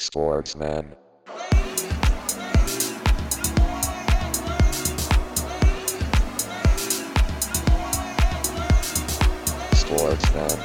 Sportsman. Sportsman.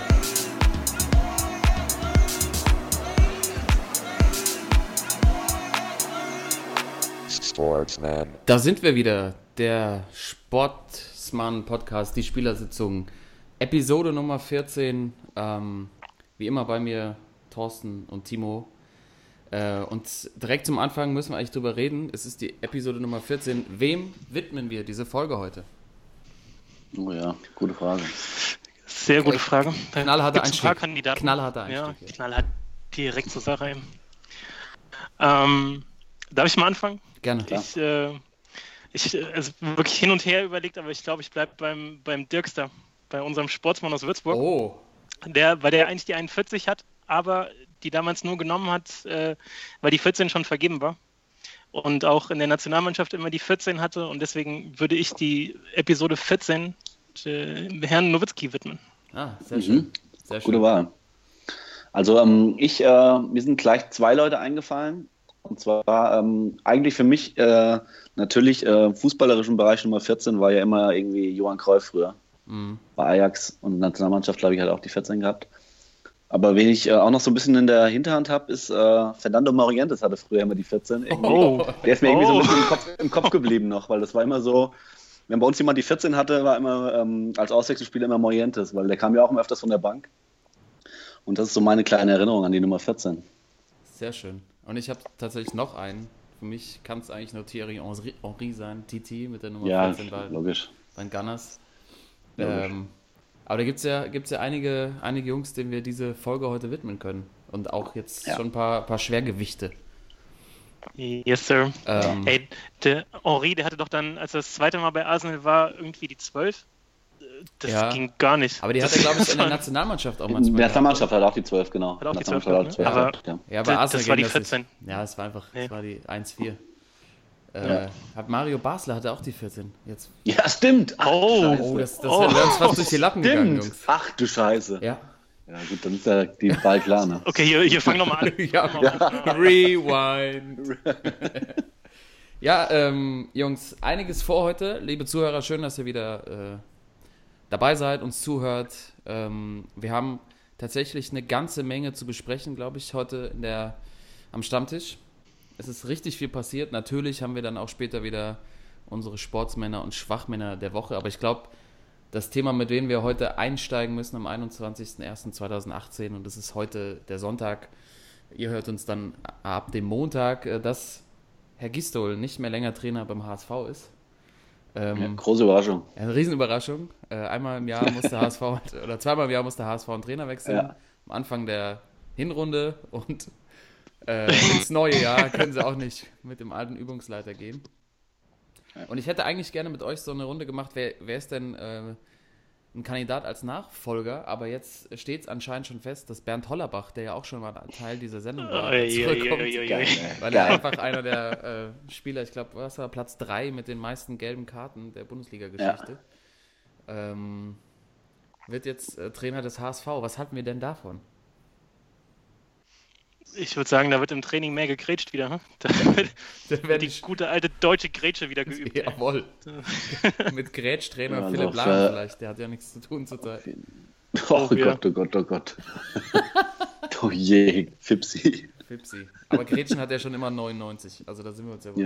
Sportsman. Da sind wir wieder, der Sportsman-Podcast, die Spielersitzung, Episode Nummer 14. Wie immer bei mir Thorsten und Timo. Und direkt zum Anfang müssen wir eigentlich drüber reden. Es ist die Episode Nummer 14. Wem widmen wir diese Folge heute? Oh ja, gute Frage. Sehr gute Frage. Knallharter Einstieg. Ein paar Kandidaten. Knallharter Einstieg. Ja, knallhart direkt zur Sache eben. Darf ich mal anfangen? Gerne. Also wirklich hin und her überlegt, aber ich glaube, ich bleibe beim Dirkster, bei unserem Sportsmann aus Würzburg. Oh. Weil der eigentlich die 41 hat, aber die damals nur genommen hat, weil die 14 schon vergeben war. Und auch in der Nationalmannschaft immer die 14 hatte. Und deswegen würde ich die Episode 14 Herrn Nowitzki widmen. Ah, sehr schön. Sehr schön. Gute Wahl. Also mir sind gleich zwei Leute eingefallen. Und zwar eigentlich für mich natürlich fußballerischen Bereich Nummer 14 war ja immer irgendwie Johann Cruyff früher. Bei Ajax und Nationalmannschaft, glaube ich, hat auch die 14 gehabt. Aber wen ich auch noch so ein bisschen in der Hinterhand habe, ist Fernando Morientes hatte früher immer die 14. Der ist mir irgendwie so ein bisschen im Kopf geblieben noch, weil das war immer so, wenn bei uns jemand die 14 hatte, war immer als Auswechselspieler immer Morientes, weil der kam ja auch immer öfters von der Bank. Und das ist so meine kleine Erinnerung an die Nummer 14. Sehr schön. Und ich habe tatsächlich noch einen. Für mich kann es eigentlich nur Thierry Henry sein, TT mit der Nummer 14 logisch. Bei den Gunners. Aber da gibt es ja einige Jungs, denen wir diese Folge heute widmen können. Und auch jetzt schon ein paar Schwergewichte. Yes, sir. Der Henry, der hatte doch dann, als er das zweite Mal bei Arsenal war, irgendwie die 12. Das ging gar nicht. Aber die hat er, glaube ich, in der Nationalmannschaft auch manchmal. Die Nationalmannschaft hat auch die 12, genau. Hat auch die 12, aber ja, bei Arsenal das war die 14. Ja, es war einfach, das war die 1-4. Ja. Hat Mario Basler hatte auch die 14. Jetzt. Ja, stimmt. Ach, das wäre uns fast durch die Lappen gegangen, Jungs. Ach du Scheiße. Ja. Ja gut, dann ist ja die Wahl klar, ne? Okay, hier fang nochmal an. Rewind. Ja, Jungs, einiges vor heute. Liebe Zuhörer, schön, dass ihr wieder dabei seid, uns zuhört. Wir haben tatsächlich eine ganze Menge zu besprechen, glaube ich, heute am Stammtisch. Es ist richtig viel passiert. Natürlich haben wir dann auch später wieder unsere Sportsmänner und Schwachmänner der Woche. Aber ich glaube, das Thema, mit dem wir heute einsteigen müssen am 21.01.2018, und das ist heute der Sonntag, ihr hört uns dann ab dem Montag, dass Herr Gistol nicht mehr länger Trainer beim HSV ist. Große Überraschung. Eine Riesenüberraschung. Einmal im Jahr muss der HSV, oder zweimal im Jahr muss der HSV einen Trainer wechseln. Ja. Am Anfang der Hinrunde und ins neue Jahr können sie auch nicht mit dem alten Übungsleiter gehen. Und ich hätte eigentlich gerne mit euch so eine Runde gemacht, wer ist denn ein Kandidat als Nachfolger, aber jetzt steht es anscheinend schon fest, dass Bernd Hollerbach, der ja auch schon mal Teil dieser Sendung war, zurückkommt, weil er einfach einer der Spieler, ich glaube, was war Platz 3 mit den meisten gelben Karten der Bundesliga-Geschichte, wird jetzt Trainer des HSV. Was halten wir denn davon? Ich würde sagen, da wird im Training mehr gegrätscht wieder. Hm? Da wird die gute alte deutsche Grätsche wieder geübt. Jawohl. Mit Grätschtrainer ja, Philipp Lahm vielleicht. Der hat ja nichts zu tun zurzeit. Oh Gott. Oh je, Fipsi. Aber Grätschen hat ja schon immer 99. Also da sind wir uns ja wohl.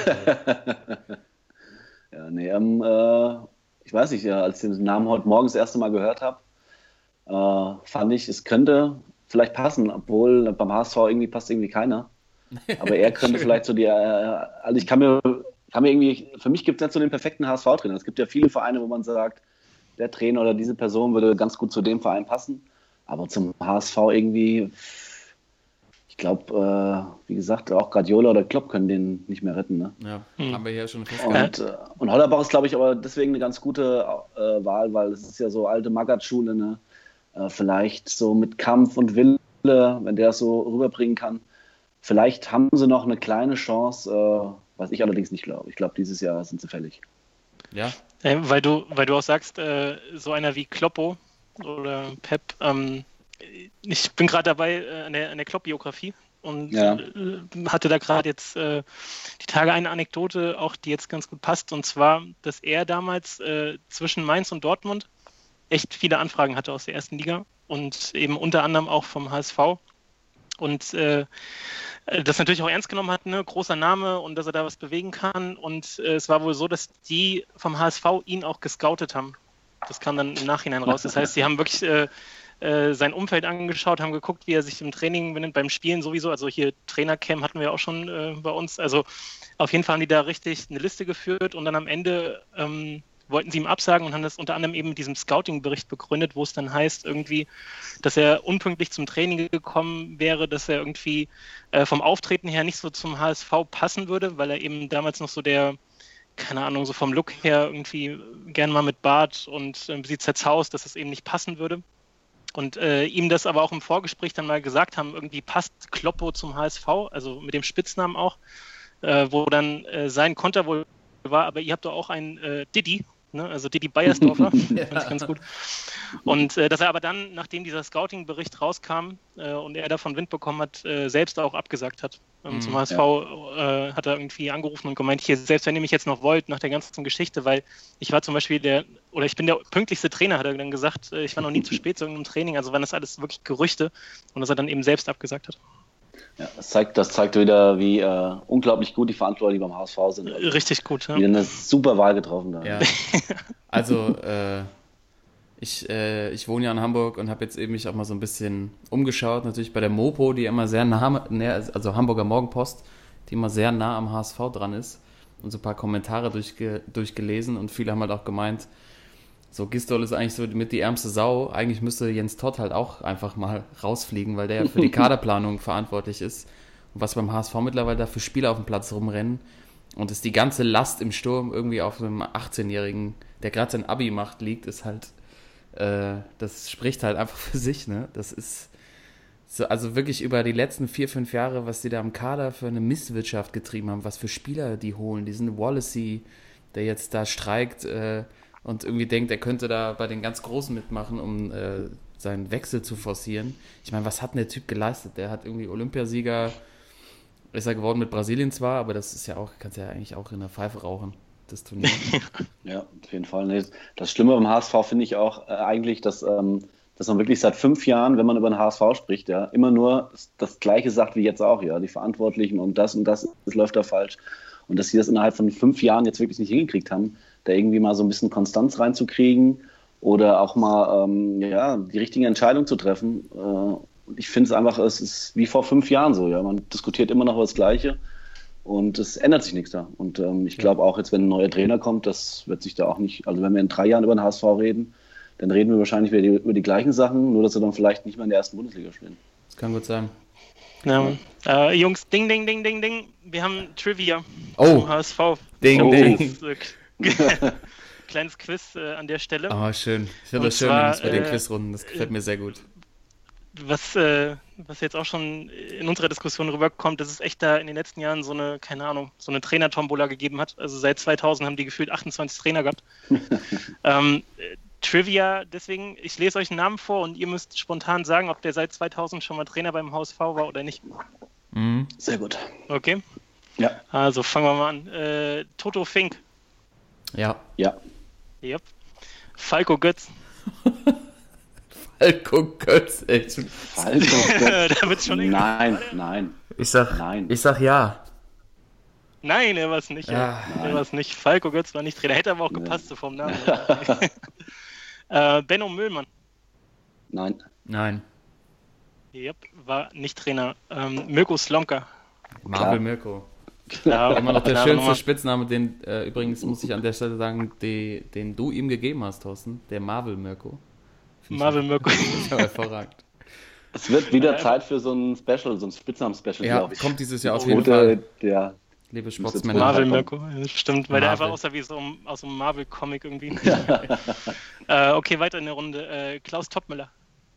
Ja, nee, ich weiß nicht, als ich den Namen heute Morgen das erste Mal gehört habe, fand ich, es könnte vielleicht passen, obwohl beim HSV irgendwie passt irgendwie keiner. Aber er könnte vielleicht so also ich kann mir irgendwie, für mich gibt es nicht so den perfekten HSV-Trainer. Es gibt ja viele Vereine, wo man sagt, der Trainer oder diese Person würde ganz gut zu dem Verein passen. Aber zum HSV irgendwie, ich glaube, wie gesagt, auch Guardiola oder Klopp können den nicht mehr retten. Ne? Ja, haben wir hier schon festgehalten. Und Hollerbach ist, glaube ich, aber deswegen eine ganz gute Wahl, weil es ist ja so alte Magath-Schule, ne? Vielleicht so mit Kampf und Wille, wenn der es so rüberbringen kann. Vielleicht haben sie noch eine kleine Chance, was ich allerdings nicht glaube. Ich glaube, dieses Jahr sind sie fällig. Ja. Weil du auch sagst, so einer wie Kloppo oder Pep, ich bin gerade dabei an der Klopp-Biografie und Ja. hatte da gerade jetzt die Tage eine Anekdote, auch die jetzt ganz gut passt, und zwar, dass er damals zwischen Mainz und Dortmund echt viele Anfragen hatte aus der ersten Liga und eben unter anderem auch vom HSV und das natürlich auch ernst genommen hat, ne? Großer Name und dass er da was bewegen kann, und es war wohl so, dass die vom HSV ihn auch gescoutet haben. Das kam dann im Nachhinein raus. Das heißt, sie haben wirklich sein Umfeld angeschaut, haben geguckt, wie er sich im Training benimmt, beim Spielen sowieso. Also hier Trainercamp hatten wir auch schon bei uns. Also auf jeden Fall haben die da richtig eine Liste geführt und dann am Ende wollten sie ihm absagen und haben das unter anderem eben mit diesem Scouting-Bericht begründet, wo es dann heißt irgendwie, dass er unpünktlich zum Training gekommen wäre, dass er irgendwie vom Auftreten her nicht so zum HSV passen würde, weil er eben damals noch so keine Ahnung, so vom Look her irgendwie gern mal mit Bart und ein bisschen zerzaust, dass das eben nicht passen würde. Und ihm das aber auch im Vorgespräch dann mal gesagt haben, irgendwie passt Kloppo zum HSV, also mit dem Spitznamen auch, wo dann sein Konter wohl war, aber ihr habt doch auch einen Didi, ne? Also Didi Beiersdorfer, fand ich ganz gut. Und dass er aber dann, nachdem dieser Scouting-Bericht rauskam und er davon Wind bekommen hat, selbst auch abgesagt hat. Zum HSV hat er irgendwie angerufen und gemeint, hier, selbst wenn ihr mich jetzt noch wollt, nach der ganzen Geschichte, weil ich war zum Beispiel ich bin der pünktlichste Trainer, hat er dann gesagt, ich war noch nie zu spät zu irgendeinem Training, also waren das alles wirklich Gerüchte und dass er dann eben selbst abgesagt hat. Ja, das zeigt wieder, wie unglaublich gut die Verantwortlichen beim HSV sind. Also, richtig gut, ja. Wieder eine super Wahl getroffen da. Ja. Also, ich wohne ja in Hamburg und habe jetzt eben mich auch mal so ein bisschen umgeschaut, natürlich bei der Mopo, die immer sehr also Hamburger Morgenpost, die immer sehr nah am HSV dran ist, und so ein paar Kommentare durchgelesen, und viele haben halt auch gemeint, so Gistol ist eigentlich so mit die ärmste Sau, eigentlich müsste Jens Todt halt auch einfach mal rausfliegen, weil der ja für die Kaderplanung verantwortlich ist, und was beim HSV mittlerweile da für Spieler auf dem Platz rumrennen, und dass die ganze Last im Sturm irgendwie auf einem 18-Jährigen, der gerade sein Abi macht, liegt, ist halt das spricht halt einfach für sich, ne? Das ist so, also wirklich über die letzten 4-5 Jahre, was die da im Kader für eine Misswirtschaft getrieben haben, was für Spieler die holen. Diesen Wallacey, der jetzt da streikt und irgendwie denkt, er könnte da bei den ganz Großen mitmachen, um seinen Wechsel zu forcieren. Ich meine, was hat denn der Typ geleistet? Der hat irgendwie Olympiasieger, ist er geworden mit Brasilien zwar, aber das ist ja auch, kannst ja eigentlich auch in der Pfeife rauchen, das Turnier. Ja, auf jeden Fall. Nee, das Schlimme beim HSV finde ich auch eigentlich, dass man wirklich seit 5 Jahren, wenn man über den HSV spricht, ja, immer nur das Gleiche sagt wie jetzt auch, ja, die Verantwortlichen und das läuft da falsch. Und dass sie das innerhalb von 5 Jahren jetzt wirklich nicht hingekriegt haben, da irgendwie mal so ein bisschen Konstanz reinzukriegen oder auch mal die richtige Entscheidung zu treffen. Ich finde es einfach, es ist wie vor 5 Jahren so, ja, man diskutiert immer noch über das Gleiche. Und es ändert sich nichts da. Und ich glaube auch jetzt, wenn ein neuer Trainer kommt, das wird sich da auch nicht, also wenn wir in 3 Jahren über den HSV reden, dann reden wir wahrscheinlich wieder über die gleichen Sachen, nur dass wir dann vielleicht nicht mehr in der ersten Bundesliga spielen. Das kann gut sein. Ja. Jungs, ding, ding, ding, ding, ding. Wir haben Trivia zum HSV. Ding, ding. Kleines Quiz an der Stelle. Oh, schön. Ich finde das schön bei den Quizrunden. Das gefällt mir sehr gut. Was jetzt auch schon in unserer Diskussion rüberkommt, dass es echt da in den letzten Jahren so eine, keine Ahnung, so eine Trainer-Tombola gegeben hat. Also seit 2000 haben die gefühlt 28 Trainer gehabt. Trivia, deswegen, ich lese euch einen Namen vor und ihr müsst spontan sagen, ob der seit 2000 schon mal Trainer beim HSV war oder nicht. Mhm. Sehr gut. Okay. Ja. Also fangen wir mal an. Toto Fink. Ja. Ja. Yep. Falco Götz. Falco Götz, echt. Falco Götz. Da wird's schon Nein. Ich sag ja. Nein, er war es nicht. Ja. Er war es nicht. Falco Götz war nicht Trainer. Hätte aber auch gepasst so vom Namen. Benno Müllmann. Nein. Yep, war nicht Trainer. Mirko Slomka. Marvel Mirko. Klar, Immer noch der klare schönste Nummer. Spitzname, den übrigens muss ich an der Stelle sagen, den du ihm gegeben hast, Thorsten. Der Marvel Mirko. Marvel Mirko. Ich habe hervorragend. Es wird wieder Zeit für so ein Special, so ein Spitznamen-Special, Ja, glaube ich. kommt dieses Jahr auf jeden Fall. Ja. Liebe Sportsmänner. Marvel Mirko, stimmt, weil der Marvel. einfach aussah wie so aus einem Marvel-Comic irgendwie. Okay, weiter in der Runde. Klaus Toppmüller.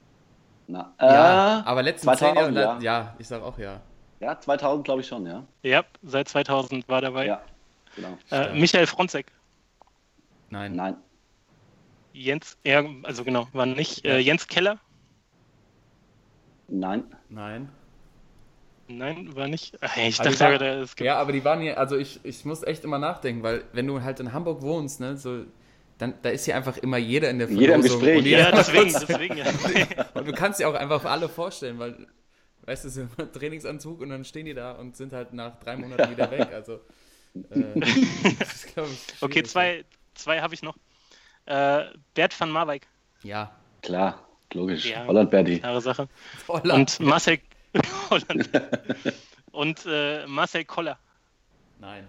Ja, aber letzten 10 Jahre, 2000, ja, ich sag auch ja. Ja, 2000 glaube ich schon, ja. Ja, seit 2000 war dabei. Ja, genau. Michael Fronzek. Nein. Jens, also genau, war nicht. Jens Keller. Nein. Nein, war nicht. Ich Aber dachte, es gibt. ja, aber die waren hier, also ich muss echt immer nachdenken, weil wenn du halt in Hamburg wohnst, ne, so, dann da ist hier einfach immer jeder in der Jeder im Verlosung Gespräch. und jeder Ja, deswegen, ja. und du kannst dir auch einfach alle vorstellen, weil, weißt du, so ein Trainingsanzug und dann stehen die da und sind halt nach 3 Monaten wieder weg, also das ist, glaube ich, Okay, schwierig. zwei habe ich noch. Bert van Marwijk, Ja, Klar, logisch. Ja. Holland Berti. klare Sache. Holland. Und Marcel Holland. Und Marcel Koller. Nein.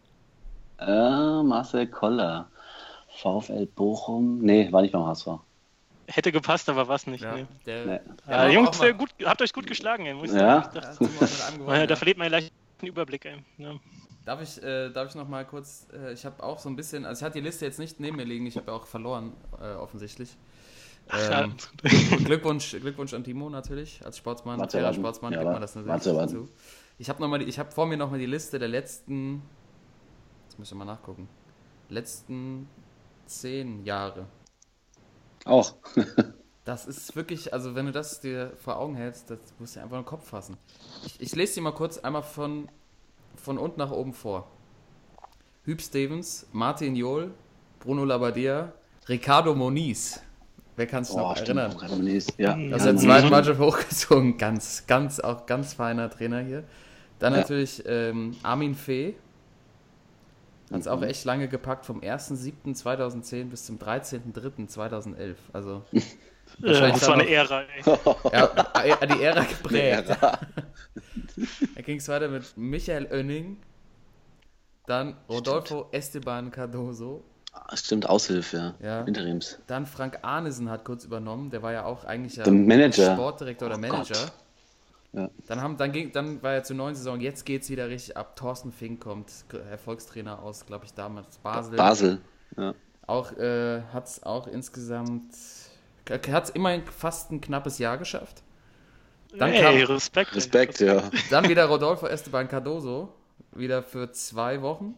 Marcel Koller. VfL Bochum. Nee, war nicht beim HSV. Hätte gepasst, aber was nicht. Ja, Nee. der, Nee. Ja, Jungs, auch mal- gut, habt euch gut geschlagen, ey, muss ich Ja. sagen. Ich dachte, Ja, sind wir auch mit einem gewonnen, da ja. verliert man leicht den Überblick, ey. Ja. Darf ich noch mal kurz, ich habe auch so ein bisschen, also ich hatte die Liste jetzt nicht neben mir liegen, ich habe ja auch verloren, offensichtlich. Ja, Glückwunsch an Timo natürlich, als Sportsmann, Warte, fairer warte. Sportsmann, Ja, gibt man das natürlich warte. dazu. Ich habe vor mir noch mal die Liste der letzten, jetzt muss ich mal nachgucken, letzten 10 Jahre. Auch. Das ist wirklich, also wenn du das dir vor Augen hältst, das musst du dir einfach in den Kopf fassen. Ich lese dir mal kurz einmal von unten nach oben vor. Hüb Stevens, Martin Jol, Bruno Labbadia, Ricardo Moniz. Wer kann sich noch erinnern? Ja. Aus der zweiten Mannschaft hochgezogen. Ganz feiner Trainer hier. Dann Ja. natürlich Armin Fee. Hat es auch echt lange gepackt, vom 1.7.2010 bis zum 13.3.2011. Also wahrscheinlich das war dann eine Ära, ey. ja, die Ära geprägt. Ja. Da ging es weiter mit Michael Oenning, dann Rodolfo Esteban Cardoso, Stimmt, Aushilfe, Ja. Interims. dann Frank Arnesen hat kurz übernommen, der war ja auch eigentlich Der Manager. Sportdirektor oder Manager. Ja. Dann war er zur neuen Saison, jetzt geht es wieder richtig ab. Thorsten Fink kommt, Erfolgstrainer aus, glaube ich, damals Basel. Ja. Auch hat es auch insgesamt, hat es immerhin fast ein knappes Jahr geschafft. Dann Ey, kam- Respekt. ey. Respekt, ja. Dann wieder Rodolfo Esteban Cardoso, wieder für 2 Wochen.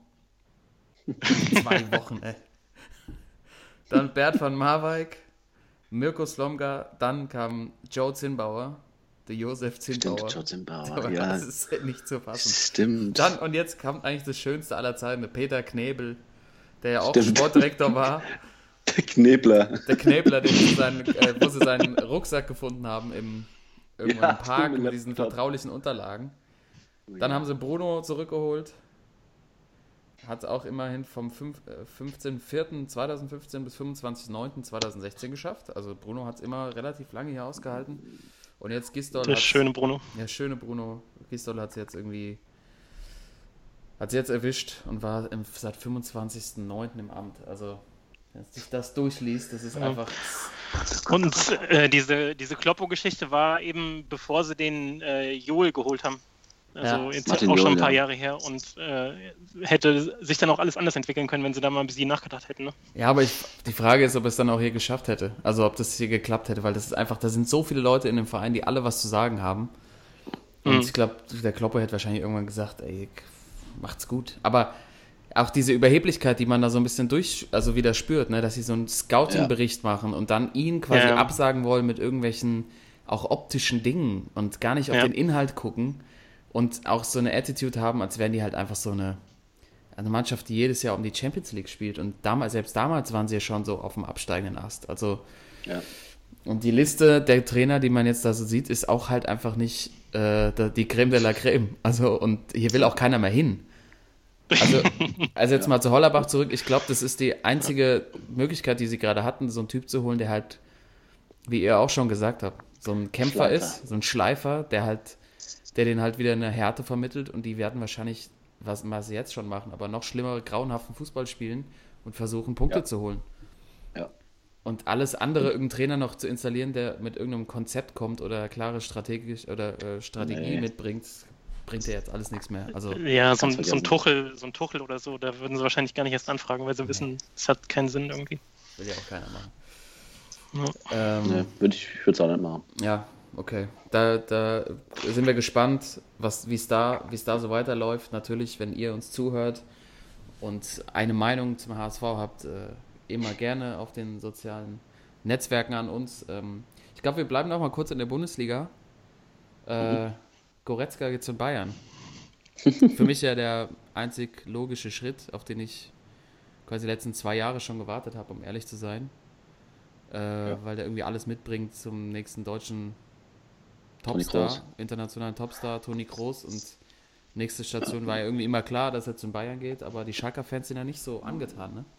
2 Wochen, ey. Dann Bert van Marwijk, Mirko Slomka, dann kam Joe Zinnbauer, der Josef Zinnbauer. Stimmt, Joe Zimbauer. Aber Ja, das ist nicht zu fassen. stimmt. Dann, und jetzt kommt eigentlich das Schönste aller Zeiten, der Peter Knebel, der ja auch Stimmt. Sportdirektor war. Der Knebler. Der Knebler, wo sie seinen Rucksack gefunden haben irgendwo Ja, im Park stimmt, mit diesen Laptop. vertraulichen Unterlagen. Dann haben sie Bruno zurückgeholt. Hat es auch immerhin vom 15.04.2015 bis 25.09.2016 geschafft. Also Bruno hat es immer relativ lange hier ausgehalten. Und jetzt Gisdol Der hat schöne Bruno. ja, schöne Bruno. Gisdol hat es jetzt erwischt und war seit 25.09. im Amt. Also, wenn sich das durchliest, das ist Ja. einfach. Und diese Kloppo-Geschichte war eben, bevor sie den Joel geholt haben. Also Ja, jetzt Martin auch schon Jol, ein paar ja. Jahre her und hätte sich dann auch alles anders entwickeln können, wenn sie da mal ein bisschen nachgedacht hätten. Ne? Ja, aber die Frage ist, ob es dann auch hier geschafft hätte. Also, ob das hier geklappt hätte, weil das ist einfach, da sind so viele Leute in dem Verein, die alle was zu sagen haben. Und ich glaube, der Kloppo hätte wahrscheinlich irgendwann gesagt, ey, macht's gut. Aber auch diese Überheblichkeit, die man da so ein bisschen wieder spürt, ne, dass sie so einen Scouting-Bericht machen und dann ihn quasi Ja. absagen wollen mit irgendwelchen auch optischen Dingen und gar nicht auf Ja. den Inhalt gucken und auch so eine Attitude haben, als wären die halt einfach so eine Mannschaft, die jedes Jahr um die Champions League spielt. Und selbst damals waren sie ja schon so auf dem absteigenden Ast. Also, Ja. und die Liste der Trainer, die man jetzt da so sieht, ist auch halt einfach nicht die Creme de la Creme. Also, und hier will auch keiner mehr hin. Also jetzt mal zu Hollerbach zurück. Ich glaube, das ist die einzige Möglichkeit, die sie gerade hatten, so einen Typ zu holen, der halt, wie ihr auch schon gesagt habt, so ein Kämpfer Schleifer. ist, so ein Schleifer, der den halt wieder eine Härte vermittelt und die werden wahrscheinlich, was sie jetzt schon machen, aber noch schlimmere, grauenhaften Fußball spielen und versuchen, Punkte Ja. zu holen. Ja. Und alles andere, irgendeinen Trainer noch zu installieren, der mit irgendeinem Konzept kommt oder klare Strategie Nee. mitbringt, bringt ja jetzt alles nichts mehr. Also, Ja, so Kannst ein vergessen. Tuchel oder so, da würden sie wahrscheinlich gar nicht erst anfragen, weil sie wissen, es hat keinen Sinn irgendwie. will ja auch keiner machen. Ja. Nee, würde ich es auch nicht machen. Ja, okay. Da sind wir gespannt, wie es da so weiterläuft. Natürlich, wenn ihr uns zuhört und eine Meinung zum HSV habt, immer gerne auf den sozialen Netzwerken an uns. Ich glaube, wir bleiben noch mal kurz in der Bundesliga. Goretzka geht zu Bayern. Für mich ja der einzig logische Schritt, auf den ich quasi die letzten 2 Jahre schon gewartet habe, um ehrlich zu sein. Weil der irgendwie alles mitbringt zum nächsten deutschen Topstar, internationalen Topstar, Toni Kroos. Und nächste Station war ja irgendwie immer klar, dass er zum Bayern geht, aber die Schalker-Fans sind ja nicht so angetan, ne?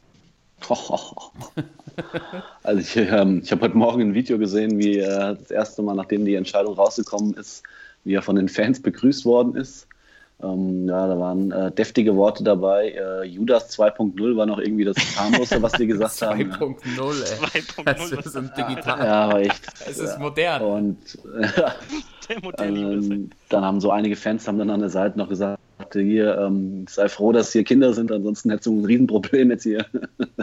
Also ich habe heute Morgen ein Video gesehen, wie das erste Mal, nachdem die Entscheidung rausgekommen ist, wie er von den Fans begrüßt worden ist. Da waren deftige Worte dabei. Judas 2.0 war noch irgendwie das harmloseste, was die gesagt haben. 2.0, ey. 2.0, das ist ein digital. Ja, aber echt. Es ist modern. Und Der moderne dann haben so einige Fans haben dann an der Seite noch gesagt, hier, sei froh, dass hier Kinder sind, ansonsten hättest du ein Riesenproblem jetzt hier.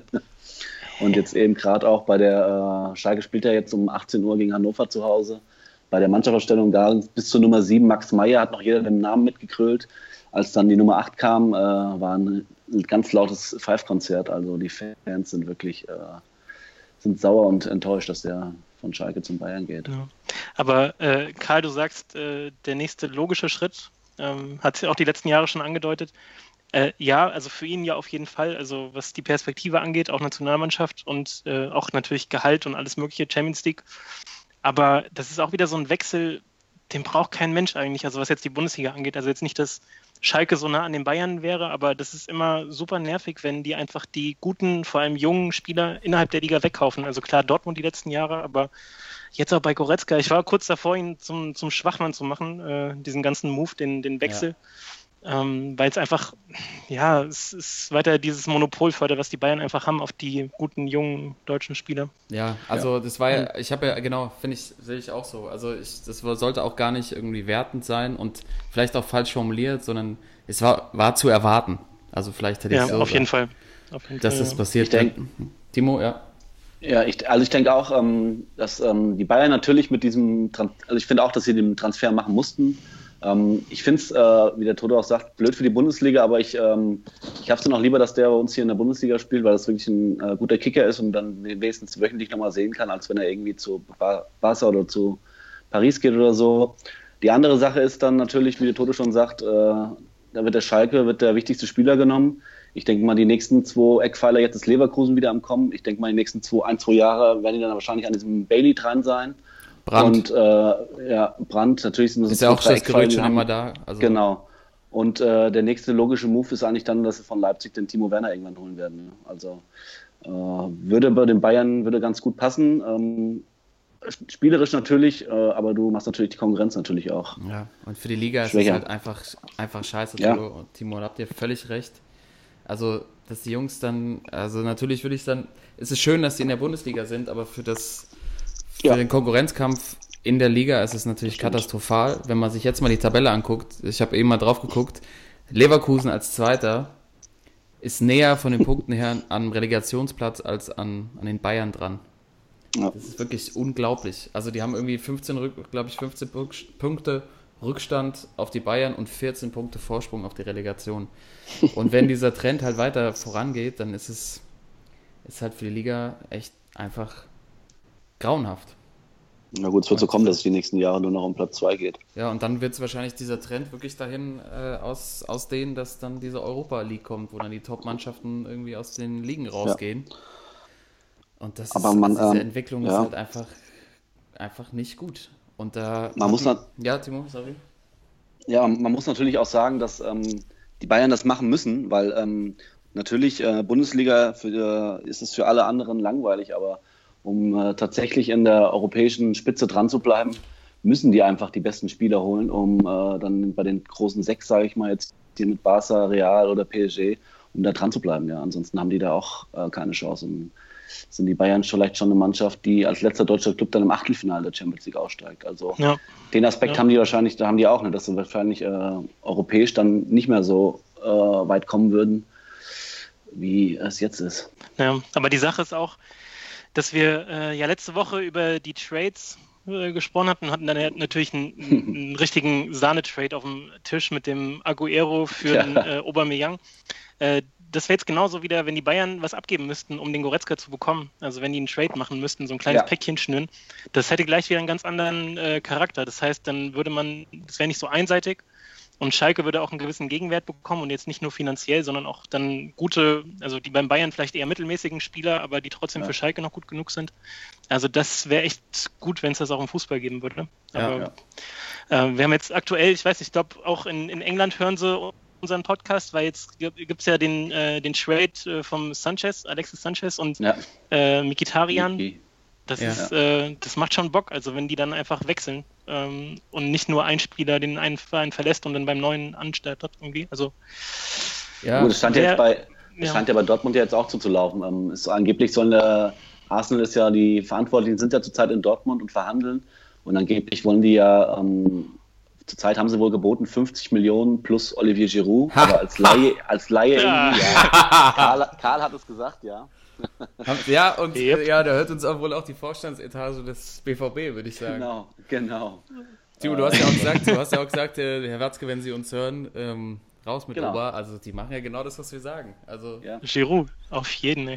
Und jetzt eben gerade auch bei der Schalke spielt ja jetzt um 18 Uhr gegen Hannover zu Hause. Bei der Mannschaftsaufstellung da bis zur Nummer 7, Max Meyer, hat noch jeder den Namen mitgekrölt. Als dann die Nummer 8 kam, war ein ganz lautes Pfeifkonzert. Also die Fans sind wirklich sind sauer und enttäuscht, dass der von Schalke zum Bayern geht. Ja. Aber Karl, du sagst, der nächste logische Schritt, hat auch die letzten Jahre schon angedeutet. Ja, also für ihn ja auf jeden Fall, also was die Perspektive angeht, auch Nationalmannschaft und auch natürlich Gehalt und alles mögliche, Champions League. Aber das ist auch wieder so ein Wechsel, den braucht kein Mensch eigentlich, also was jetzt die Bundesliga angeht. Also jetzt nicht, dass Schalke so nah an den Bayern wäre, aber das ist immer super nervig, wenn die einfach die guten, vor allem jungen Spieler innerhalb der Liga wegkaufen. Also klar, Dortmund die letzten Jahre, aber jetzt auch bei Goretzka. Ich war kurz davor, ihn zum Schwachmann zu machen, diesen ganzen Move, den Wechsel. Ja. Weil es einfach, ja, es ist weiter dieses Monopol fördert, was die Bayern einfach haben auf die guten, jungen deutschen Spieler. Ja, also das war ja, ich habe ja, genau, sehe ich auch so. Also das sollte auch gar nicht irgendwie wertend sein und vielleicht auch falsch formuliert, sondern es war zu erwarten. Also vielleicht hätte ich so. Ja, auf jeden Fall. Dass das passiert. Timo, ja. Ja, ich denke auch, dass die Bayern natürlich mit diesem, also ich finde auch, dass sie den Transfer machen mussten. Ich finde es, wie der Toto auch sagt, blöd für die Bundesliga, aber ich habe es dann auch lieber, dass der bei uns hier in der Bundesliga spielt, weil das wirklich ein guter Kicker ist und dann wenigstens wöchentlich nochmal sehen kann, als wenn er irgendwie zu Barca oder zu Paris geht oder so. Die andere Sache ist dann natürlich, wie der Toto schon sagt, da wird der wichtigste Spieler genommen. Ich denke mal, die nächsten 2 Eckpfeiler, jetzt ist Leverkusen wieder am Kommen. Ich denke mal, die nächsten 2 Jahre werden die dann wahrscheinlich an diesem Bailey dran sein. Brandt. Und Brandt, natürlich sind das ist ja auch das Gerücht schon immer da. Also. Genau. Und der nächste logische Move ist eigentlich dann, dass sie von Leipzig den Timo Werner irgendwann holen werden. Ne? Also würde bei den Bayern ganz gut passen. Spielerisch natürlich, aber du machst natürlich die Konkurrenz natürlich auch. Ja, und für die Liga schwächer. Ist es halt einfach scheiße. Ja. Timo, da habt ihr völlig recht. Also, dass die Jungs dann, also natürlich würde ich dann, es ist schön, dass die in der Bundesliga sind, aber für den Konkurrenzkampf in der Liga ist es natürlich katastrophal. Wenn man sich jetzt mal die Tabelle anguckt, ich habe eben mal drauf geguckt, Leverkusen als Zweiter ist näher von den Punkten her am Relegationsplatz als an den Bayern dran. Ja. Das ist wirklich unglaublich. Also die haben irgendwie 15 Punkte Rückstand auf die Bayern und 14 Punkte Vorsprung auf die Relegation. Und wenn dieser Trend halt weiter vorangeht, dann ist halt für die Liga echt einfach grauenhaft. Na gut, es wird so kommen, dass es die nächsten Jahre nur noch um Platz 2 geht. Ja, und dann wird es wahrscheinlich dieser Trend wirklich dahin ausdehnen, dass dann diese Europa League kommt, wo dann die Top-Mannschaften irgendwie aus den Ligen rausgehen. Ja. Und diese Entwicklung ist halt einfach nicht gut. Und da ja, Timo, sorry. Ja, man muss natürlich auch sagen, dass die Bayern das machen müssen, weil natürlich Bundesliga ist es für alle anderen langweilig, aber um tatsächlich in der europäischen Spitze dran zu bleiben, müssen die einfach die besten Spieler holen, um dann bei den großen 6, sage ich mal, jetzt hier mit Barca, Real oder PSG, um da dran zu bleiben. Ja, ansonsten haben die da auch keine Chance. Und sind die Bayern vielleicht schon eine Mannschaft, die als letzter deutscher Club dann im Achtelfinale der Champions League aussteigt. Also den Aspekt haben die wahrscheinlich, da haben die auch, ne, dass sie wahrscheinlich europäisch dann nicht mehr so weit kommen würden, wie es jetzt ist. Ja, aber die Sache ist auch, dass wir ja letzte Woche über die Trades gesprochen hatten dann natürlich einen richtigen Sahnetrade auf dem Tisch mit dem Aguero für den Aubameyang. das wäre jetzt genauso wieder, wenn die Bayern was abgeben müssten, um den Goretzka zu bekommen. Also wenn die einen Trade machen müssten, so ein kleines Päckchen schnüren, das hätte gleich wieder einen ganz anderen Charakter. Das heißt, dann das wäre nicht so einseitig und Schalke würde auch einen gewissen Gegenwert bekommen und jetzt nicht nur finanziell, sondern auch dann gute, also die beim Bayern vielleicht eher mittelmäßigen Spieler, aber die trotzdem für Schalke noch gut genug sind. Also das wäre echt gut, wenn es das auch im Fußball geben würde. Aber wir haben jetzt aktuell, ich weiß nicht, ich glaube auch in England hören sie unseren Podcast, weil jetzt gibt es ja den Trade vom Alexis Sanchez und Mkhitaryan. Das macht schon Bock, also wenn die dann einfach wechseln und nicht nur ein Spieler den einen Verein verlässt und dann beim neuen anstartet irgendwie. Also gut, es scheint ja bei Dortmund ja jetzt auch zuzulaufen. Angeblich Arsenal ist ja, die Verantwortlichen sind ja zurzeit in Dortmund und verhandeln und angeblich wollen die ja zurzeit haben sie wohl geboten 50 Millionen plus Olivier Giroud, aber als Laie irgendwie, Karl hat es gesagt, ja. Ja, und da hört uns auch wohl auch die Vorstandsetage des BVB, würde ich sagen. Genau. Timo, du hast ja auch gesagt, Herr Watzke, wenn Sie uns hören, raus mit Ober. Also die machen ja genau das, was wir sagen. Also Giroud, auf jeden.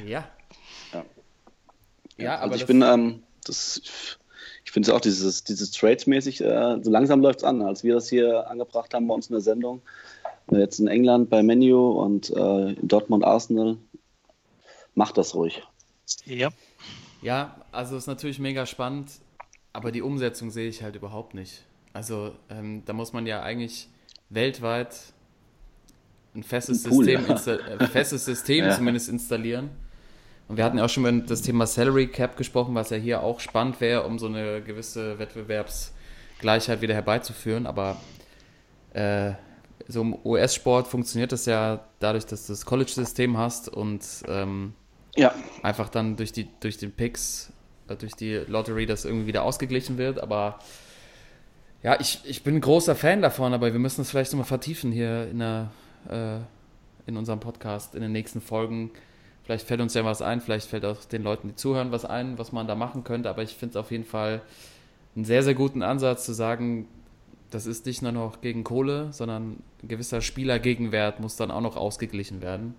Ja, aber ich finde es auch dieses Trades-mäßig, so langsam läuft es an, als wir das hier angebracht haben bei uns in der Sendung. Jetzt in England bei Man U und in Dortmund Arsenal. Macht das ruhig. Ja, also ist natürlich mega spannend, aber die Umsetzung sehe ich halt überhaupt nicht. Also da muss man ja eigentlich weltweit ein festes System zumindest installieren. Und wir hatten ja auch schon über das Thema Salary Cap gesprochen, was ja hier auch spannend wäre, um so eine gewisse Wettbewerbsgleichheit wieder herbeizuführen. Aber so im US-Sport funktioniert das ja dadurch, dass du das College-System hast und einfach dann durch den Picks, durch die Lottery, das irgendwie wieder ausgeglichen wird. Aber ja, ich bin ein großer Fan davon, aber wir müssen das vielleicht nochmal vertiefen hier in unserem Podcast, in den nächsten Folgen. Vielleicht fällt uns ja was ein, vielleicht fällt auch den Leuten, die zuhören, was ein, was man da machen könnte. Aber ich finde es auf jeden Fall einen sehr, sehr guten Ansatz zu sagen, das ist nicht nur noch gegen Kohle, sondern ein gewisser Spielergegenwert muss dann auch noch ausgeglichen werden.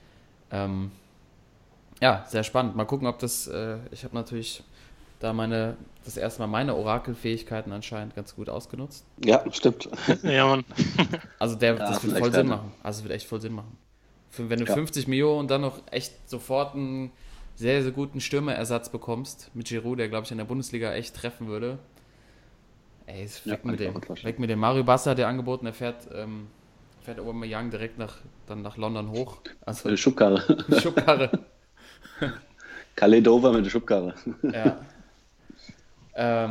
Sehr spannend. Mal gucken, ob das, ich habe natürlich da das erste Mal meine Orakelfähigkeiten anscheinend ganz gut ausgenutzt. Ja, stimmt. Ja, Mann. Also das wird voll Sinn machen. Also es wird echt voll Sinn machen. Wenn du 50 Millionen und dann noch echt sofort einen sehr, sehr guten Stürmerersatz bekommst, mit Giroud, der, glaube ich, in der Bundesliga echt treffen würde. Ey, weg mit dem Mario Bassa, der angeboten, der fährt Aubameyang direkt nach London hoch. Also eine Schubkarre. Calais Dover mit der Schubkarre. Ja.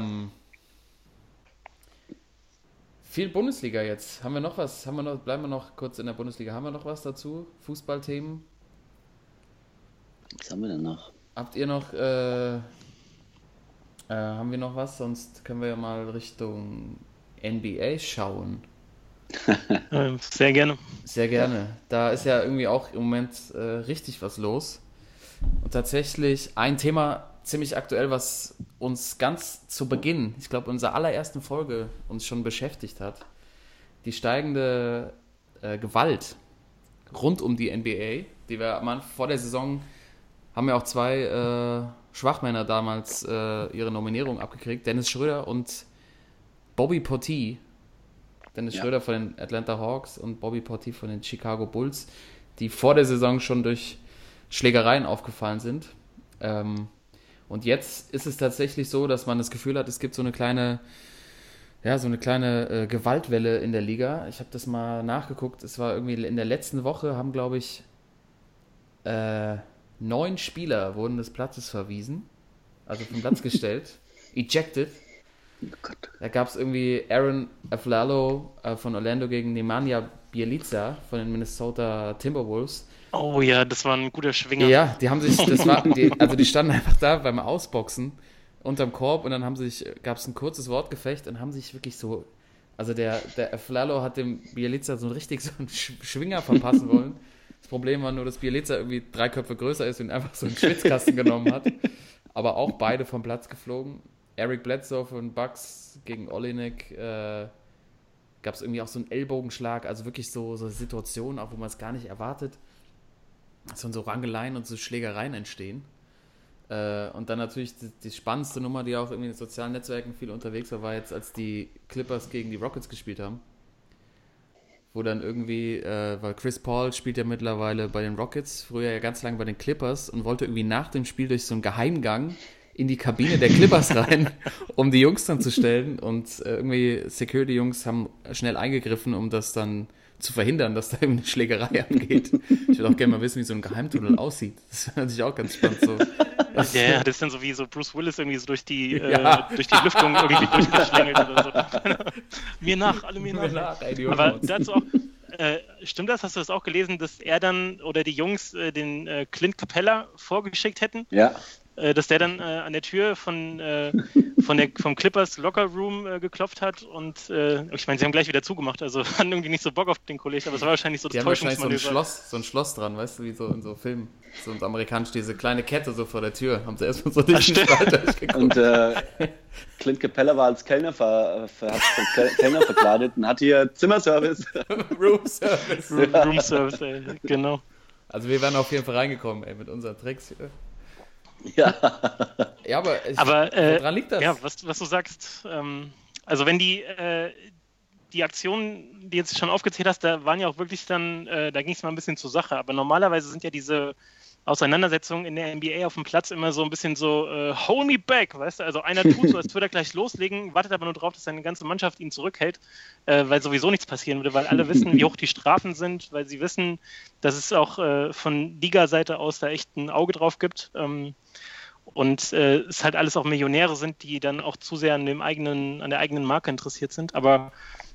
Viel Bundesliga jetzt. Haben wir noch was? Bleiben wir noch kurz in der Bundesliga. Haben wir noch was dazu? Fußballthemen? Was haben wir denn noch? Habt ihr noch, haben wir noch was? Sonst können wir ja mal Richtung NBA schauen. Sehr gerne. Sehr gerne. Da ist ja irgendwie auch im Moment richtig was los. Und tatsächlich ein Thema ziemlich aktuell, was uns ganz zu Beginn, ich glaube, unserer allerersten Folge uns schon beschäftigt hat. Die steigende Gewalt rund um die NBA, die wir vor der Saison haben ja auch zwei Schwachmänner damals ihre Nominierung abgekriegt, Dennis Schröder und Bobby Portis. Dennis Schröder von den Atlanta Hawks und Bobby Portis von den Chicago Bulls, die vor der Saison schon durch Schlägereien aufgefallen sind. Und jetzt ist es tatsächlich so, dass man das Gefühl hat, es gibt so eine kleine Gewaltwelle in der Liga. Ich habe das mal nachgeguckt. Es war irgendwie in der letzten Woche haben, glaube ich, 9 Spieler wurden des Platzes verwiesen, also vom Platz gestellt, ejected. Oh Gott. Da gab es irgendwie Aaron Aflalo von Orlando gegen Nemanja Bjelica von den Minnesota Timberwolves. Oh ja, das war ein guter Schwinger. Ja, die standen einfach da beim Ausboxen unterm Korb und dann gab es ein kurzes Wortgefecht und haben sich wirklich so, also der Aflalo hat dem Bjelica so einen Schwinger verpassen wollen. Das Problem war nur, dass Bjelica irgendwie 3 Köpfe größer ist und einfach so einen Schwitzkasten genommen hat. Aber auch beide vom Platz geflogen. Eric Bledsoe von Bucks gegen Olynyk gab es irgendwie auch so einen Ellbogenschlag, also wirklich so Situationen, auch wo man es gar nicht erwartet. so Rangeleien und so Schlägereien entstehen. Und dann natürlich die spannendste Nummer, die auch irgendwie in den sozialen Netzwerken viel unterwegs war jetzt, als die Clippers gegen die Rockets gespielt haben. Wo dann irgendwie, weil Chris Paul spielt ja mittlerweile bei den Rockets, früher ja ganz lange bei den Clippers und wollte irgendwie nach dem Spiel durch so einen Geheimgang in die Kabine der Clippers rein, um die Jungs dann zu stellen. Und irgendwie Security-Jungs haben schnell eingegriffen, um das dann zu verhindern, dass da eben eine Schlägerei abgeht. Ich würde auch gerne mal wissen, wie so ein Geheimtunnel aussieht. Das wäre natürlich auch ganz spannend. So. Ja, das ist dann so wie so Bruce Willis irgendwie so durch die Lüftung irgendwie durchgeschlängelt oder so. Mir nach, alle mir nach. Aber dazu auch, stimmt das? Hast du das auch gelesen, dass er dann oder die Jungs den Clint Capella vorgeschickt hätten? Ja. Dass der dann an der Tür vom Clippers Locker Room geklopft hat und ich meine, sie haben gleich wieder zugemacht, also hatten irgendwie nicht so Bock auf den Kollegen, aber es war wahrscheinlich so das Täuschungsmanöver. Die haben wahrscheinlich so ein Schloss dran, weißt du, wie so in so Filmen, so in amerikanisch, diese kleine Kette so vor der Tür, haben sie erstmal so durch den Spalt durchgeguckt. Und Clint Capella war als Kellner, hat sich Kellner verkleidet und hat hier Zimmerservice. Room Service. Room Service, ey, genau. Also wir wären auf jeden Fall reingekommen, ey, mit unseren Tricks hier. Ja. Ja, aber woran liegt das? Ja, was du sagst. Also wenn die Aktionen, die jetzt schon aufgezählt hast, da waren ja auch wirklich dann, da ging es mal ein bisschen zur Sache. Aber normalerweise sind ja diese Auseinandersetzungen in der NBA auf dem Platz immer so ein bisschen so, hold me back, weißt du? Also einer tut so, als würde er gleich loslegen, wartet aber nur drauf, dass seine ganze Mannschaft ihn zurückhält, weil sowieso nichts passieren würde, weil alle wissen, wie hoch die Strafen sind, weil sie wissen, dass es auch von Liga-Seite aus da echt ein Auge drauf gibt. Und es halt alles auch Millionäre sind, die dann auch zu sehr an der eigenen Marke interessiert sind. Aber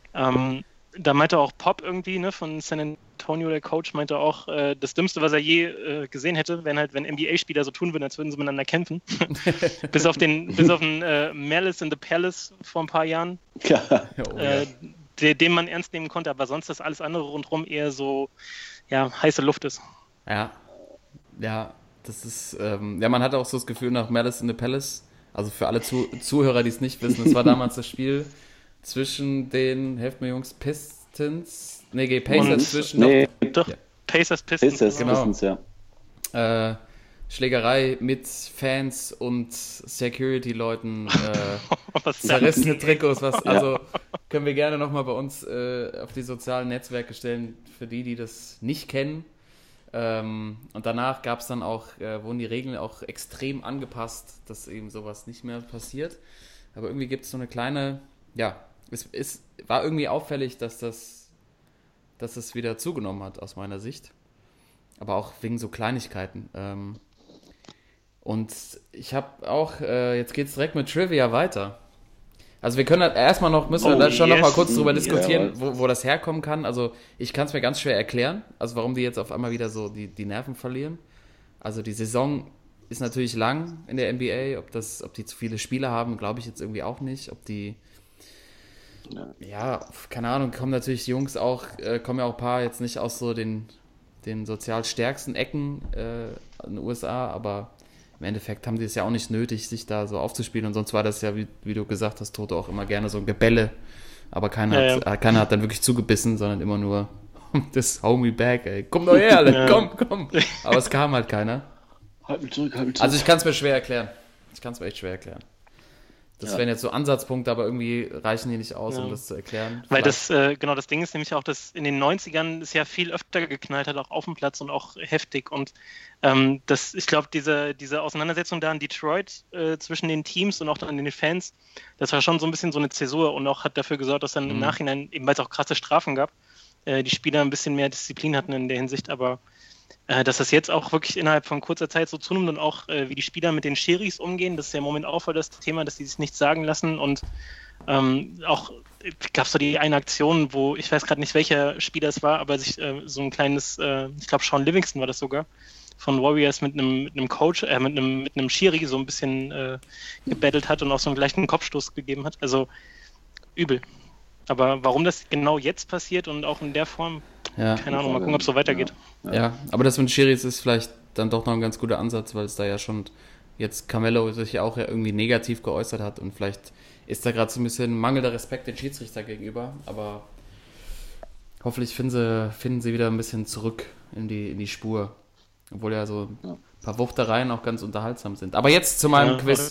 da meinte auch Pop irgendwie, ne, von San Antonio, der Coach, meinte auch, das Dümmste, was er je gesehen hätte, wenn NBA-Spieler so tun würden, als würden sie miteinander kämpfen. bis auf den Malice in the Palace vor ein paar Jahren, den man ernst nehmen konnte, aber sonst, dass alles andere rundherum eher so heiße Luft ist. Ja, das ist, man hatte auch so das Gefühl nach Malice in the Palace, also für alle Zuhörer, die es nicht wissen, das war damals das Spiel zwischen den, helft mir Jungs, Pacers Pistons, genau. Pistons, ja. Schlägerei mit Fans und Security-Leuten, zerrissene Trikots, also können wir gerne nochmal bei uns auf die sozialen Netzwerke stellen, für die das nicht kennen. Und danach gab es dann auch, wurden die Regeln auch extrem angepasst, dass eben sowas nicht mehr passiert. Aber irgendwie gibt es so eine kleine, es war irgendwie auffällig, dass das wieder zugenommen hat aus meiner Sicht. Aber auch wegen so Kleinigkeiten. Und ich habe auch, jetzt geht es direkt mit Trivia weiter. Also wir können erstmal noch, müssen wir schon noch mal kurz drüber diskutieren, wo das herkommen kann. Also ich kann es mir ganz schwer erklären, also warum die jetzt auf einmal wieder so die Nerven verlieren. Also die Saison ist natürlich lang in der NBA, ob die zu viele Spieler haben, glaube ich jetzt irgendwie auch nicht. Ob die, keine Ahnung, kommen natürlich die Jungs auch, kommen ja auch ein paar jetzt nicht aus so den sozial stärksten Ecken in den USA, aber im Endeffekt haben die es ja auch nicht nötig, sich da so aufzuspielen und sonst war das ja, wie du gesagt hast, Toto, auch immer gerne so ein Gebälle, aber keiner hat dann wirklich zugebissen, sondern immer nur das Home me back, ey, komm doch her, komm, aber es kam halt keiner. Halt mich zurück. Also ich kann es mir schwer erklären, echt schwer erklären. Das wären jetzt so Ansatzpunkte, aber irgendwie reichen die nicht aus, um das zu erklären. Weil das Ding ist nämlich auch, dass in den 90ern es ja viel öfter geknallt hat, auch auf dem Platz und auch heftig. Und ich glaube, diese Auseinandersetzung da in Detroit zwischen den Teams und auch dann den Fans, das war schon so ein bisschen so eine Zäsur und auch hat dafür gesorgt, dass dann im Nachhinein, eben weil es auch krasse Strafen gab, die Spieler ein bisschen mehr Disziplin hatten in der Hinsicht, aber dass das jetzt auch wirklich innerhalb von kurzer Zeit so zunimmt und auch wie die Spieler mit den Schiris umgehen, das ist ja im Moment auch voll das Thema, dass die sich nichts sagen lassen und auch gab es so die eine Aktion, wo, ich weiß gerade nicht, welcher Spieler es war, aber sich so ein kleines, ich glaube Sean Livingston war das sogar, von Warriors mit einem Coach, mit einem Schiri so ein bisschen gebettelt hat und auch so einen gleichen Kopfstoß gegeben hat, also übel. Aber warum das genau jetzt passiert und auch in der Form, keine Ahnung, mal gucken, ob es so weitergeht. Ja, aber das mit Schiris ist vielleicht dann doch noch ein ganz guter Ansatz, weil es da ja schon jetzt Carmelo sich ja auch irgendwie negativ geäußert hat und vielleicht ist da gerade so ein bisschen mangelnder Respekt den Schiedsrichter gegenüber, aber hoffentlich finden sie wieder ein bisschen zurück in die Spur. Obwohl ja so ein paar Wuchtereien auch ganz unterhaltsam sind. Aber jetzt zu meinem Quiz,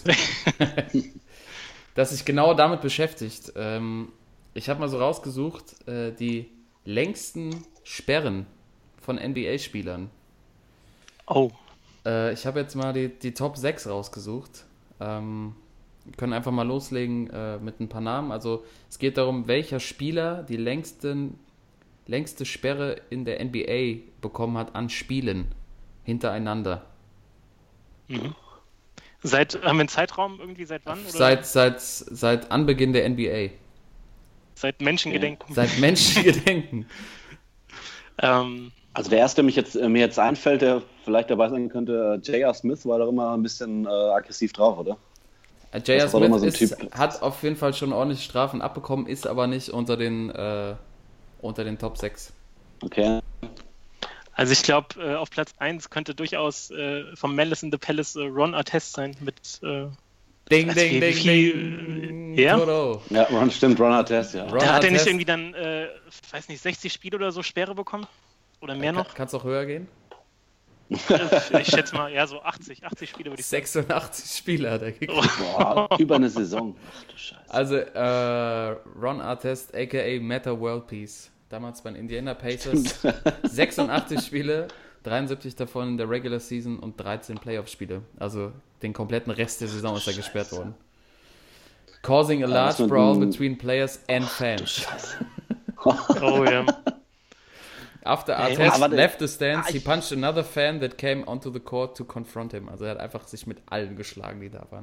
das sich genau damit beschäftigt. Ich habe mal so rausgesucht, die längsten Sperren von NBA-Spielern. Oh. Ich habe jetzt mal die Top 6 rausgesucht. Wir können einfach mal loslegen mit ein paar Namen. Also es geht darum, welcher Spieler die längste Sperre in der NBA bekommen hat an Spielen hintereinander. Mhm. Haben wir einen Zeitraum irgendwie, seit wann? Oder? Seit Anbeginn der NBA. Seit Menschengedenken. Seit Menschengedenken. Also der erste, der mir jetzt einfällt, der vielleicht dabei sein könnte, J.R. Smith war doch immer ein bisschen aggressiv drauf, oder? J.R. Smith hat auf jeden Fall schon ordentlich Strafen abbekommen, ist aber nicht unter den Top 6. Okay. Also ich glaube, auf Platz 1 könnte durchaus vom Malice in the Palace Ron Artest sein mit Ding, ding. Ja? Ja, Ron Artest, ja. Da hat er nicht irgendwie dann, 60 Spiele oder so Sperre bekommen? Oder mehr noch? Kann es auch höher gehen? Ich schätze mal, ja, so 80 Spiele würde ich sagen. 86 Spiele hat er gekriegt. Boah, über eine Saison. Ach du Scheiße. Also, Ron Artest, a.k.a. Meta World Peace. Damals bei den Indiana Pacers. 86 Spiele, 73 davon in der Regular Season und 13 Playoff-Spiele. Also, den kompletten Rest der Saison ist er gesperrt worden. Causing a large brawl between players and fans. Oh ja. After Artest left the stands, he punched another fan that came onto the court to confront him. Also er hat einfach sich mit allen geschlagen, die da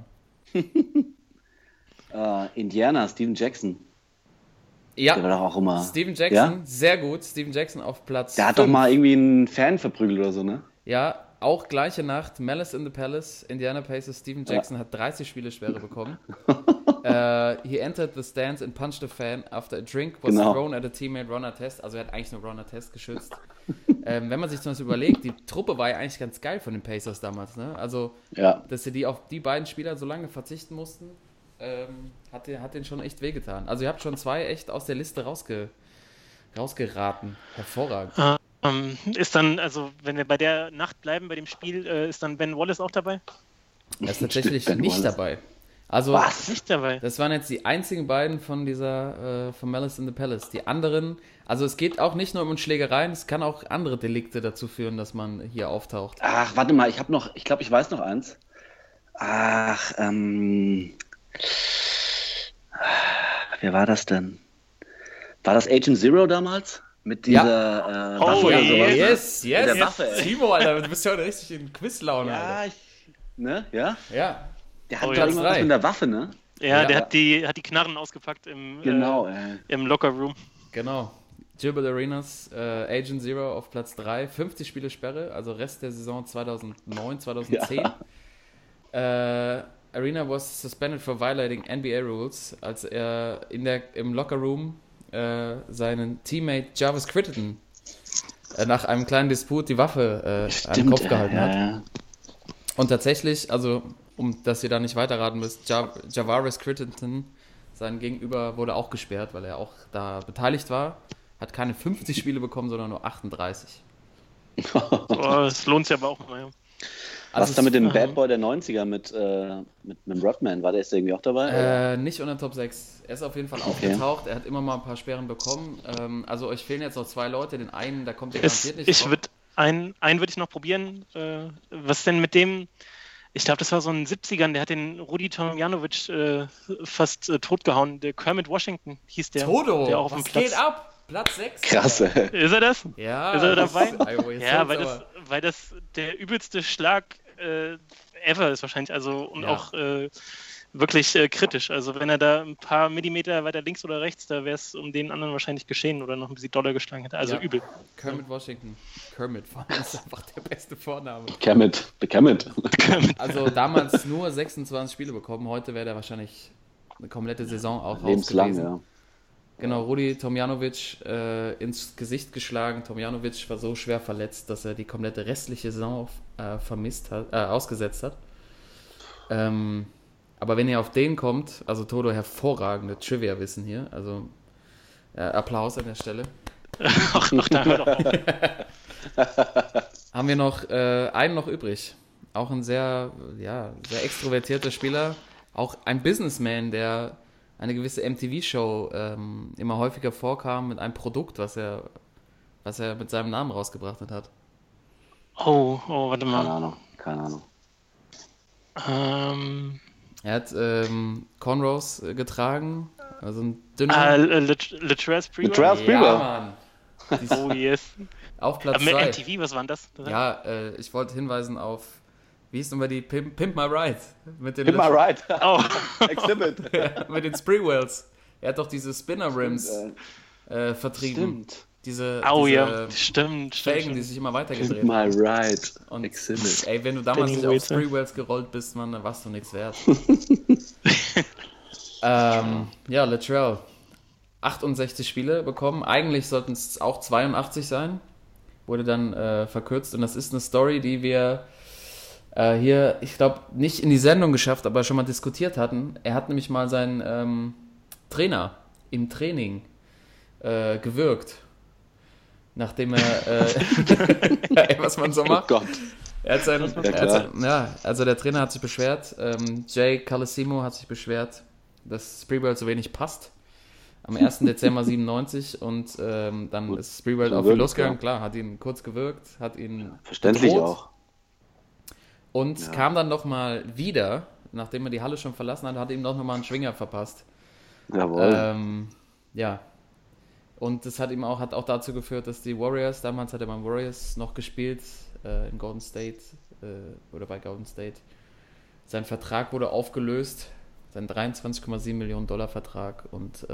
waren. Indiana, Steven Jackson. Ja, der war doch auch immer. Steven Jackson, sehr gut. Steven Jackson auf Platz 5. Der hat doch mal irgendwie einen Fan verprügelt oder so, ne? Ja, auch gleiche Nacht, Malice in the Palace, Indiana Pacers, Steven Jackson hat 30 Spiele Sperre bekommen. He entered the stands and punched a fan after a drink was thrown at a teammate Ron Artest. Also er hat eigentlich nur Ron Artest geschützt. Wenn man sich zum Beispiel überlegt, die Truppe war ja eigentlich ganz geil von den Pacers damals, ne? Also, dass sie auf die beiden Spieler so lange verzichten mussten, hat denen schon echt wehgetan. Also ihr habt schon 2 echt aus der Liste rausgeraten. Hervorragend. Ist dann, also wenn wir bei der Nacht bleiben, bei dem Spiel, ist dann Ben Wallace auch dabei? Er ist tatsächlich nicht dabei. Also, was? Nicht dabei? Das waren jetzt die einzigen beiden von von Malice in the Palace. Die anderen, also es geht auch nicht nur um Schlägereien, es kann auch andere Delikte dazu führen, dass man hier auftaucht. Ach, warte mal, ich glaube, ich weiß noch eins. Ach, wer war das denn? War das Agent Zero damals? Mit dieser Waffe oder sowas? Yes. Mit der Waffe, Timo, Alter, du bist ja heute richtig in Quizlaune, ja, Alter. Ja? Ja. Der hat doch irgendwas mit der Waffe, ne? Ja, der hat die Knarren ausgepackt im Lockerroom. Genau. Gilbert Arenas, Agent Zero auf Platz 3, 50 Spiele Sperre, also Rest der Saison 2009, 2010. Arena was suspended for violating NBA rules, als er im Lockerroom seinen Teammate Jarvis Crittenton nach einem kleinen Disput die Waffe an den Kopf gehalten hat. Ja. Und tatsächlich, also dass ihr da nicht weiterraten müsst, Javaris Crittenton, sein Gegenüber, wurde auch gesperrt, weil er auch da beteiligt war. Hat keine 50 Spiele bekommen, sondern nur 38. Das lohnt sich aber auch mal, ja. Was ist da mit dem Bad Boy der 90er mit einem Rodman? War der jetzt irgendwie auch dabei? Nicht unter den Top 6. Er ist auf jeden Fall aufgetaucht. Er hat immer mal ein paar Sperren bekommen. Also euch fehlen jetzt noch 2 Leute. Den einen, da kommt ihr garantiert nicht drauf. Einen würde ich noch probieren. Was denn mit dem? Ich glaube, das war so ein 70ern. Der hat den Rudi Tomjanovic fast totgehauen. Der Kermit Washington hieß der. Todo! Der auch auf dem Platz. Geht ab? Platz 6. Krass. Ist er das? Ja. Ist er dabei? Ja, weil das der übelste Schlag ever ist wahrscheinlich. Also und auch wirklich kritisch. Also wenn er da ein paar Millimeter weiter links oder rechts, da wäre es um den anderen wahrscheinlich geschehen oder noch ein bisschen doller geschlagen hätte. Also übel. Kermit Washington. Kermit ist einfach der beste Vorname. Kermit. Also damals nur 26 Spiele bekommen. Heute wäre der wahrscheinlich eine komplette Saison auch lebenslang, ja. Genau, Rudi Tomjanovic ins Gesicht geschlagen. Tomjanovic war so schwer verletzt, dass er die komplette restliche Saison ausgesetzt hat. Aber wenn ihr auf den kommt, also Todo, hervorragende Trivia-Wissen hier. Also Applaus an der Stelle. Ach, da hör doch auf. haben wir noch einen noch übrig. Auch ein sehr extrovertierter Spieler. Auch ein Businessman, der eine gewisse MTV-Show immer häufiger vorkam mit einem Produkt, was er mit seinem Namen rausgebracht hat. Oh, warte mal. Keine Ahnung. Er hat Cornrows getragen, also ein dünner... Latrell Sprewell? Latrell Sprewell. Ja, Mann. Oh, yes. Auf Platz Mit 2. MTV, was war denn das? Ja, ich wollte hinweisen auf, wie hieß nochmal die Pimp My Ride? Mit den Pimp My Ride. Oh. Exhibit. Ja, mit den Sprewells. Er hat doch diese Spinner Rims vertrieben. Stimmt. Diese Stimmt. Felgen, die sich immer weiter Pimp gedreht My haben. Ride. Und Exhibit. ey, wenn du damals Danny nicht auf Waiter. Sprewells gerollt bist, Mann, dann warst du nichts wert. Ja, Latrell. 68 Spiele bekommen. Eigentlich sollten es auch 82 sein. Wurde dann verkürzt. Und das ist eine Story, die wir hier, ich glaube, nicht in die Sendung geschafft, aber schon mal diskutiert hatten. Er hat nämlich mal seinen Trainer im Training gewürgt. Nachdem er, was man so macht. Oh Gott. Also der Trainer hat sich beschwert, Jay Calesimo hat sich beschwert, dass Sprewell zu wenig passt. Am 1. Dezember 97 und dann ist Sprewell auf ihn losgegangen, klar, hat ihn kurz gewürgt, hat ihn Verständlich bedroht auch. und kam dann nochmal wieder, nachdem er die Halle schon verlassen hat, hat ihm noch mal einen Schwinger verpasst. Jawohl. Ja. Und das hat auch dazu geführt, dass die Warriors, damals hat er beim Warriors noch gespielt, in Golden State, oder bei Golden State. Sein Vertrag wurde aufgelöst, sein 23,7 Millionen $, Vertrag und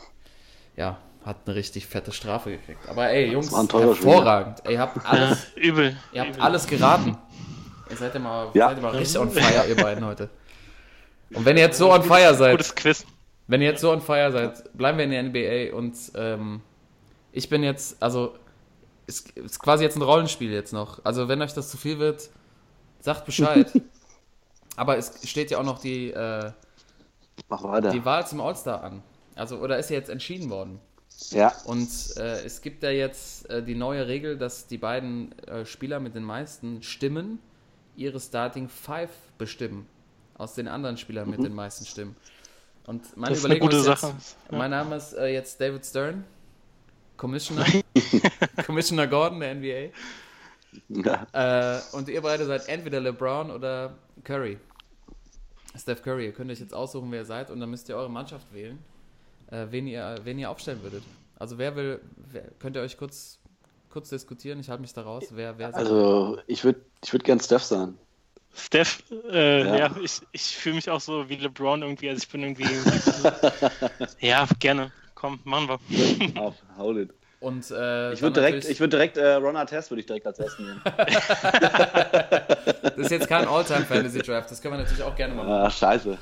hat eine richtig fette Strafe gekriegt. Aber ey, Jungs, hervorragend. Ey, ihr habt alles, Übel. ihr habt alles geraten. Ihr seid ja mal richtig on fire, ihr beiden heute. Und wenn ihr jetzt so on fire seid, Gutes Quiz. bleiben wir in der NBA und ich bin jetzt, also ist quasi jetzt ein Rollenspiel jetzt noch. Also wenn euch das zu viel wird, sagt Bescheid. Aber es steht ja auch noch die Mach weiter. Wahl zum All-Star an. Also, oder ist ja jetzt entschieden worden. Ja. Und es gibt ja jetzt die neue Regel, dass die beiden Spieler mit den meisten Stimmen ihre Starting Five bestimmen. Aus den anderen Spielern mit den meisten Stimmen. Und meine Das ist eine Überlegung gute ist jetzt, Sache. Ja. mein Name ist jetzt David Stern, Commissioner Gordon der NBA. Ja. Und ihr beide seid entweder LeBron oder Curry. Steph Curry. Ihr könnt euch jetzt aussuchen, wer ihr seid, und dann müsst ihr eure Mannschaft wählen, wen ihr aufstellen würdet. Also könnt ihr euch kurz diskutieren? Ich halte mich da raus. Wer Also ich würd gern Steph sein. Steph, Ja. ich fühle mich auch so wie LeBron irgendwie, also ich bin irgendwie ja, gerne. Komm, machen wir. Auf, hold it. Und Ich würde direkt Ron Artest würde ich direkt als ersten nehmen. das ist jetzt kein All-Time-Fantasy-Draft, das können wir natürlich auch gerne mal machen. Ah, scheiße.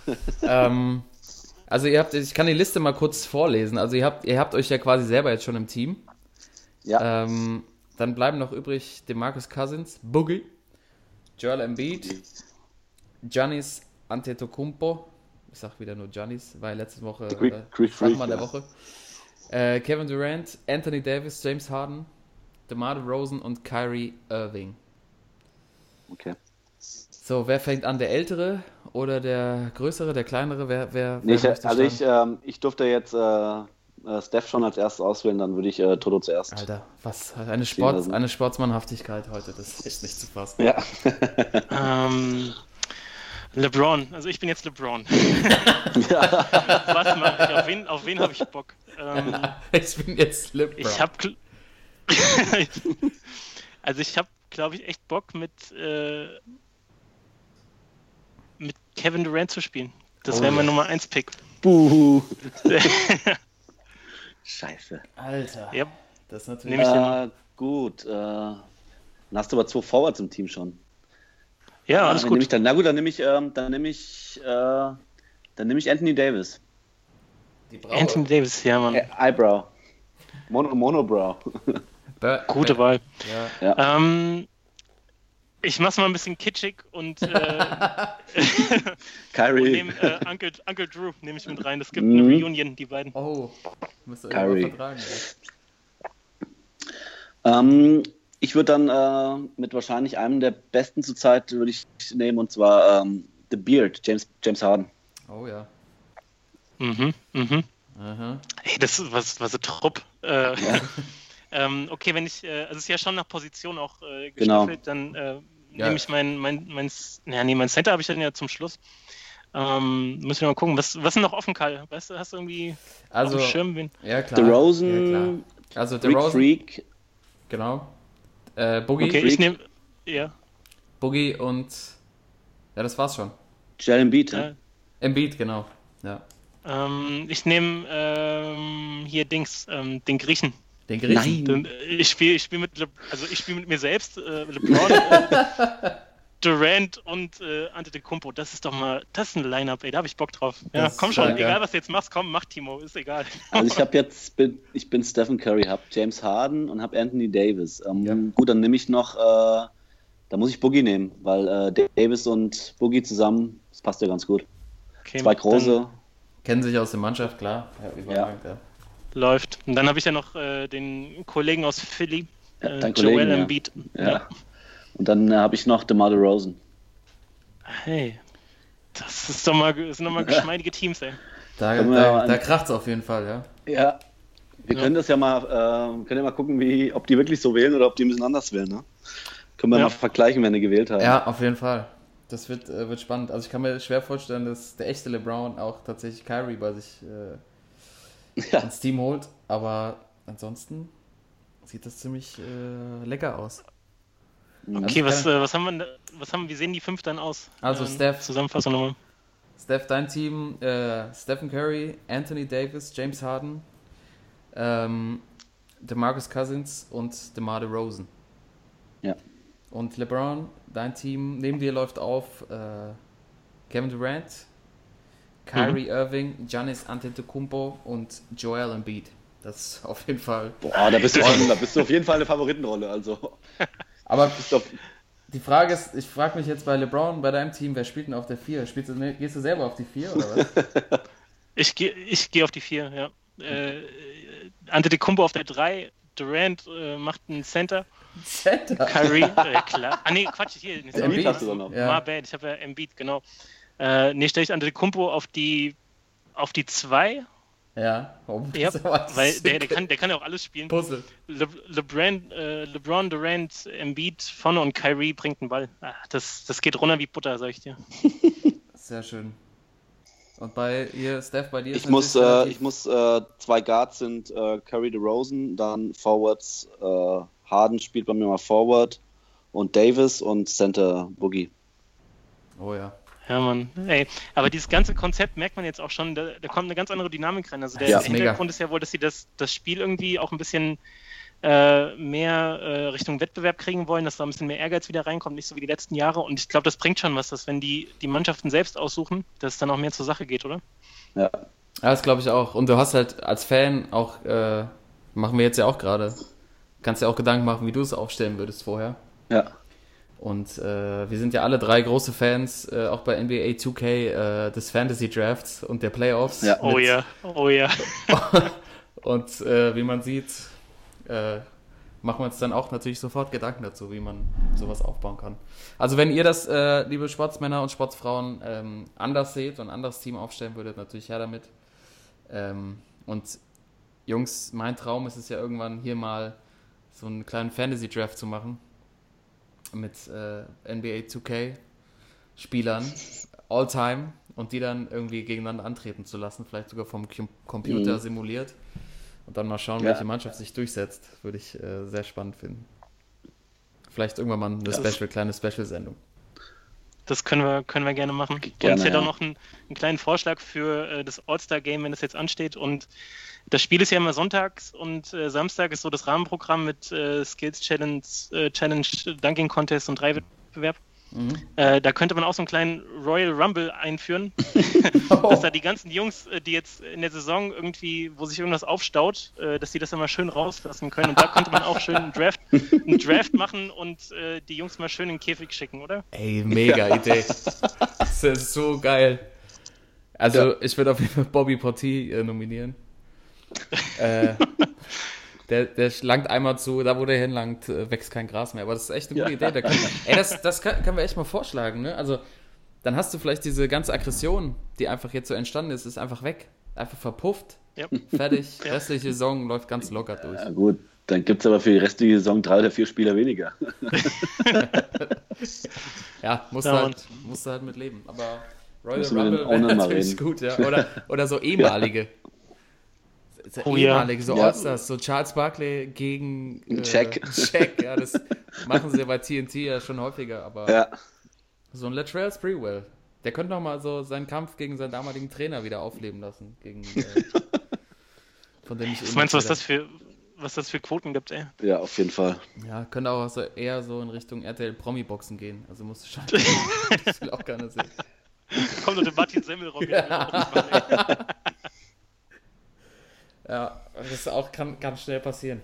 Also ich kann die Liste mal kurz vorlesen. Also ihr habt euch ja quasi selber jetzt schon im Team. Ja. Dann bleiben noch übrig DeMarcus Cousins, Boogie, Joel Embiid, Giannis Antetokounmpo. Ich sag wieder nur Giannis, war letzte Woche Fachmann der Woche. Kevin Durant, Anthony Davis, James Harden, DeMar DeRozan und Kyrie Irving. Okay. So, wer fängt an? Der Ältere oder der Größere, der Kleinere? Wer Nee, möchte starten? ich durfte jetzt Steph schon als erstes auswählen, dann würde ich Toto zuerst. Alter, was eine lassen. eine Sportsmannhaftigkeit heute, das ist echt nicht zu fassen. Ja. LeBron, also ich bin jetzt LeBron. Ja. Was mache ich? Auf wen habe ich Bock? Ich bin jetzt LeBron. Ich habe glaube ich, echt Bock mit Kevin Durant zu spielen. Das wäre mein Nummer 1 Pick. Buhu. Scheiße. Alter, Ja. das ist natürlich... Nehme ich den. Gut. Dann hast du aber 2 Forwards im Team schon. Ja, alles Wen gut. nehme ich dann? Na gut, dann nehme ich Anthony Davis. Die Braue. Anthony Davis, ja, Mann. Eyebrow. Monobrow. Gute Wahl. Ja. Ich mach's mal ein bisschen kitschig und Kyrie. nehme Uncle Drew nehme ich mit rein. Das gibt eine Reunion, die beiden. Oh, müsst ihr Kyrie. irgendwann vertragen. Ey. Ich würde dann mit wahrscheinlich einem der besten zurzeit würde ich nehmen, und zwar The Beard, James Harden. Oh ja. Aha. Ey, das ist was ein Trupp. Okay, wenn ich, also es ist ja schon nach Position auch gestaffelt, dann nehme ich mein Center habe ich dann ja zum Schluss. Müssen wir mal gucken, was ist denn noch offen, Karl? Weißt du, hast du irgendwie auf dem Schirm wen? Ja, klar. DeRozan, ja, klar. Also DeRozan, Freak. Genau. Boogie. Okay, ich nehme, ja. Boogie und, ja, das war's schon. Joel Embiid, ja. Embiid, genau. Ja. Ich nehme hier den Griechen. Den Griechen? Ich spiele mit mir selbst, LeBron, Durant und Antetokounmpo. Das ist ein Line-Up, ey, da habe ich Bock drauf. Ja, komm schon, egal was du jetzt machst, komm, mach Timo, ist egal. Also ich bin Stephen Curry, habe James Harden und habe Anthony Davis. Gut, dann nehme ich noch, da muss ich Boogie nehmen, weil Davis und Boogie zusammen, das passt ja ganz gut. Okay, 2 große. Kennen sich aus der Mannschaft, klar. Ja. Läuft. Und dann habe ich ja noch den Kollegen aus Philly, Joel Embiid. Ja. Und dann habe ich noch DeMar DeRozan. Hey, das sind nochmal geschmeidige Teams, ey. Da kracht's auf jeden Fall, ja. Ja. Wir können das ja mal, gucken, ob die wirklich so wählen oder ob die ein bisschen anders wählen, ne? Können wir mal vergleichen, wenn die gewählt haben. Ja, auf jeden Fall. Das wird spannend. Also ich kann mir schwer vorstellen, dass der echte LeBron auch tatsächlich Kyrie bei sich ins Team holt. Aber ansonsten sieht das ziemlich lecker aus. Okay, wie sehen die 5 dann aus? Also Steph. Zusammenfassung nochmal. Steph, dein Team, Stephen Curry, Anthony Davis, James Harden, DeMarcus Cousins und DeMar DeRozan. Ja. Und LeBron, dein Team, neben dir läuft auf Kevin Durant, Kyrie Irving, Giannis Antetokounmpo und Joel Embiid. Das ist auf jeden Fall... Boah, da bist du auf jeden Fall eine Favoritenrolle, also... Aber die Frage ist, ich frage mich jetzt bei LeBron, bei deinem Team, wer spielt denn auf der 4? Gehst du selber auf die 4 oder was? Ich gehe auf die 4, ja. Antetokounmpo auf der 3, Durant macht einen Center. Kyrie, klar. Ah, nee, Quatsch, hier. Embiid hast du doch noch. Ja. My bad, ich habe ja Embiid, genau. Stelle ich Antetokounmpo auf die 2. Ja, ja, weil der kann ja auch alles spielen. Puzzle. LeBron, Durant, Embiid vorne und Kyrie bringt den Ball. Das geht runter wie Butter, sag ich dir. Sehr schön. Und bei ihr, Steph, bei dir ist ich muss 2 Guards sind Curry, DeRozan, dann Forwards Harden spielt bei mir mal Forward und Davis und Center Boogie. Oh ja. Ja, Mann. Ey, aber dieses ganze Konzept merkt man jetzt auch schon, da kommt eine ganz andere Dynamik rein. Also der Hintergrund ist ja wohl, dass sie das Spiel irgendwie auch ein bisschen mehr Richtung Wettbewerb kriegen wollen, dass da ein bisschen mehr Ehrgeiz wieder reinkommt, nicht so wie die letzten Jahre. Und ich glaube, das bringt schon was, dass wenn die Mannschaften selbst aussuchen, dass es dann auch mehr zur Sache geht, oder? Ja, das glaube ich auch. Und du hast halt als Fan auch, machen wir jetzt ja auch gerade, kannst dir auch Gedanken machen, wie du es aufstellen würdest vorher. Ja. Und wir sind ja alle 3 große Fans, auch bei NBA 2K, des Fantasy Drafts und der Playoffs. Ja. Oh ja. Und wie man sieht, machen wir uns dann auch natürlich sofort Gedanken dazu, wie man sowas aufbauen kann. Also wenn ihr das, liebe Sportsmänner und Sportsfrauen, anders seht und ein anderes Team aufstellen würdet, natürlich her damit. Und Jungs, mein Traum ist es ja irgendwann hier mal so einen kleinen Fantasy Draft zu machen. Mit NBA 2K Spielern all-time und die dann irgendwie gegeneinander antreten zu lassen, vielleicht sogar vom Computer simuliert und dann mal schauen, welche Mannschaft sich durchsetzt, würde ich sehr spannend finden. Vielleicht irgendwann mal eine kleine Special-Sendung. Das können wir gerne machen. Gerne, und ich hätte auch noch einen kleinen Vorschlag für das All-Star-Game, wenn das jetzt ansteht. Und das Spiel ist ja immer sonntags und Samstag ist so das Rahmenprogramm mit Skills Challenge, Dunking Contest und 3-Wettbewerb. Da könnte man auch so einen kleinen Royal Rumble einführen, dass da die ganzen Jungs, die jetzt in der Saison irgendwie, wo sich irgendwas aufstaut, dass die das dann mal schön rauslassen können. Und da könnte man auch schön einen Draft machen und die Jungs mal schön in den Käfig schicken, oder? Ey, mega Idee. Das ist so geil. Also ich würde auf jeden Fall Bobby Portis nominieren. Der langt einmal zu, da wo der hinlangt, wächst kein Gras mehr. Aber das ist echt eine gute Idee. Das können wir echt mal vorschlagen, ne? Also, dann hast du vielleicht diese ganze Aggression, die einfach jetzt so entstanden ist einfach weg. Einfach verpufft. Ja. Fertig. Restliche Saison läuft ganz locker durch. Ja, gut. Dann gibt es aber für die restliche Saison 3 oder 4 Spieler weniger. Ja, musst du halt mit leben. Aber Royal Müssen wir den Rumble wäre Owner mal natürlich reden. gut, ja. Oder so ehemalige. So Oh ja. ehemalige, so Ja. Allstars, so Charles Barkley gegen Shaq. Shaq, ja, das machen sie ja bei TNT ja schon häufiger, aber Ja. so ein Latrell Sprewell, der könnte noch mal so seinen Kampf gegen seinen damaligen Trainer wieder aufleben lassen, von dem ich Was meinst du, was das für Quoten gibt, ey? Ja, auf jeden Fall. Ja, könnte auch so eher so in Richtung RTL Promi-Boxen gehen, also musst du schon, das will auch keiner sehen. Kommt doch der Martin Semmelrock. Ja, das auch kann schnell passieren.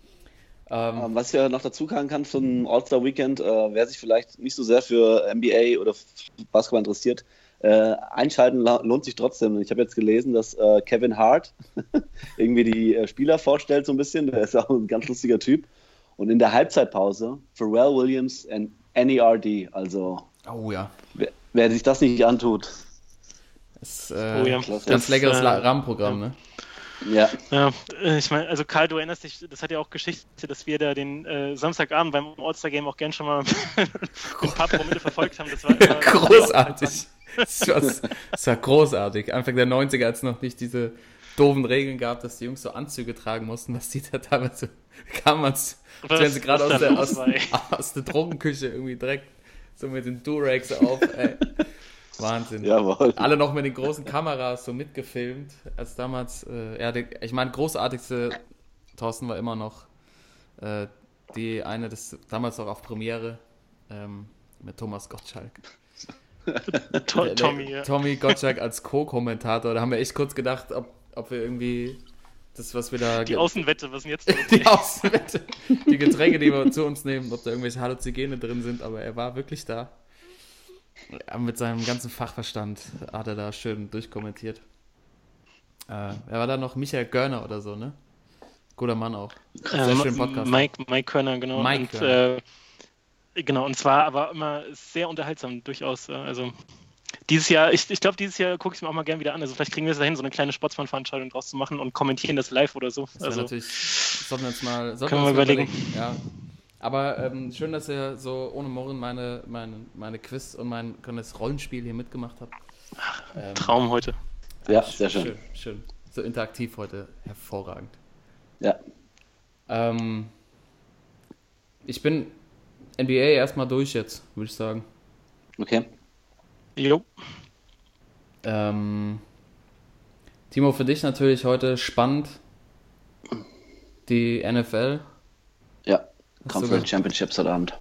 Was ich ja noch dazu sagen kann zum All-Star-Weekend, wer sich vielleicht nicht so sehr für NBA oder Basketball interessiert, einschalten lohnt sich trotzdem. Ich habe jetzt gelesen, dass Kevin Hart irgendwie die Spieler vorstellt so ein bisschen. Der ist auch ein ganz lustiger Typ. Und in der Halbzeitpause Pharrell Williams und NERD. Also Oh ja. wer sich das nicht antut. Das ja. ganz leckeres Rahmenprogramm, ne? Ja, Ja, ich meine, also Karl, du erinnerst dich, das hat ja auch Geschichte, dass wir da den Samstagabend beim All-Star-Game auch gern schon mal ein paar Promille verfolgt haben. Das war immer Großartig. Das war großartig. Anfang der 90er, als es noch nicht diese doofen Regeln gab, dass die Jungs so Anzüge tragen mussten, was die da teilweise kamen, als wenn sie gerade aus der Drogenküche irgendwie direkt so mit den Durags auf, ey. Wahnsinn. jawohl. Alle noch mit den großen Kameras so mitgefilmt, als damals, ich meine, großartigste, Thorsten, war immer noch die eine, das damals auch auf Premiere mit Thomas Gottschalk. Tommy, ja. Tommy Gottschalk als Co-Kommentator, da haben wir echt kurz gedacht, ob wir irgendwie das, was wir da... Die Außenwette, was denn jetzt los? Die Außenwette, die Getränke, die wir zu uns nehmen, ob da irgendwelche Halluzigene drin sind, aber er war wirklich da. Ja, mit seinem ganzen Fachverstand hat er da schön durchkommentiert. Er war da noch Michael Görner oder so, ne? Guter Mann auch. Sehr schön Podcast. Mike Körner, genau. Mike Körner. Genau, und zwar aber immer sehr unterhaltsam, durchaus. Also dieses Jahr, ich glaube, dieses Jahr gucke ich es mir auch mal gerne wieder an. Also vielleicht kriegen wir es dahin, so eine kleine Sportsmann-Veranstaltung draus zu machen und kommentieren das live oder so. Das natürlich, sollten wir uns mal überlegen. Ja. Aber schön, dass ihr so ohne Murren meine Quiz und mein kleines Rollenspiel hier mitgemacht habt. Traum heute. Ja, sehr schön. Schön. So interaktiv heute. Hervorragend. Ja. Ich bin NBA erstmal durch jetzt, würde ich sagen. Okay. Jo. Timo, für dich natürlich heute spannend. Die NFL. Ja, Hast Conference du Championships heute Abend.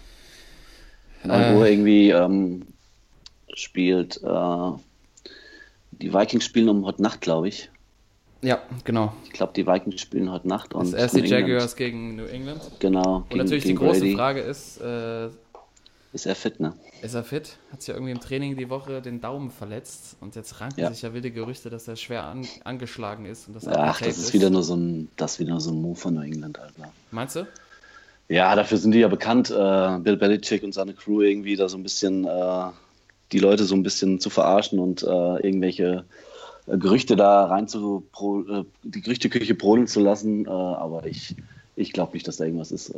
Wo irgendwie spielt die Vikings spielen um heute Nacht, glaube ich. Ja, genau. Ich glaube, die Vikings spielen heute Nacht. Das erste Jaguars gegen New England. Genau. Und natürlich die große Frage ist, ist er fit, ne? ist er fit? Hat sich ja irgendwie im Training die Woche den Daumen verletzt und jetzt ranken sich ja wilde Gerüchte, dass er schwer angeschlagen ist. Und Ach, das ist wieder nur so ein Move von New England, Alter. Meinst du? Ja, dafür sind die ja bekannt, Bill Belichick und seine Crew irgendwie da so ein bisschen die Leute so ein bisschen zu verarschen und irgendwelche Gerüchte da die Gerüchteküche brodeln zu lassen, aber ich glaube nicht, dass da irgendwas ist.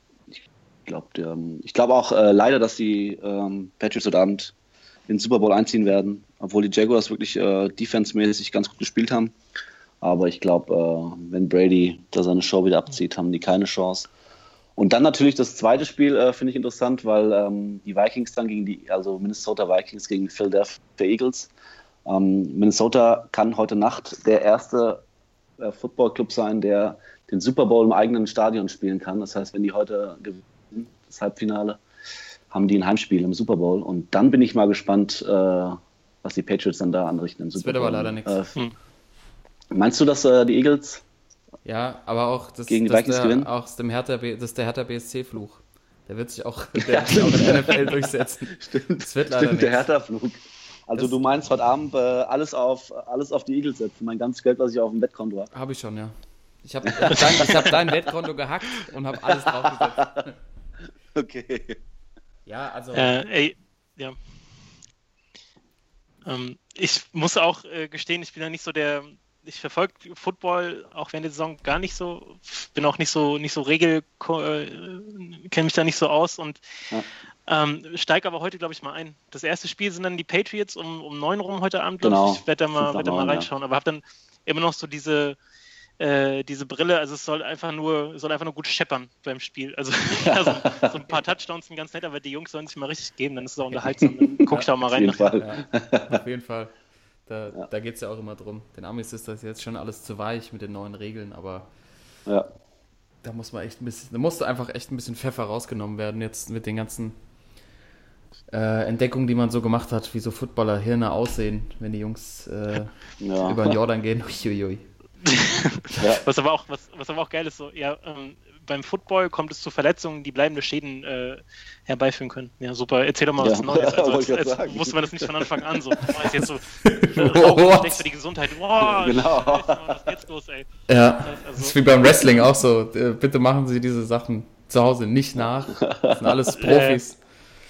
Ich glaube auch leider, dass die Patriots heute Abend in den Super Bowl einziehen werden, obwohl die Jaguars wirklich defensemäßig ganz gut gespielt haben. Aber ich glaube, wenn Brady da seine Show wieder abzieht, haben die keine Chance. Und dann natürlich das zweite Spiel finde ich interessant, weil die Vikings dann also Minnesota Vikings gegen Philadelphia Eagles. Minnesota kann heute Nacht der erste Footballclub sein, der den Super Bowl im eigenen Stadion spielen kann. Das heißt, wenn die heute gewinnen, das Halbfinale, haben die ein Heimspiel im Super Bowl. Und dann bin ich mal gespannt, was die Patriots dann da anrichten im Super Bowl. Das wird aber leider nichts. Meinst du, dass die Eagles ja, aber auch gegen die Vikings gewinnen? Auch das ist der Hertha BSC-Fluch. Der wird sich auch, in der NFL durchsetzen. Stimmt, das wird leider der Hertha-Flug. Also du meinst heute Abend alles auf die Eagles setzen, mein ganzes Geld, was ich auf dem Wettkonto habe. Habe ich schon, ja. Ich hab dein Wettkonto gehackt und habe alles draufgesetzt. Okay. Ja, also. Ja. Ich muss auch gestehen, ich bin ja nicht so ich verfolge Football auch während der Saison gar nicht so, bin auch nicht so kenne mich da nicht so aus und steige aber heute, glaube ich, mal ein. Das erste Spiel sind dann die Patriots um 9 rum heute Abend, glaube ich. Ich werde da mal reinschauen, aber habe dann immer noch so diese Brille, also es soll einfach nur gut scheppern beim Spiel. Also so ein paar Touchdowns sind ganz nett, aber die Jungs sollen sich mal richtig geben, dann ist es auch unterhaltsam. Dann guck ich da auch mal rein. Auf jeden Fall. Da geht es ja auch immer drum. Den Amis ist das jetzt schon alles zu weich mit den neuen Regeln, aber da musste einfach echt ein bisschen Pfeffer rausgenommen werden jetzt mit den ganzen Entdeckungen, die man so gemacht hat, wie so Footballer-Hirne aussehen, wenn die Jungs über den Jordan gehen. Uiuiui. Was aber auch geil ist, so, beim Football kommt es zu Verletzungen, die bleibende Schäden herbeiführen können. Ja, super. Erzähl doch mal was Neues. Also, als wusste man das nicht von Anfang an so. Ist jetzt so schlecht für die Gesundheit. Wow, genau. Scheiße, was ist jetzt los, ey? Ja, das ist wie beim Wrestling auch so. Bitte machen Sie diese Sachen zu Hause nicht nach. Das sind alles Profis.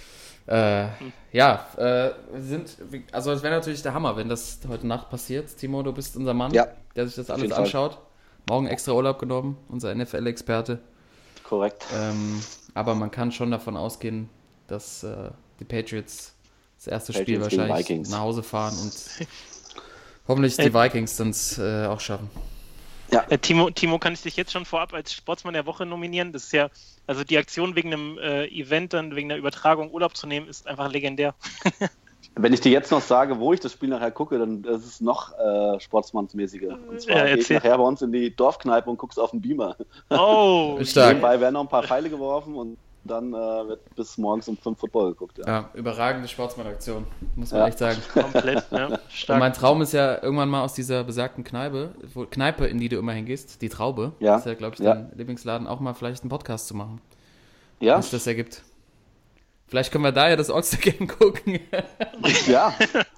Also es wäre natürlich der Hammer, wenn das heute Nacht passiert. Timo, du bist unser Mann, der sich das alles anschaut. Morgen extra Urlaub genommen, unser NFL-Experte. Korrekt. Aber man kann schon davon ausgehen, dass die Patriots das erste Spiel wahrscheinlich nach Hause fahren und hoffentlich die Vikings dann auch schaffen. Ja. Timo, kann ich dich jetzt schon vorab als Sportsmann der Woche nominieren? Das ist ja, also die Aktion wegen einem Event, dann wegen der Übertragung Urlaub zu nehmen, ist einfach legendär. Wenn ich dir jetzt noch sage, wo ich das Spiel nachher gucke, dann ist es noch sportsmannsmäßiger. Und zwar gehe ich nachher bei uns in die Dorfkneipe und guck's auf den Beamer. Oh, stark. Nebenbei werden noch ein paar Pfeile geworfen und dann wird bis morgens um 5 Football geguckt. Ja, überragende Sportsmann-Aktion, muss man echt sagen. Komplett, ja. Stark. Und mein Traum ist ja irgendwann mal aus dieser besagten Kneipe, in die du immer hingehst, die Traube, das ist ja, glaube ich, dein Lieblingsladen, auch mal vielleicht einen Podcast zu machen. Ja. Was das ergibt. Vielleicht können wir da ja das All-Star-Game gucken. Ja.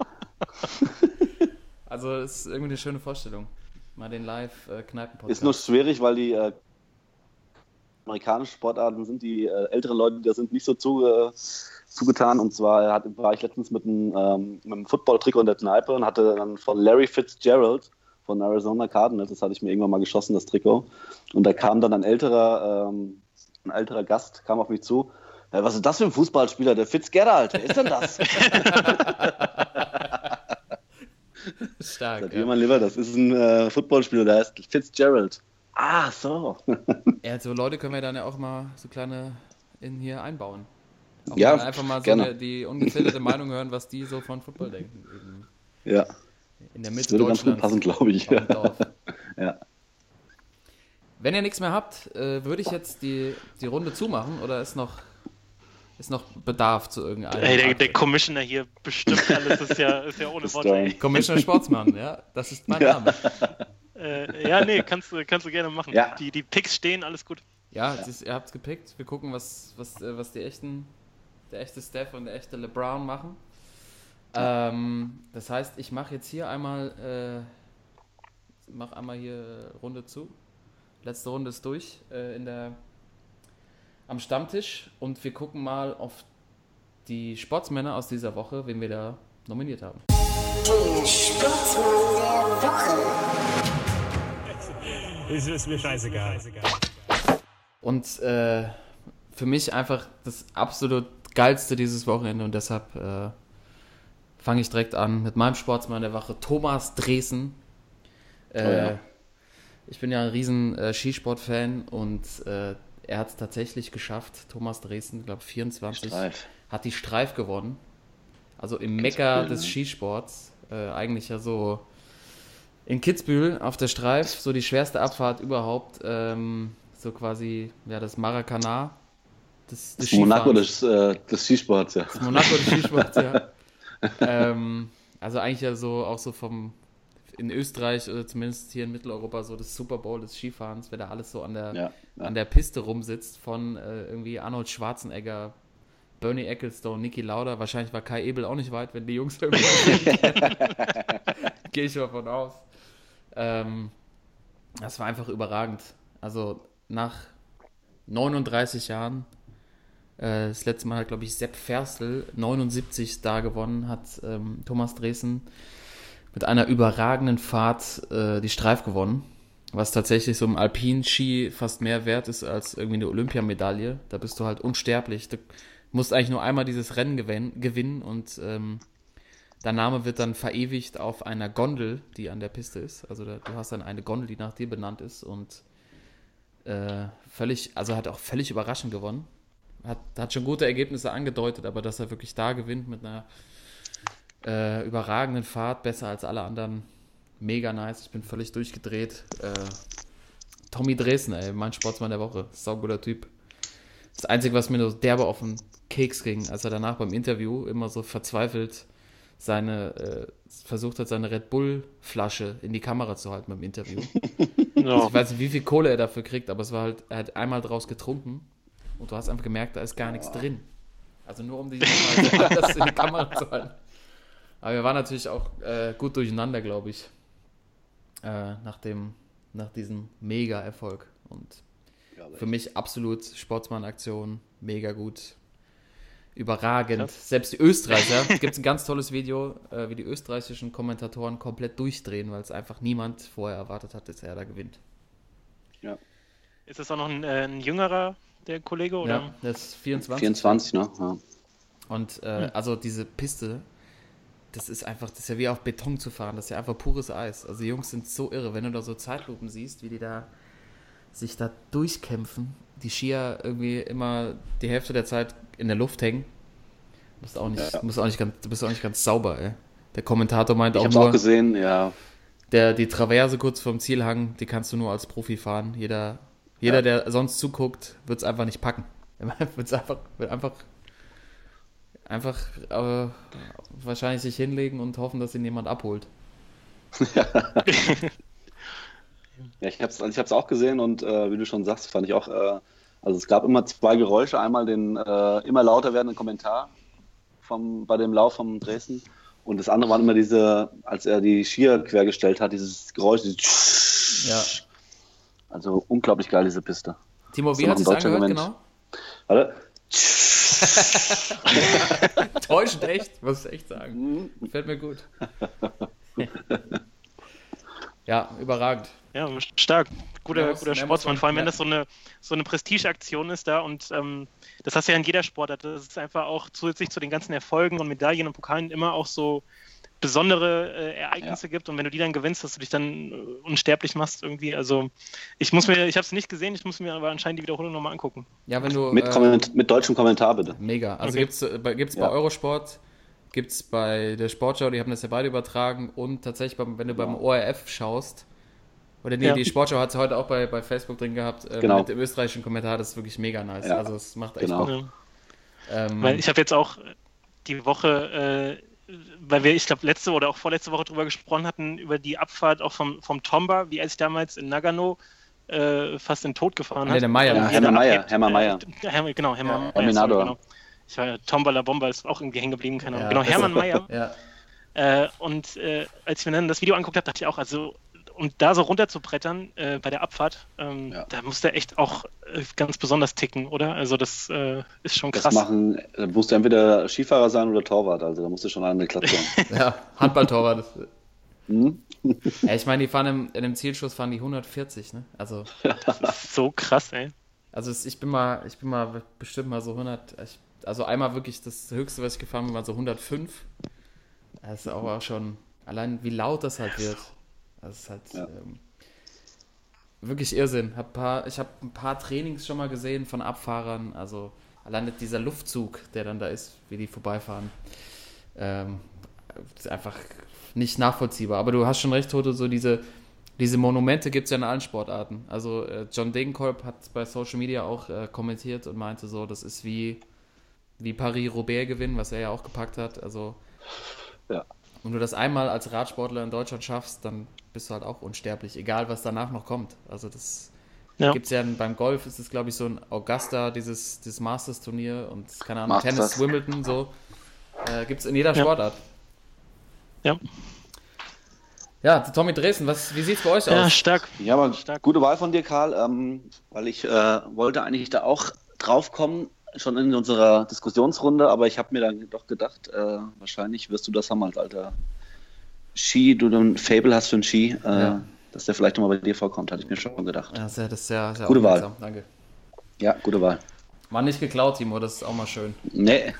Also, das ist irgendwie eine schöne Vorstellung. Mal den Live-Kneipen-Podcast. Ist nur schwierig, weil die amerikanischen Sportarten sind, die älteren Leute, die sind nicht so zugetan. Und zwar war ich letztens mit einem Football-Trikot in der Kneipe und hatte dann von Larry Fitzgerald von Arizona Cardinals, das hatte ich mir irgendwann mal geschossen, das Trikot. Und da kam dann ein älterer Gast, kam auf mich zu. Was ist das für ein Fußballspieler? Der Fitzgerald, wer ist denn das? Stark. Sagt mein Lieber, das ist ein Footballspieler, der heißt Fitzgerald. Ah, so. Ja, so Leute können wir dann ja auch mal so kleine hier einbauen. Auch ja, mal einfach mal so die ungefilterte Meinung hören, was die so von Football denken. Ja. In der Mitte das würde Deutschlands. ganz gut passen, glaube ich. Ja. Wenn ihr nichts mehr habt, würde ich jetzt die Runde zumachen oder ist noch Bedarf zu irgendeinem? Hey, der Commissioner hier bestimmt alles, ist ja ohne Worte. Commissioner Sportsmann, ja, das ist mein Name. Nee, kannst du gerne machen. Ja. Die Picks stehen, alles gut. Ja, ihr habt's gepickt. Wir gucken, was der echte Steph und der echte LeBron machen. Das heißt, ich mache jetzt hier einmal hier Runde zu. Letzte Runde ist durch am Stammtisch und wir gucken mal auf die Sportsmänner aus dieser Woche, wen wir da nominiert haben. Der Sportsmann der Woche. Ist mir scheißegal. Und für mich einfach das absolut geilste dieses Wochenende und deshalb fange ich direkt an mit meinem Sportsmann der Woche, Thomas Dresen. Ich bin ja ein riesen Skisport-Fan und er hat es tatsächlich geschafft. Thomas Dresen, glaube 24, hat die Streif gewonnen. Also im Mekka des Skisports. Eigentlich ja so in Kitzbühel auf der Streif, so die schwerste Abfahrt überhaupt. So quasi das Maracanã des Monaco des Skisports, ja. Das Monaco des Skisports, ja. Also eigentlich ja so auch so in Österreich oder zumindest hier in Mitteleuropa so das Super Bowl des Skifahrens, wer da alles so an der Piste rumsitzt von irgendwie Arnold Schwarzenegger, Bernie Ecclestone, Niki Lauda, wahrscheinlich war Kai Ebel auch nicht weit, wenn die Jungs irgendwann gehe ich mal von aus. Das war einfach überragend. Also nach 39 Jahren, das letzte Mal hat, glaube ich, Sepp Ferstl 79 da gewonnen, hat Thomas Dresen mit einer überragenden Fahrt die Streif gewonnen, was tatsächlich so im Alpin-Ski fast mehr wert ist als irgendwie eine Olympiamedaille. Da bist du halt unsterblich. Du musst eigentlich nur einmal dieses Rennen gewinnen und dein Name wird dann verewigt auf einer Gondel, die an der Piste ist. Also du hast dann eine Gondel, die nach dir benannt ist und hat auch völlig überraschend gewonnen. Hat schon gute Ergebnisse angedeutet, aber dass er wirklich da gewinnt mit einer überragenden Fahrt, besser als alle anderen, mega nice. Ich bin völlig durchgedreht. Tommy Dresen, ey, mein Sportsmann der Woche, sauguter Typ. Das Einzige, was mir nur derbe auf den Keks ging, als er danach beim Interview immer so verzweifelt versucht hat, seine Red Bull Flasche in die Kamera zu halten beim Interview. Also ich weiß nicht, wie viel Kohle er dafür kriegt, aber es war halt, er hat einmal draus getrunken und du hast einfach gemerkt, da ist gar nichts drin. Also nur um die so anders in die Kamera zu halten. Aber wir waren natürlich auch gut durcheinander, glaube ich, nach diesem Mega-Erfolg. Und für mich absolut Sportsmann-Aktion, mega gut. Überragend. Krass. Selbst die Österreicher, gibt es ein ganz tolles Video, wie die österreichischen Kommentatoren komplett durchdrehen, weil es einfach niemand vorher erwartet hat, dass er da gewinnt. Ja. Ist das auch noch ein jüngerer, der Kollege? Oder? Ja, der ist 24. 24, ne? Ja. Und also diese Piste, das ist ja wie auf Beton zu fahren, das ist ja einfach pures Eis. Also die Jungs sind so irre, wenn du da so Zeitlupen siehst, wie die da sich da durchkämpfen, die Skier irgendwie immer die Hälfte der Zeit in der Luft hängen. Du bist auch nicht ganz sauber, ey. Der Kommentator meint auch nur... Ich hab's auch gesehen, ja. Die Traverse kurz vorm Zielhang, die kannst du nur als Profi fahren. Jeder, der sonst zuguckt, wird es einfach nicht packen. Wird einfach wahrscheinlich sich hinlegen und hoffen, dass ihn jemand abholt. Ja, ich hab's auch gesehen und wie du schon sagst, fand ich auch, also es gab immer zwei Geräusche, einmal den immer lauter werdenden Kommentar bei dem Lauf vom Dresden und das andere waren immer diese, als er die Skier quergestellt hat, dieses Geräusch, also unglaublich geil, diese Piste. Timo, wie hat es angehört, genau? Warte. Täuschend echt, muss ich echt sagen. Fällt mir gut. Ja, überragend. Ja, stark. Guter Sportsmann, vor allem wenn das so eine Prestigeaktion ist da und das hast du ja in jeder Sportart, dass es einfach auch zusätzlich zu den ganzen Erfolgen und Medaillen und Pokalen immer auch so besondere Ereignisse gibt und wenn du die dann gewinnst, dass du dich dann unsterblich machst irgendwie, also ich habe es nicht gesehen, ich muss mir aber anscheinend die Wiederholung nochmal angucken. Ja, wenn du... Mit deutschem Kommentar bitte. Mega, also okay. gibt's bei Eurosport, gibt's bei der Sportschau, die haben das ja beide übertragen und tatsächlich, wenn du beim ORF schaust, oder die Sportschau hat es heute auch bei Facebook drin gehabt, mit dem österreichischen Kommentar, das ist wirklich mega nice. Ja. Also es macht echt Bock. Weil ich habe jetzt auch die Woche, weil wir, ich glaube, letzte oder auch vorletzte Woche drüber gesprochen hatten, über die Abfahrt auch vom Tomba, wie er sich damals in Nagano fast in den Tod gefahren hat. Hermann Mayer. Hermann Mayer. Genau. Ich war Tomba La Bomba, ist auch irgendwie hängen geblieben, keine Ahnung. Genau, Hermann Mayer. Und als ich mir dann das Video angeguckt habe, dachte ich auch, also und da so runter zu brettern bei der Abfahrt, da muss der echt auch ganz besonders ticken, oder? Also das ist schon krass. Da musst du entweder Skifahrer sein oder Torwart, also da musst du schon eine Klasse haben. Ja, Handballtorwart. Ja, ich meine, die fahren in dem Zielschuss fahren die 140, ne? Also das ist so krass, ey. Also ich bin mal bestimmt mal so 100, also einmal wirklich das Höchste, was ich gefahren bin, war so 105. Das ist auch schon, allein wie laut das halt wird. Das ist halt wirklich Irrsinn. Ich habe ein paar Trainings schon mal gesehen von Abfahrern. Also allein dieser Luftzug, der dann da ist, wie die vorbeifahren, ist einfach nicht nachvollziehbar. Aber du hast schon recht, Toto, so diese Monumente gibt es ja in allen Sportarten. Also John Degenkolb hat bei Social Media auch kommentiert und meinte so, das ist wie Paris-Roubaix gewinnen, was er ja auch gepackt hat. Also wenn du das einmal als Radsportler in Deutschland schaffst, dann bist du halt auch unsterblich, egal was danach noch kommt. Also das gibt es ja beim Golf, ist es glaube ich so ein Augusta, dieses Masters-Turnier und keine Ahnung, Tennis, Wimbledon, so. Gibt es in jeder Sportart. Ja. Ja, Tommy Dresden, wie sieht's bei euch Ja, aus? stark. Ja, aber Stark. gute Wahl von dir, Karl, weil ich wollte eigentlich da auch drauf kommen, schon in unserer Diskussionsrunde, aber ich habe mir dann doch gedacht, wahrscheinlich wirst du das haben als alter Ski, du ein Faible hast für einen Ski, Ja. dass der vielleicht nochmal bei dir vorkommt, hatte ich mir schon gedacht. Ja, das ist sehr Gute Wahl. aufmerksam. Danke. Ja, gute Wahl. War nicht geklaut, Timo, das ist auch mal schön. Nee.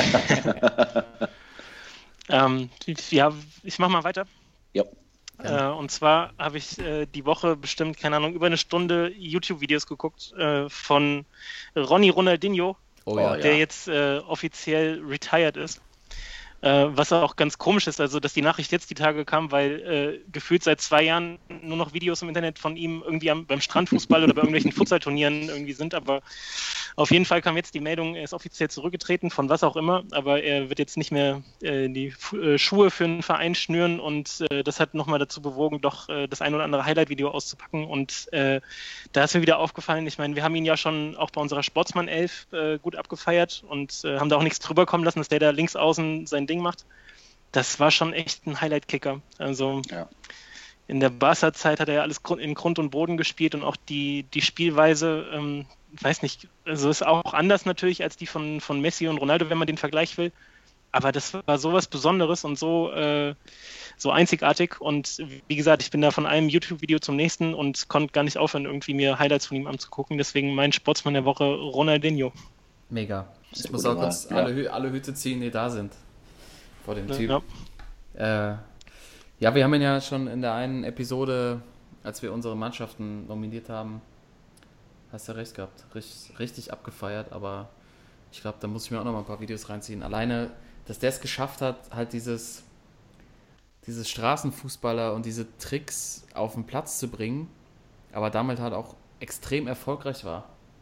Ja, ich mache mal weiter. Ja. Und zwar habe ich die Woche bestimmt, keine Ahnung, über eine Stunde YouTube-Videos geguckt von Ronny Ronaldinho, Oh ja. der jetzt offiziell retired ist. Was auch ganz komisch ist, also dass die Nachricht jetzt die Tage kam, weil gefühlt seit 2 Jahren nur noch Videos im Internet von ihm irgendwie beim Strandfußball oder bei irgendwelchen Futsalturnieren irgendwie sind, aber auf jeden Fall kam jetzt die Meldung, er ist offiziell zurückgetreten, von was auch immer, aber er wird jetzt nicht mehr die Schuhe für einen Verein schnüren und das hat nochmal dazu bewogen, doch das ein oder andere Highlight-Video auszupacken und da ist mir wieder aufgefallen, ich meine, wir haben ihn ja schon auch bei unserer Sportsmann 11 gut abgefeiert und haben da auch nichts drüber kommen lassen, dass der da links außen sein Ding macht. Das war schon echt ein Highlight-Kicker. Also Ja. in der Barca-Zeit hat er ja alles in Grund und Boden gespielt und auch die Spielweise, weiß nicht, also ist auch anders natürlich als die von Messi und Ronaldo, wenn man den Vergleich will. Aber das war sowas Besonderes und so einzigartig. Und wie gesagt, ich bin da von einem YouTube-Video zum nächsten und konnte gar nicht aufhören, irgendwie mir Highlights von ihm anzugucken. Deswegen mein Sportsmann der Woche, Ronaldinho. Mega. Ich Sehr muss gute auch kurz Wahl, alle Hüte ziehen, die da sind. Vor dem Typ. Ja. Ja, wir haben ihn ja schon in der einen Episode, als wir unsere Mannschaften nominiert haben, hast du recht gehabt, richtig abgefeiert, aber ich glaube, da muss ich mir auch noch mal ein paar Videos reinziehen. Alleine, dass der es geschafft hat, halt dieses Straßenfußballer und diese Tricks auf den Platz zu bringen, aber damit halt auch extrem erfolgreich war.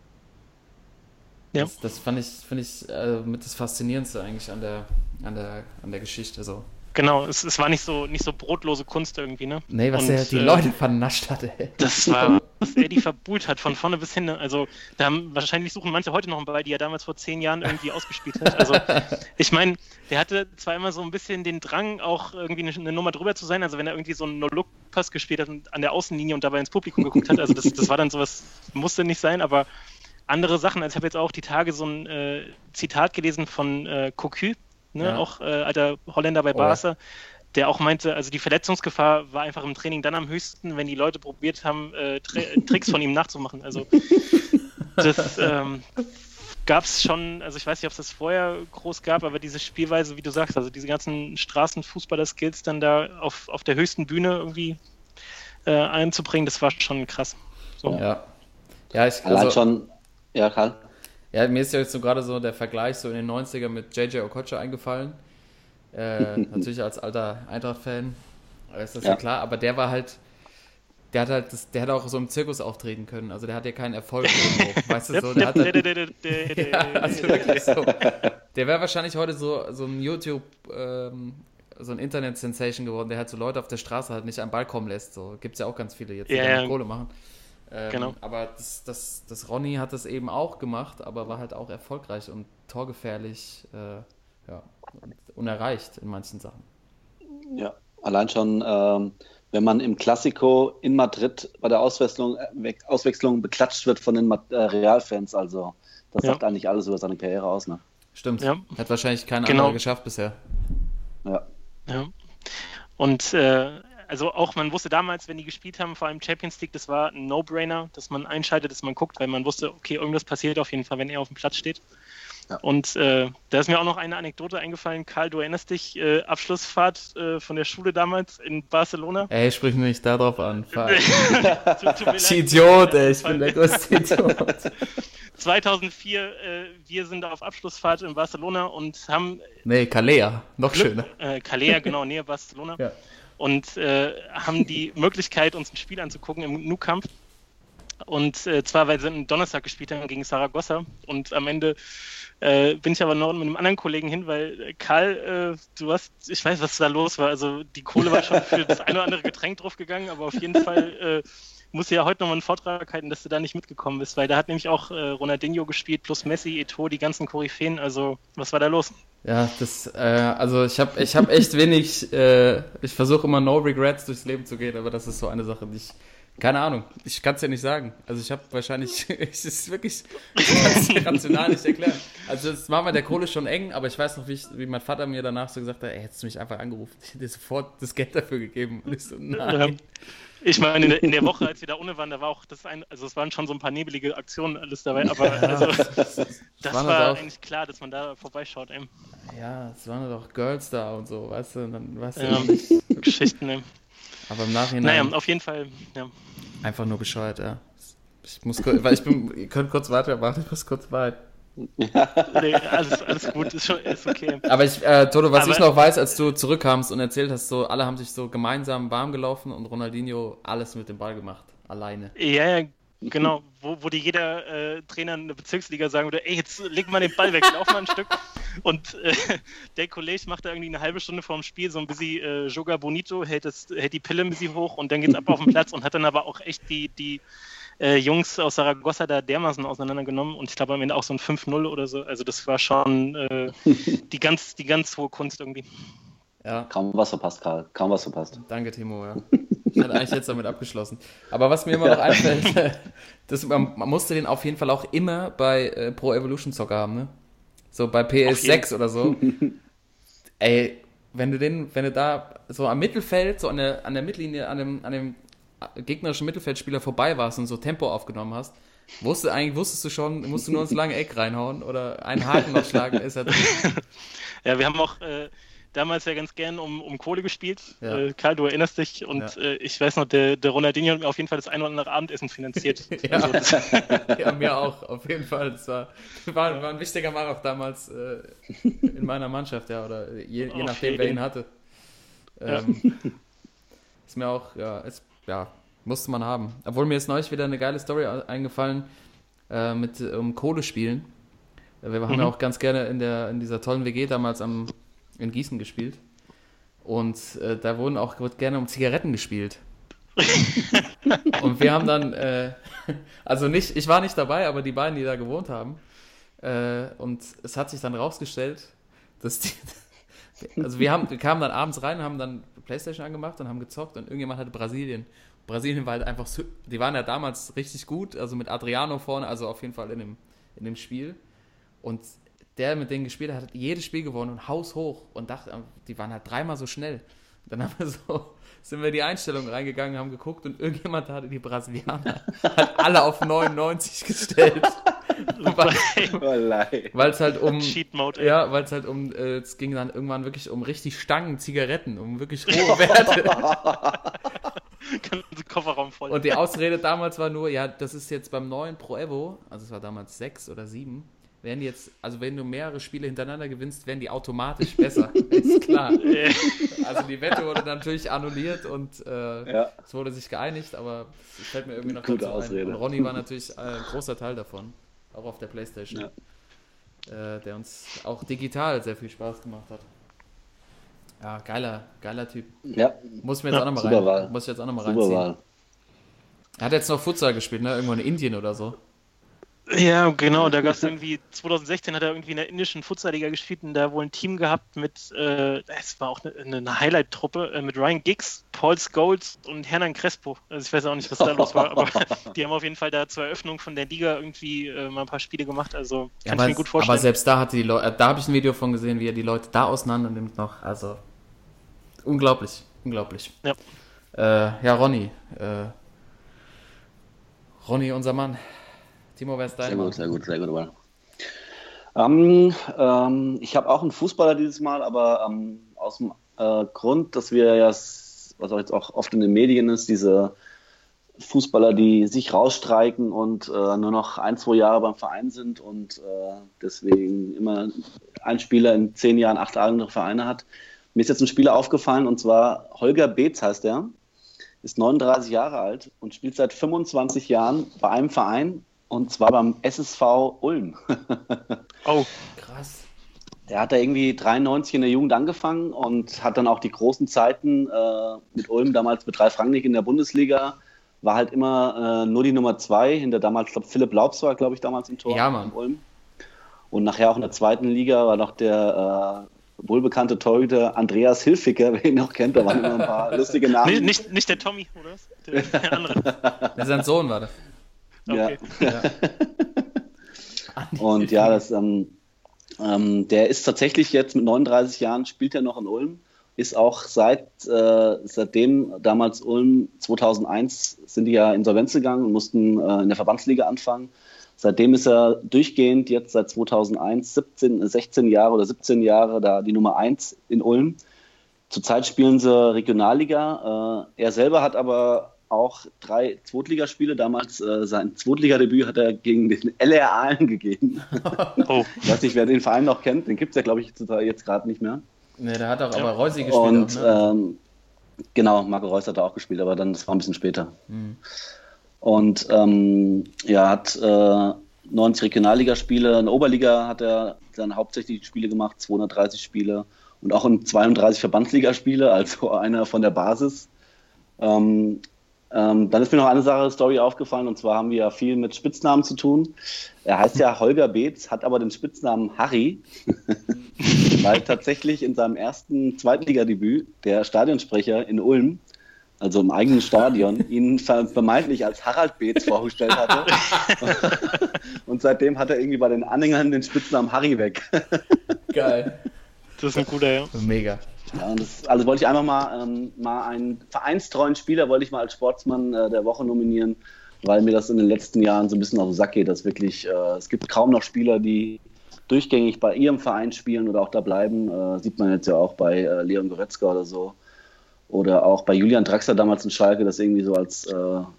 Ja. Das finde ich mit das Faszinierendste eigentlich an der Geschichte. So. Genau, es war nicht so brotlose Kunst irgendwie, ne? Nee, was Und, er die Leute vernascht hatte. Ey. Das war, was er die verbuhlt hat, von vorne bis hin. Also, wahrscheinlich suchen manche heute noch einen Ball, die er damals vor 10 Jahren irgendwie ausgespielt hat. Also, ich meine, der hatte zwar immer so ein bisschen den Drang, auch irgendwie eine Nummer drüber zu sein. Also, wenn er irgendwie so einen No-Look-Pass gespielt hat und an der Außenlinie und dabei ins Publikum geguckt hat, also das war dann sowas, musste nicht sein, aber andere Sachen. Also, ich habe jetzt auch die Tage so ein Zitat gelesen von Cocu, ne? Ja. Auch alter Holländer bei Barca. Der auch meinte, also die Verletzungsgefahr war einfach im Training dann am höchsten, wenn die Leute probiert haben, Tricks von ihm nachzumachen. Also das gab es schon, also ich weiß nicht, ob es das vorher groß gab, aber diese Spielweise, wie du sagst, also diese ganzen Straßenfußballer-Skills dann da auf der höchsten Bühne irgendwie einzubringen, das war schon krass. So. Ja, Allein schon, ja, Karl. Ja, mir ist ja jetzt so gerade so der Vergleich so in den 90ern mit JJ Okocha eingefallen. Natürlich als alter Eintracht-Fan ist das ja klar, aber der war halt, der hat auch so im Zirkus auftreten können, also der hat ja keinen Erfolg irgendwo, weißt du, so, der hat halt, ja, also wirklich so. Der wäre wahrscheinlich heute so ein YouTube, so ein Internet-Sensation geworden, der halt so Leute auf der Straße halt nicht am Ball kommen lässt, so, gibt's ja auch ganz viele jetzt, die damit Kohle machen. Genau. Aber das Ronny hat das eben auch gemacht, aber war halt auch erfolgreich und torgefährlich, und unerreicht in manchen Sachen. Ja, allein schon, wenn man im Classico in Madrid bei der Auswechslung beklatscht wird von den Real-Fans, also das sagt eigentlich alles über seine Karriere aus, ne? Stimmt. Ja. Hat wahrscheinlich keiner andere geschafft bisher. Ja. Und also auch, man wusste damals, wenn die gespielt haben, vor allem Champions League, das war ein No-Brainer, dass man einschaltet, dass man guckt, weil man wusste, okay, irgendwas passiert auf jeden Fall, wenn er auf dem Platz steht. Ja. Und da ist mir auch noch eine Anekdote eingefallen. Karl, du erinnerst dich, Abschlussfahrt von der Schule damals in Barcelona? Ey, sprich mich nicht darauf an. Tut mir leid. Idiot, ey, ich bin der größte Idiot. 2004, wir sind auf Abschlussfahrt in Barcelona und haben... Nee, Calea, noch schöner. Calea, genau, näher Barcelona. Ja. Und haben die Möglichkeit, uns ein Spiel anzugucken im Nou Camp. Und zwar, weil sie am Donnerstag gespielt haben gegen Saragossa. Und am Ende bin ich aber noch mit einem anderen Kollegen hin, weil Karl, ich weiß, was da los war. Also die Kohle war schon für das eine oder andere Getränk draufgegangen, aber auf jeden Fall musst du ja heute nochmal einen Vortrag halten, dass du da nicht mitgekommen bist, weil da hat nämlich auch Ronaldinho gespielt, plus Messi, Eto'o, die ganzen Koryphäen. Also was war da los? Ja, also ich hab echt wenig, ich versuche immer no regrets durchs Leben zu gehen, aber das ist so eine Sache, keine Ahnung, ich kann es ja nicht sagen. Also ich habe wahrscheinlich, es ist wirklich, ich kann es dir rational nicht erklären. Also es war mit der Kohle schon eng, aber ich weiß noch, wie mein Vater mir danach so gesagt hat, ey, hättest du mich einfach angerufen, ich hätte dir sofort das Geld dafür gegeben. Und ich so, nein. Ich meine, in der Woche, als wir da ohne waren, da war auch also es waren schon so ein paar nebelige Aktionen alles dabei, aber also, das war eigentlich klar, dass man da vorbeischaut. Ey. Ja, es waren doch Girls da und so, weißt du, und dann weißt du ja, nicht. Geschichten, ey. Aber im Nachhinein. Naja, auf jeden Fall, ja. Einfach nur bescheuert, ja. Ich muss kurz, weil ihr könnt kurz weitermachen, ich muss kurz weiter. Nee, alles gut, ist okay. Aber Toto, was ich noch weiß, als du zurückkamst und erzählt hast, so alle haben sich so gemeinsam warm gelaufen und Ronaldinho alles mit dem Ball gemacht, alleine. Ja, genau, wo dir jeder Trainer in der Bezirksliga sagen würde, ey, jetzt leg mal den Ball weg, lauf mal ein Stück. Und der Kollege macht da irgendwie eine halbe Stunde vorm Spiel so ein bisschen Joga Bonito, hält die Pille ein bisschen hoch und dann geht's ab auf den Platz und hat dann aber auch echt die Jungs aus Saragossa da dermaßen auseinandergenommen und ich glaube am Ende auch so ein 5-0 oder so. Also das war schon die ganz hohe Kunst irgendwie. Ja. Kaum was verpasst, Karl. Kaum was verpasst. Danke, Timo. Ja. Ich hatte eigentlich jetzt damit abgeschlossen. Aber was mir immer noch einfällt, man musste den auf jeden Fall auch immer bei Pro Evolution Soccer haben, ne? So bei PS6 oder so. Ey, wenn du da so am Mittelfeld, so an der Mittellinie, an dem gegnerischen Mittelfeldspieler vorbei warst und so Tempo aufgenommen hast, wusstest du schon, musst du nur ins lange Eck reinhauen oder einen Haken noch schlagen, ist er drin. Ja, wir haben auch damals ja ganz gern um Kohle gespielt. Ja. Karl, du erinnerst dich und ich weiß noch, der Ronaldinho hat mir auf jeden Fall das ein oder andere Abendessen finanziert. Ja. Also, Ja, mir auch, auf jeden Fall. Das war ein wichtiger Mann auch damals in meiner Mannschaft, ja, oder je nachdem, wer ihn hatte. Ist mir auch, musste man haben. Obwohl mir ist neulich wieder eine geile Story eingefallen mit Kohle spielen. Wir haben ja auch ganz gerne in dieser tollen WG damals in Gießen gespielt. Und da wird gerne um Zigaretten gespielt. Und wir haben dann, ich war nicht dabei, aber die beiden, die da gewohnt haben. Und es hat sich dann rausgestellt, dass wir kamen dann abends rein, haben dann Playstation angemacht und haben gezockt und irgendjemand hatte Brasilien. Brasilien war halt einfach so, die waren ja damals richtig gut, also mit Adriano vorne, also auf jeden Fall in dem Spiel. Und der mit denen gespielt hat jedes Spiel gewonnen und haushoch und dachte, die waren halt dreimal so schnell. Und dann sind wir in die Einstellung reingegangen, haben geguckt und irgendjemand hatte die Brasilianer hat alle auf 99 gestellt. Weil es halt Cheat Mode, es ging dann irgendwann wirklich um richtig Stangen Zigaretten, um wirklich hohe Werte. Kofferraum voll. Und die Ausrede damals war nur, ja, das ist jetzt beim neuen Pro Evo, also es war damals 6 oder 7, werden die jetzt, also wenn du mehrere Spiele hintereinander gewinnst, werden die automatisch besser. Ist klar. Also die Wette wurde natürlich annulliert und es wurde sich geeinigt, aber es fällt mir irgendwie noch gute dazu Ausrede. ein. Und Ronny war natürlich ein großer Teil davon, auch auf der Playstation, der uns auch digital sehr viel Spaß gemacht hat. Ja, geiler Typ. Ja. Muss ich jetzt auch nochmal reinziehen. Wahl. Er hat jetzt noch Futsal gespielt, ne? Irgendwo in Indien oder so. Ja, genau, da gab es irgendwie, 2016 hat er irgendwie in der indischen Futsal-Liga gespielt und da wohl ein Team gehabt mit, es war auch eine Highlight-Truppe, mit Ryan Giggs, Paul Scholes und Hernan Crespo. Also ich weiß auch nicht, was da los war, aber die haben auf jeden Fall da zur Eröffnung von der Liga irgendwie mal ein paar Spiele gemacht, also kann ich mir gut vorstellen. Aber selbst da hatte da habe ich ein Video von gesehen, wie er die Leute da auseinander nimmt noch, also unglaublich. Ja, Ronny, unser Mann. Timo, wer ist dein Mann? Sehr gut. Ich habe auch einen Fußballer dieses Mal, aber aus dem Grund, dass wir ja, was auch jetzt auch oft in den Medien ist, diese Fußballer, die sich rausstreiken und nur noch 1-2 Jahre beim Verein sind und deswegen immer ein Spieler in 10 Jahren 8 andere Vereine hat. Mir ist jetzt ein Spieler aufgefallen und zwar Holger Beetz heißt er, ist 39 Jahre alt und spielt seit 25 Jahren bei einem Verein. Und zwar beim SSV Ulm. Oh, krass. Der hat da irgendwie 93 in der Jugend angefangen und hat dann auch die großen Zeiten mit Ulm, damals mit Ralf Rangnick in der Bundesliga, war halt immer nur die Nummer 2, hinter damals, glaube Philipp Laubs war, glaube ich, damals im Tor. Ja, Mann. Ulm. Und nachher auch in der zweiten Liga war noch der wohlbekannte Torhüter Andreas Hilfiger, wer ihn noch kennt, da waren immer ein paar lustige Namen. Nicht der Tommy, oder was? Der andere. Der sein Sohn war das. Okay. Ja. Und ja, der ist tatsächlich jetzt mit 39 Jahren, spielt er noch in Ulm, ist auch seitdem damals Ulm 2001 sind die ja Insolvenz gegangen und mussten in der Verbandsliga anfangen. Seitdem ist er durchgehend jetzt seit 2001 16 Jahre oder 17 Jahre da die Nummer 1 in Ulm. Zurzeit spielen sie Regionalliga. Er selber hat aber auch 3 Zweitligaspiele. Damals sein Zweitligadebüt hat er gegen den LR Aalen gegeben. Oh. Ich weiß nicht, wer den Verein noch kennt. Den gibt es ja, glaube ich, jetzt gerade nicht mehr. Ne, der hat auch aber Reusi gespielt. Und auch, ne? genau, Marco Reus hat da auch gespielt, aber das war ein bisschen später. Und hat 90 Regionalligaspiele, in der Oberliga hat er dann hauptsächlich Spiele gemacht, 230 Spiele und auch in 32 Verbandsligaspiele, also einer von der Basis. Dann ist mir noch eine Story aufgefallen, und zwar haben wir ja viel mit Spitznamen zu tun. Er heißt ja Holger Beetz, hat aber den Spitznamen Harry, weil tatsächlich in seinem ersten Zweitligadebüt der Stadionsprecher in Ulm, also im eigenen Stadion, ihn vermeintlich als Harald Beetz vorgestellt hatte. Und seitdem hat er irgendwie bei den Anhängern den Spitznamen Harry weg. Geil. Das ist ein guter, ja. Mega. Ja, und also wollte ich einfach mal einen vereinstreuen Spieler wollte ich mal als Sportsmann der Woche nominieren, weil mir das in den letzten Jahren so ein bisschen auf den Sack geht, dass wirklich, es gibt kaum noch Spieler, die durchgängig bei ihrem Verein spielen oder auch da bleiben. Sieht man jetzt ja auch bei Leon Goretzka oder so. Oder auch bei Julian Draxler damals in Schalke, das irgendwie so als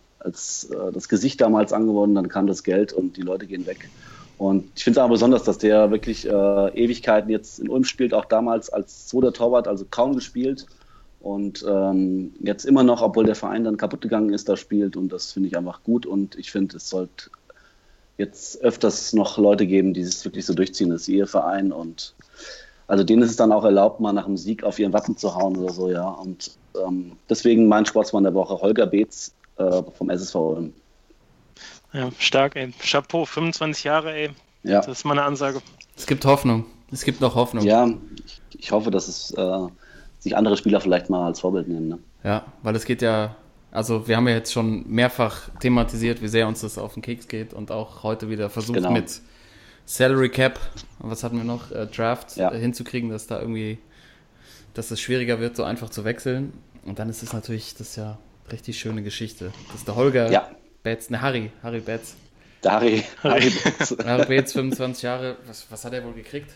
das Gesicht damals angeworben, dann kam das Geld und die Leute gehen weg. Und ich finde es aber besonders, dass der wirklich Ewigkeiten jetzt in Ulm spielt, auch damals als zweiter Torwart, also kaum gespielt. Und jetzt immer noch, obwohl der Verein dann kaputt gegangen ist, da spielt. Und das finde ich einfach gut. Und ich finde, es sollte jetzt öfters noch Leute geben, die es wirklich so durchziehen. Das ist ihr Verein. Und also denen ist es dann auch erlaubt, mal nach dem Sieg auf ihren Wappen zu hauen oder so, ja. Und deswegen mein Sportsmann der Woche, Holger Beetz vom SSV Ulm. Ja, stark, ey. Chapeau, 25 Jahre, ey. Ja. Das ist meine Ansage. Es gibt Hoffnung. Es gibt noch Hoffnung. Ja, ich hoffe, dass es sich andere Spieler vielleicht mal als Vorbild nehmen. Ne? Ja, weil es geht ja, also wir haben ja jetzt schon mehrfach thematisiert, wie sehr uns das auf den Keks geht und auch heute wieder versucht mit Salary Cap, was hatten wir noch, Draft hinzukriegen, dass da irgendwie, dass es schwieriger wird, so einfach zu wechseln. Und dann ist es natürlich, das ist ja richtig schöne Geschichte. Das ist der Holger Beetz, Harry Beetz. Der Harry Beetz. Harry Beetz, 25 Jahre, was hat er wohl gekriegt?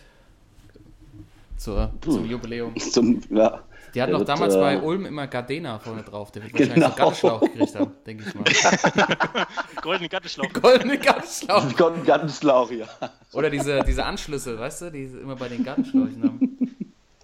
Zum Jubiläum. Die hatten noch damals bei Ulm immer Gardena vorne drauf. Der wird wahrscheinlich so Gatteschlauch gekriegt haben, denke ich mal. Goldene Gatteschlauch. Goldene Gatteschlauch, ja. Oder diese Anschlüsse, weißt du, die immer bei den Gattenschläuchen haben.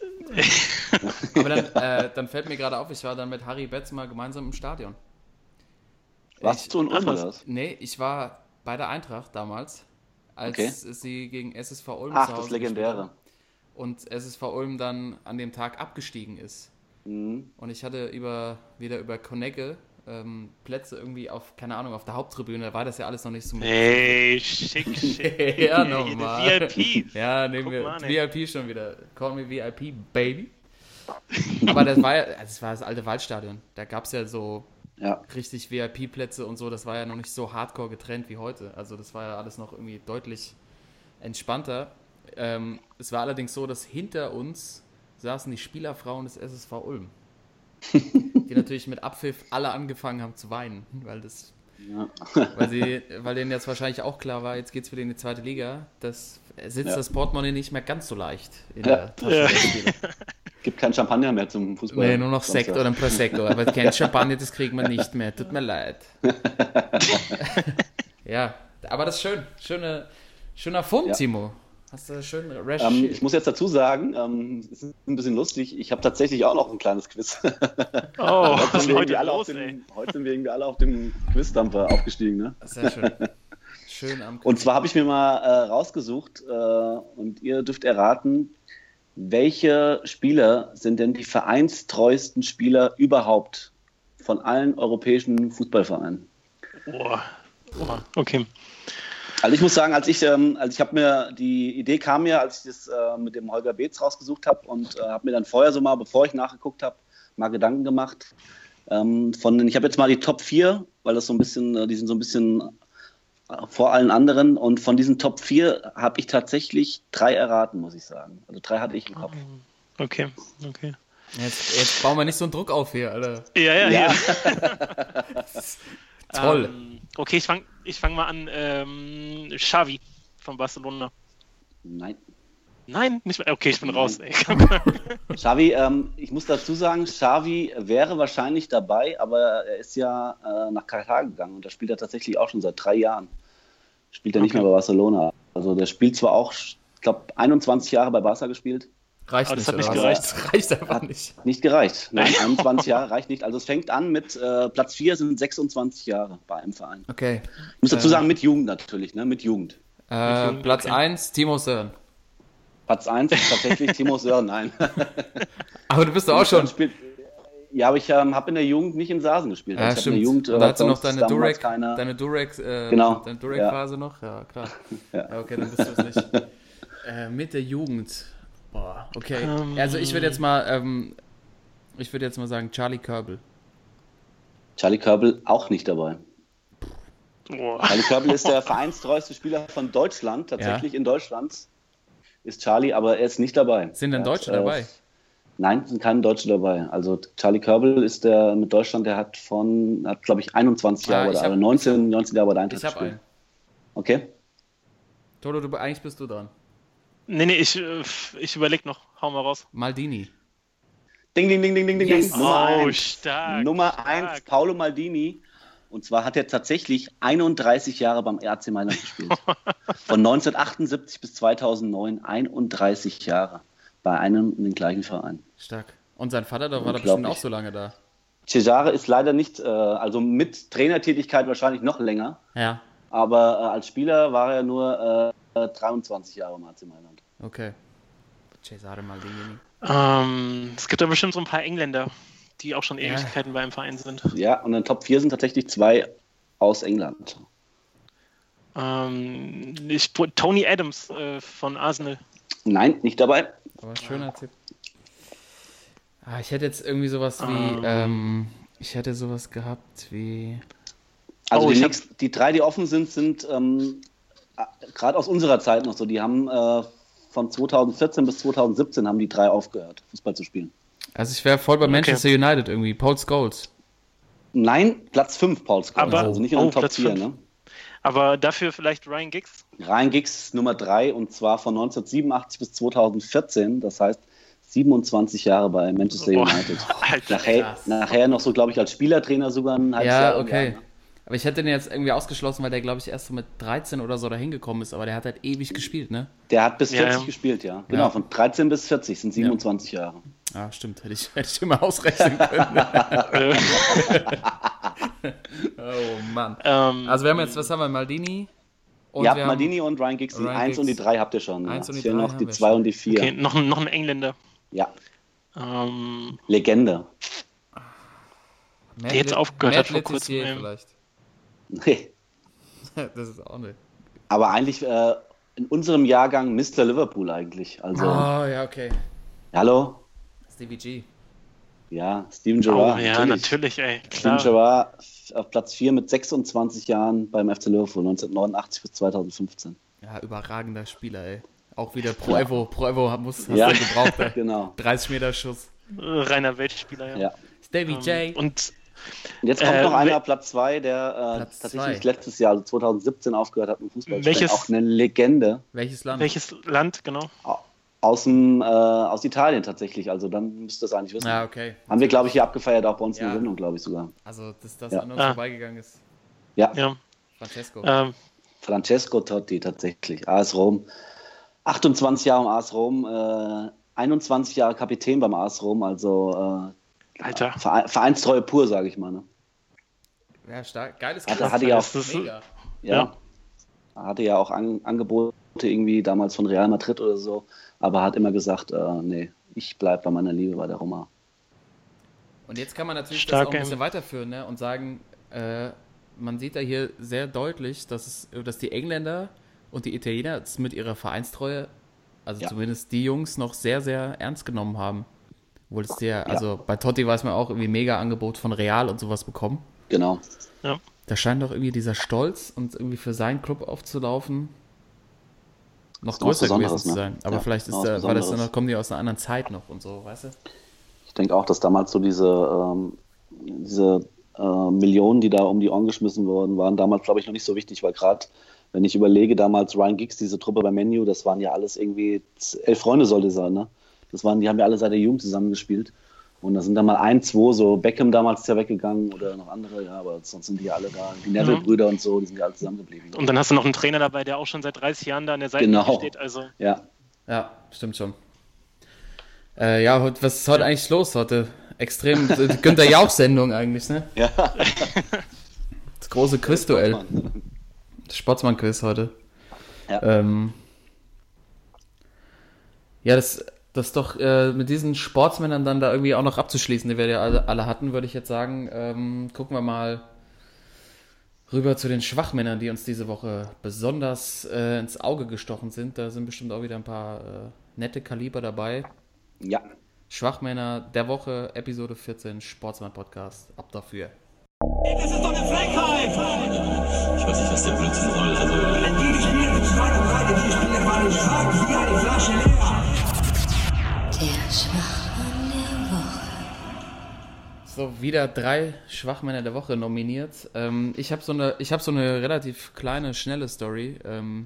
Aber dann fällt mir gerade auf, ich war dann mit Harry Beetz mal gemeinsam im Stadion. Warst du in Ulm oder was? Nee, ich war bei der Eintracht damals, als sie gegen SSV Ulm zu Hause das Legendäre. Und SSV Ulm dann an dem Tag abgestiegen ist. Und ich hatte wieder über Konecke Plätze irgendwie auf, keine Ahnung, auf der Haupttribüne, da war das ja alles noch nicht so... Ey, schick. Ja, nochmal. VIP. Ja, nehmen wir VIP schon wieder. Call me VIP, baby. Aber das war das alte Waldstadion. Da gab es ja so richtig VIP-Plätze und so, das war ja noch nicht so hardcore getrennt wie heute. Also das war ja alles noch irgendwie deutlich entspannter. Es war allerdings so, dass hinter uns saßen die Spielerfrauen des SSV Ulm, die natürlich mit Abpfiff alle angefangen haben zu weinen, weil denen jetzt wahrscheinlich auch klar war, jetzt geht's wieder in die zweite Liga, das Portemonnaie nicht mehr ganz so leicht in der Tasche der Spieler. Gibt kein Champagner mehr zum Fußball. Nee, nur noch Sekt oder ein Prosecco, aber kein Champagner, das kriegen wir nicht mehr, tut mir leid. Ja, aber das ist schöner Fund, Timo. Hast du schön recherchiert. Ich muss jetzt dazu sagen, es ist ein bisschen lustig, ich habe tatsächlich auch noch ein kleines Quiz. Was ist heute los, heute sind wir irgendwie alle auf dem Quizdampfer aufgestiegen. Ne? Sehr schön. Schön am Quiz. Und zwar habe ich mir mal rausgesucht und ihr dürft erraten, welche Spieler sind denn die vereinstreuesten Spieler überhaupt von allen europäischen Fußballvereinen? Boah. Okay. Also ich muss sagen, als ich habe mir, die Idee kam mir, als ich das mit dem Holger Beetz rausgesucht habe und habe mir dann vorher so mal, bevor ich nachgeguckt habe, mal Gedanken gemacht. Ich habe jetzt mal die Top 4, weil das so ein bisschen, die sind so ein bisschen vor allen anderen, und von diesen Top 4 habe ich tatsächlich 3 erraten, muss ich sagen. Also 3 hatte ich im Kopf. Okay. Jetzt bauen wir nicht so einen Druck auf hier, Alter. Ja. Toll. Okay, ich fang mal an. Xavi von Barcelona. Nein, nicht mehr. Okay, ich bin raus. Ey. Xavi, ich muss dazu sagen, Xavi wäre wahrscheinlich dabei, aber er ist ja nach Katar gegangen und da spielt er tatsächlich auch schon seit 3 Jahren. Spielt er nicht mehr bei Barcelona. Also der spielt zwar auch, ich glaube, 21 Jahre bei Barca gespielt. Reicht Aber das nicht, hat nicht oder? gereicht. Das reicht einfach nicht. Nicht gereicht. Nein, 21 Jahre reicht nicht. Also es fängt an mit Platz 4 sind 26 Jahre bei einem Verein. Okay. Ich muss dazu sagen, mit Jugend natürlich, ne? Mit Jugend. Platz 1, Timo Sören. Platz 1 ist tatsächlich Timo Sören, nein. Aber du bist doch auch schon. Ja, aber ich habe in der Jugend nicht in Saßen gespielt. Ja, Also ich stimmt. in der Jugend, und da hast du noch sonst deine damals keiner- Durek-Phase noch? Ja, klar. Ja. Ja, okay, dann bist du es nicht. Mit der Jugend. Boah, okay. Also ich würde jetzt mal sagen, Charlie Körbel. Charlie Körbel auch nicht dabei. Boah. Charlie Körbel ist der vereinstreueste Spieler von Deutschland, tatsächlich in Deutschland ist Charlie, aber er ist nicht dabei. Sind denn Deutsche dabei? Nein, sind keine Deutsche dabei. Also Charlie Körbel ist der mit Deutschland, der hat glaube ich 21 Jahre oder 19 Jahre bei der Eintracht Ich habe gespielt. einen. Okay. Toto, eigentlich bist du dran. Nee, ich überleg noch. Hau mal raus. Maldini. Ding, ding, ding, ding, ding, ding. Yes. Stark. Nummer 1, Paolo Maldini. Und zwar hat er tatsächlich 31 Jahre beim RC Mailand gespielt. Von 1978 bis 2009 31 Jahre bei einem und dem gleichen Verein. Stark. Und sein Vater, da war da bestimmt auch so lange da. Cesare ist leider nicht, also mit Trainertätigkeit wahrscheinlich noch länger. Ja. Aber als Spieler war er nur 23 Jahre im AC Mailand. Okay. Cesare Maldini. Es gibt da bestimmt so ein paar Engländer, die auch schon Ewigkeiten bei einem Verein sind. Ja, und in den Top 4 sind tatsächlich 2 aus England. Tony Adams von Arsenal. Nein, nicht dabei. Aber schöner Tipp. Ich hätte jetzt irgendwie sowas wie, ich hätte sowas gehabt wie... Also die 3, die offen sind gerade aus unserer Zeit noch so. Die haben von 2014 bis 2017 haben die 3 aufgehört, Fußball zu spielen. Also ich wäre voll bei Manchester United irgendwie. Paul Scholes. Nein, Platz 5 Paul Scholes, Aber, also nicht in den Top Platz 4. 5. Ne? Aber dafür vielleicht Ryan Giggs? Ryan Giggs Nummer 3 und zwar von 1987 bis 2014, das heißt 27 Jahre bei Manchester United. Alter, nachher noch so, glaube ich, als Spielertrainer sogar ein halbes Jahr. Ja, okay. Jahr, ne? Aber ich hätte den jetzt irgendwie ausgeschlossen, weil der, glaube ich, erst so mit 13 oder so da hingekommen ist. Aber der hat halt ewig gespielt, ne? Der hat bis 40 gespielt, ja. Genau, Ja. von 13 bis 40 sind 27 Jahre. Ah, stimmt. Hätte ich immer ausrechnen können. Oh, Mann. Also wir haben jetzt, was haben wir? Maldini? Und Ja, wir haben Maldini und Ryan Giggs. Die Ryan 1 und die Giggs. 3 habt ihr schon. Ne? 1 und die Es fehlen 3 noch haben die wir 2 und die 4. Okay, noch ein Engländer. Ja, Ähm, Legende. Matt der jetzt Lit- aufgehört Matt hat vor kurzem, Letizia ja. vielleicht. Nee. Das ist auch nicht. Aber eigentlich in unserem Jahrgang Mr. Liverpool eigentlich. Also, Oh, ja, okay. hallo? Stevie G. Ja, Steven Gerrard. ja, natürlich, ey. Steven Klar. Gerrard auf Platz 4 mit 26 Jahren beim FC Liverpool, 1989 bis 2015. Ja, überragender Spieler, ey. Auch wieder Pro Evo. Pro Evo hast Ja. du gebraucht, ey. Genau. 30 Meter Schuss. Reiner Weltspieler, Ja. Stevie J. Und Und jetzt kommt noch einer, wel- Platz 2, der Platz tatsächlich 2. letztes Jahr, also 2017, aufgehört hat mit Fußball. Welches- Auch eine Legende Welches Land? welches Land, genau? aus Italien tatsächlich. Also dann müsst ihr das eigentlich wissen. Ja, okay. Haben wir, glaube ich, hier abgefeiert, auch bei uns in Ja. der Sendung, glaube ich sogar. Also, dass das Ja. an uns Ah. vorbeigegangen ist. Ja, Ja. Francesco. Francesco Totti tatsächlich. AS Rom. 28 Jahre im AS Rom, 21 Jahre Kapitän beim AS Rom, also Alter. Vereinstreue pur, sage ich mal. Ne? Ja, stark. Geiles Hatte ja auch, Das ist- Mega. ja, hatte ja auch Angebote irgendwie damals von Real Madrid oder so, aber hat immer gesagt, nee, ich bleibe bei meiner Liebe bei der Roma. Und jetzt kann man natürlich Stark, das auch ein bisschen ey. weiterführen, ne? Und sagen, man sieht da hier sehr deutlich, dass die Engländer und die Italiener es mit ihrer Vereinstreue, also zumindest die Jungs, noch sehr, sehr ernst genommen haben. Obwohl es also bei Totti weiß man auch irgendwie mega Angebot von Real und sowas bekommen. Genau. Ja. Da scheint doch irgendwie dieser Stolz und irgendwie für seinen Club aufzulaufen noch größer gewesen zu sein. Aber vielleicht kommen die aus einer anderen Zeit noch und so, weißt du? Ich denke auch, dass damals so diese Millionen, die da um die Ohren geschmissen worden waren, damals, glaube ich, noch nicht so wichtig, weil gerade, wenn ich überlege, damals Ryan Giggs, diese Truppe bei Man U, das waren ja alles irgendwie 11 Freunde sollte sein, ne? Die haben ja alle seit der Jugend zusammengespielt. Und da sind dann mal 1, 2, so Beckham damals ist ja weggegangen oder noch andere, ja, aber sonst sind die ja alle da. Die Neville-Brüder und so, die sind ja alle zusammengeblieben. Und dann hast du noch einen Trainer dabei, der auch schon seit 30 Jahren da an der Seite steht. Also. Ja, stimmt schon. Was ist heute eigentlich los? Heute extrem Günther Jauch-Sendung eigentlich, ne? Ja. Das große Quiz-Duell. Das Sportsmann-Quiz heute. Ja. Das doch mit diesen Sportsmännern dann da irgendwie auch noch abzuschließen, die wir ja alle hatten, würde ich jetzt sagen, gucken wir mal rüber zu den Schwachmännern, die uns diese Woche besonders ins Auge gestochen sind. Da sind bestimmt auch wieder ein paar nette Kaliber dabei. Ja. Schwachmänner der Woche, Episode 14, Sportsmann-Podcast. Ab dafür. Das ist doch eine Frechheit! Ich weiß nicht, was der Blödsinn soll. Also, wenn die gespielt mit 2 und 3, die Spieler waren stark wie eine Flasche leer. Der Schwachmann der Woche. So, wieder 3 Schwachmänner der Woche nominiert. Ich habe so eine relativ kleine, schnelle Story,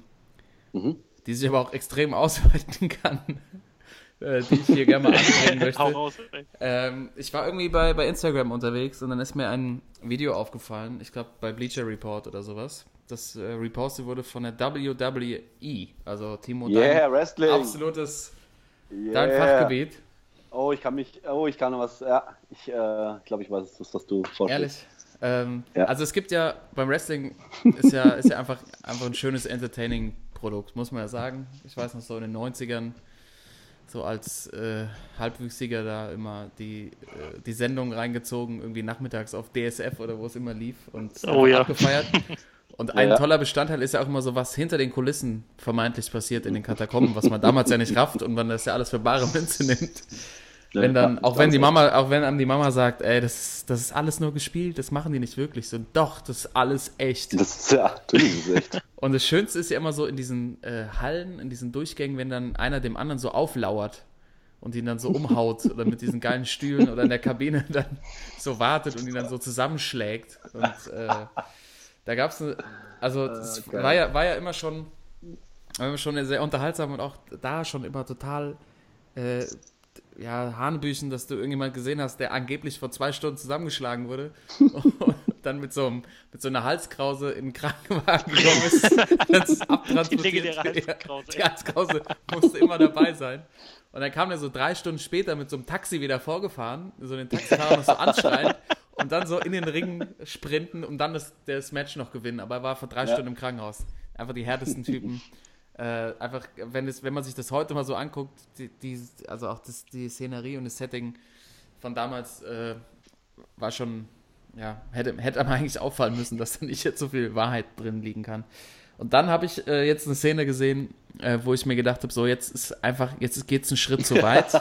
die sich aber auch extrem ausweiten kann, die ich hier gerne mal anbringen möchte. Hau raus, ich war irgendwie bei Instagram unterwegs und dann ist mir ein Video aufgefallen, ich glaube bei Bleacher Report oder sowas. Das repostet wurde von der WWE, also Timo, Wrestling. Absolutes dein Fachgebiet. Ich kann noch was, ich glaube, ich weiß es, was du vorstellst. Ehrlich? Also es gibt ja, beim Wrestling ist ja einfach ein schönes Entertaining-Produkt, muss man ja sagen. Ich weiß noch so in den 90ern, so als Halbwüchsiger da immer die Sendung reingezogen, irgendwie nachmittags auf DSF oder wo es immer lief und abgefeiert. Und ein toller Bestandteil ist ja auch immer so, was hinter den Kulissen vermeintlich passiert in den Katakomben, was man damals ja nicht rafft und man das ja alles für bare Münze nimmt. Wenn einem die Mama sagt, ey, das ist alles nur gespielt, das machen die nicht wirklich. So, doch, das ist alles echt. Natürlich ist es echt. Und das Schönste ist ja immer so in diesen Hallen, in diesen Durchgängen, wenn dann einer dem anderen so auflauert und ihn dann so umhaut oder mit diesen geilen Stühlen oder in der Kabine dann so wartet und ihn dann so zusammenschlägt. Und da gab es, es war ja immer schon sehr unterhaltsam und auch da schon immer total Hanebüchen, dass du irgendjemand gesehen hast, der angeblich vor 2 Stunden zusammengeschlagen wurde und dann mit so einer Halskrause in den Krankenwagen gekommen ist, dann ist es abtransportiert. Die legendäre Halskrause. Die Halskrause musste immer dabei sein. Und dann kam er so 3 Stunden später mit so einem Taxi wieder vorgefahren, so den Taxifahrer noch so anschreien und dann so in den Ring sprinten und dann das Match noch gewinnen. Aber er war vor 3 Stunden im Krankenhaus. Einfach die härtesten Typen. Einfach, wenn man sich das heute mal so anguckt, die Szenerie und das Setting von damals war schon, hätte einem eigentlich auffallen müssen, dass da nicht jetzt so viel Wahrheit drin liegen kann. Und dann habe ich jetzt eine Szene gesehen, wo ich mir gedacht habe, so jetzt geht's einen Schritt zu weit.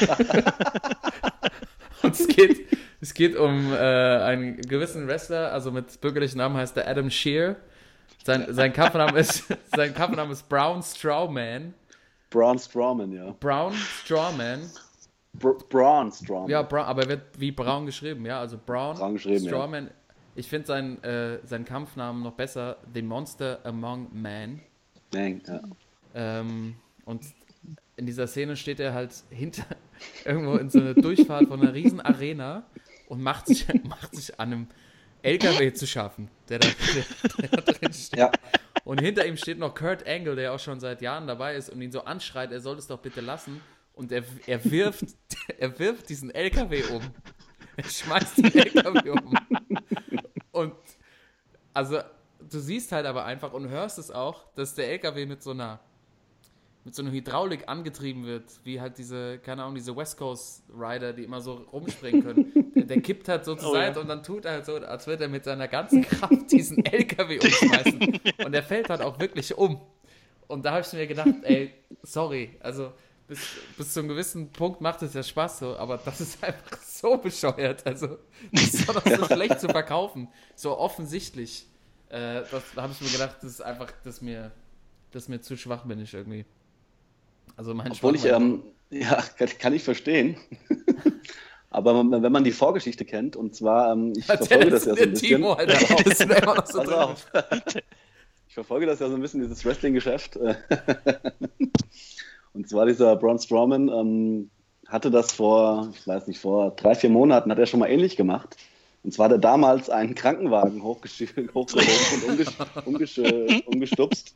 Und es geht um einen gewissen Wrestler, also mit bürgerlichen Namen heißt der Adam Shear. Sein Kampfname ist Braun Strowman. Braun Strowman, ja. Braun Strowman. Braun Strowman. Ja, aber er wird wie Braun geschrieben, ja. Also Braun Strowman. Ja. Ich finde seinen Kampfnamen noch besser. The Monster Among Men. Ja. Und in dieser Szene steht er halt irgendwo in so einer Durchfahrt von einer riesen Arena und macht sich an einem LKW zu schaffen, der da drin steht. Ja. Und hinter ihm steht noch Kurt Angle, der auch schon seit Jahren dabei ist und ihn so anschreit, er soll es doch bitte lassen. Und er wirft diesen LKW um. Er schmeißt den LKW um. Und also du siehst halt aber einfach und hörst es auch, dass der LKW mit so einer Hydraulik angetrieben wird, wie halt diese West Coast Rider, die immer so rumspringen können. der kippt halt so zur Seite und dann tut er halt so, als würde er mit seiner ganzen Kraft diesen LKW umschmeißen. Und der fällt halt auch wirklich um. Und da habe ich mir gedacht, ey, sorry, also bis zu einem gewissen Punkt macht es ja Spaß so, aber das ist einfach so bescheuert. Also, das ist doch so schlecht zu verkaufen. So offensichtlich. Da habe ich mir gedacht, das ist einfach, dass mir zu schwach bin ich irgendwie. Also mein Obwohl kann ich verstehen. Aber wenn man die Vorgeschichte kennt, und zwar, ich verfolge das ja so ein bisschen. Timo, Alter, das ist immer noch so Pass auf. Ich verfolge das ja so ein bisschen, dieses Wrestling-Geschäft. Und zwar dieser Braun Strowman hatte das vor 3-4 Monaten, hat er schon mal ähnlich gemacht. Und zwar hat er damals einen Krankenwagen hochgehoben und umgestupst.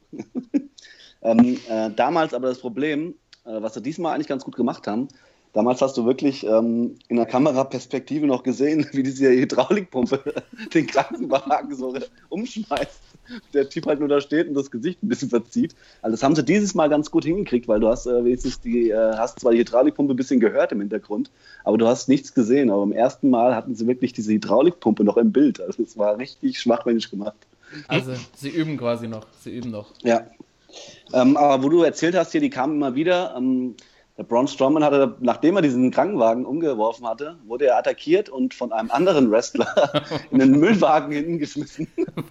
Damals aber das Problem, was sie diesmal eigentlich ganz gut gemacht haben, damals hast du wirklich in der Kameraperspektive noch gesehen, wie diese Hydraulikpumpe den Krankenwagen so umschmeißt. Der Typ halt nur da steht und das Gesicht ein bisschen verzieht. Also das haben sie dieses Mal ganz gut hingekriegt, weil du hast wenigstens hast zwar die Hydraulikpumpe ein bisschen gehört im Hintergrund, aber du hast nichts gesehen. Aber beim ersten Mal hatten sie wirklich diese Hydraulikpumpe noch im Bild. Also es war richtig schwachmännisch gemacht. Also sie üben quasi noch. Ja. Aber wo du erzählt hast, hier, die kamen immer wieder. Der Braun Strowman hatte, nachdem er diesen Krankenwagen umgeworfen hatte, wurde er attackiert und von einem anderen Wrestler in den Müllwagen hinten geschmissen.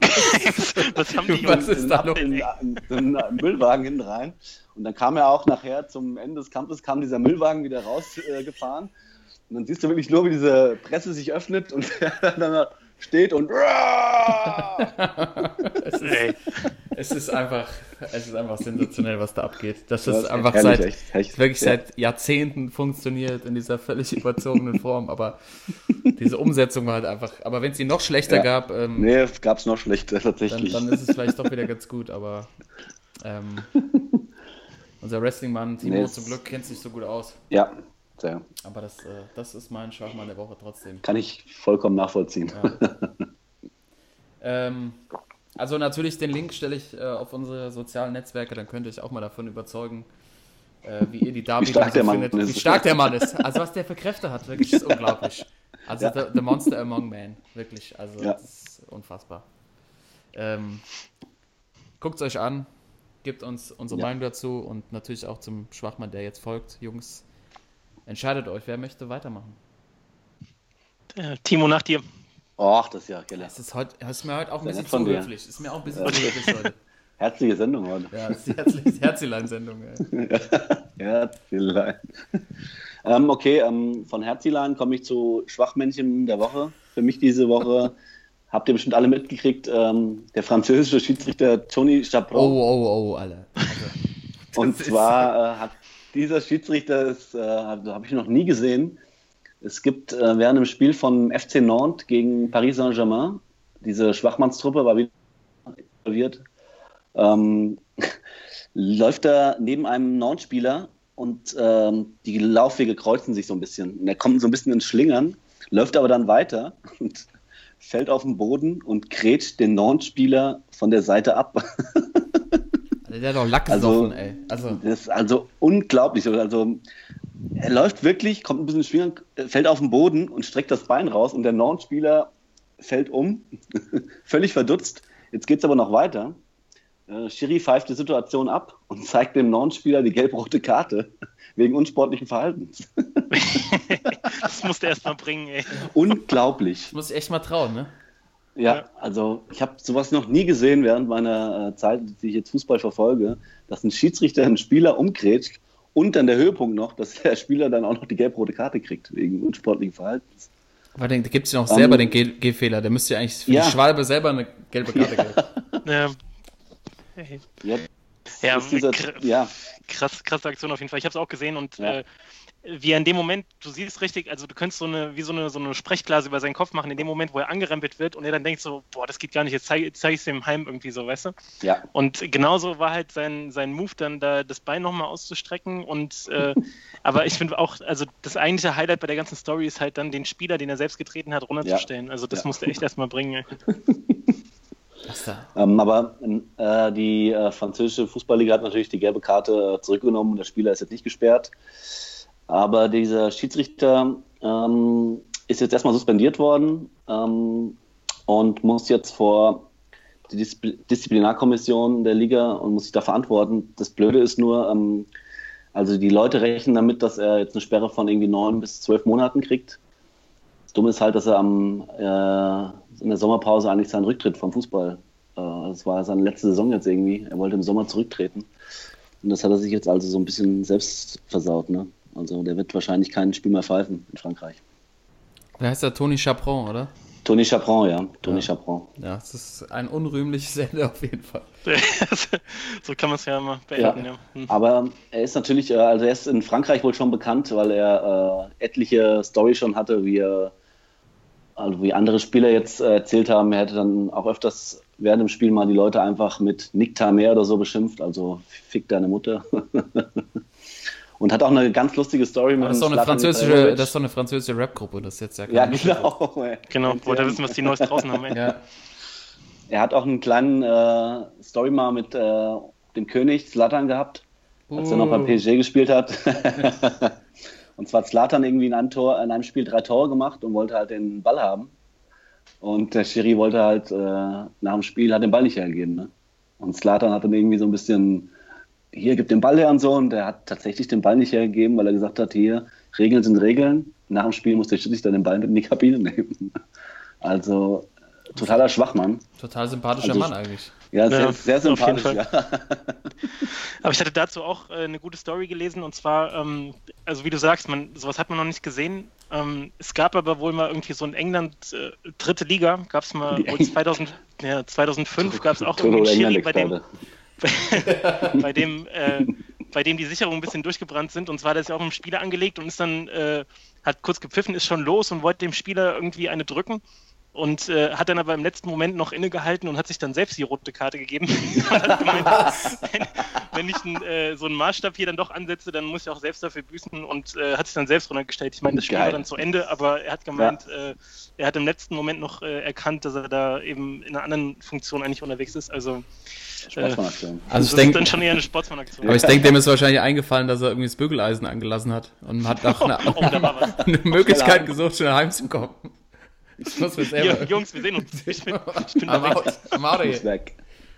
Was ist da los? In den Müllwagen hinten rein. Und dann kam er auch nachher zum Ende des Kampfes, kam dieser Müllwagen wieder rausgefahren. Und dann siehst du wirklich nur, wie diese Presse sich öffnet und er dann steht und es ist einfach sensationell, was da abgeht. Das ist einfach herrlich, seit Jahrzehnten funktioniert in dieser völlig überzogenen Form, aber diese Umsetzung war halt einfach, aber wenn es ihn noch schlechter gab, nee, gab es noch schlechter tatsächlich. Dann ist es vielleicht doch wieder ganz gut, aber unser Wrestling-Mann Timo zum Glück kennt sich so gut aus. Ja, sehr. Aber das ist mein Schwachmann der Woche trotzdem. Kann ich vollkommen nachvollziehen. Ja. Also natürlich den Link stelle ich auf unsere sozialen Netzwerke, dann könnt ihr euch auch mal davon überzeugen, wie ihr die Darbietung findet. Wie stark der Mann ist. Also was der für Kräfte hat, wirklich ist unglaublich. Also the Monster Among Men, wirklich. Also das ist unfassbar. Guckt es euch an, gebt uns unsere Meinung dazu und natürlich auch zum Schwachmann, der jetzt folgt. Jungs, entscheidet euch, wer möchte weitermachen. Timo, nach dir. Och, das ist ja geil. Das ist mir heute auch ein bisschen zu höflich. Ist mir auch ein bisschen zu höflich heute. Herzliche Sendung heute. Ja, das ist die Herzilein-Sendung. Herzilein. Von Herzilein komme ich zu Schwachmännchen der Woche. Für mich diese Woche, habt ihr bestimmt alle mitgekriegt, der französische Schiedsrichter Tony Chaperon. Oh, alle. Also, und zwar hat dieser Schiedsrichter, das habe ich noch nie gesehen. Es gibt während dem Spiel von FC Nantes gegen Paris Saint-Germain, diese Schwachmannstruppe war wieder involviert, läuft er neben einem Nantes-Spieler und die Laufwege kreuzen sich so ein bisschen. Und er kommt so ein bisschen ins Schlingern, läuft aber dann weiter und fällt auf den Boden und grätscht den Nantes-Spieler von der Seite ab. Der hat doch Lack gesoffen, ey. Das ist also unglaublich. Also er läuft wirklich, kommt ein bisschen ins Schlingern, fällt auf den Boden und streckt das Bein raus und der Nantes-Spieler fällt um, völlig verdutzt. Jetzt geht es aber noch weiter. Schiri pfeift die Situation ab und zeigt dem Nantes-Spieler die gelb-rote Karte wegen unsportlichen Verhaltens. Das musst du erst mal bringen, ey. Unglaublich. Das muss ich echt mal trauen, ne? Ja, also ich habe sowas noch nie gesehen während meiner Zeit, die ich jetzt Fußball verfolge, dass ein Schiedsrichter einen Spieler umgrätscht und dann der Höhepunkt noch, dass der Spieler dann auch noch die gelb-rote Karte kriegt wegen unsportlichen Verhaltens. Aber da gibt es ja noch selber den Gehfehler. Der müsste ja eigentlich für die Schwalbe selber eine gelbe Karte geben. Krasse Aktion auf jeden Fall. Ich habe es auch gesehen und wie er in dem Moment, du siehst richtig, also du könntest so eine Sprechblase über seinen Kopf machen, in dem Moment, wo er angerempelt wird und er dann denkt so, boah, das geht gar nicht, jetzt zeig ich es dem heim irgendwie so, weißt du? Ja. Und genauso war halt sein Move, dann da das Bein nochmal auszustrecken und aber ich finde auch, also das eigentliche Highlight bei der ganzen Story ist halt dann den Spieler, den er selbst getreten hat, runterzustellen. Also das musste echt erstmal bringen. Aber die französische Fußballliga hat natürlich die gelbe Karte zurückgenommen und der Spieler ist jetzt nicht gesperrt. Aber dieser Schiedsrichter ist jetzt erstmal suspendiert worden und muss jetzt vor die Disziplinarkommission der Liga und muss sich da verantworten. Das Blöde ist nur, also die Leute rechnen damit, dass er jetzt eine Sperre von irgendwie 9 bis 12 Monaten kriegt. Das Dumme ist halt, dass er in der Sommerpause eigentlich seinen Rücktritt vom Fußball, das war seine letzte Saison jetzt irgendwie, er wollte im Sommer zurücktreten. Und das hat er sich jetzt also so ein bisschen selbst versaut, ne? Also der wird wahrscheinlich kein Spiel mehr pfeifen in Frankreich. Wer heißt der? Tony Chaperon, oder? Tony Chaperon, ja. Tony Chaperon. Ja, das ist ein unrühmliches Ende auf jeden Fall. So kann man es ja immer beenden, ja. Aber er ist natürlich, also er ist in Frankreich wohl schon bekannt, weil er etliche Storys schon hatte, wie andere Spieler jetzt erzählt haben. Er hätte dann auch öfters während dem Spiel mal die Leute einfach mit Nick Tamer oder so beschimpft, also fick deine Mutter. Und hat auch eine ganz lustige Story mit das ist doch eine französische Rap-Gruppe, das ist jetzt ja Ja, genau. Genau, wollte wissen, was die Neues draußen haben. Ey. Ja. Er hat auch einen kleinen Story mal mit dem König Zlatan gehabt, als er noch beim PSG gespielt hat. Und zwar hat Zlatan irgendwie in einem Spiel 3 Tore gemacht und wollte halt den Ball haben. Und der Schiri wollte halt nach dem Spiel den Ball nicht hergeben. Ne? Und Zlatan hat dann irgendwie so ein bisschen, hier, gib den Ball her und so. Und er hat tatsächlich den Ball nicht hergegeben, weil er gesagt hat, hier, Regeln sind Regeln. Nach dem Spiel muss der Schiedsrichter den Ball mit in die Kabine nehmen. Also totaler Schwachmann. Total sympathischer Mann eigentlich. Ja, sehr sympathisch. Ja. Aber ich hatte dazu auch eine gute Story gelesen, und zwar, also wie du sagst, sowas hat man noch nicht gesehen. Es gab aber wohl mal irgendwie so in England, 3. Liga, gab es mal, 2005 gab es auch einen Schiri, bei dem die Sicherungen ein bisschen durchgebrannt sind, und zwar hat er sich auch im Spieler angelegt und ist dann, hat kurz gepfiffen, ist schon los und wollte dem Spieler irgendwie eine drücken. Und hat dann aber im letzten Moment noch innegehalten und hat sich dann selbst die rote Karte gegeben. Und hat gemeint, wenn ich so einen Maßstab hier dann doch ansetze, dann muss ich auch selbst dafür büßen, und hat sich dann selbst runtergestellt. Ich meine, das Spiel war dann zu Ende, aber er hat gemeint, er hat im letzten Moment noch erkannt, dass er da eben in einer anderen Funktion eigentlich unterwegs ist. Also Sportsmann-Aktion. Also das ist dann schon eher eine Sportsmann-Aktion. Aber ich denke, dem ist wahrscheinlich eingefallen, dass er irgendwie das Bügeleisen angelassen hat und hat nach eine Möglichkeit gesucht, schon heim zu kommen. Ich muss mir selber. Ja, Jungs, wir sehen uns. Ich bin am Auto hier. Weg.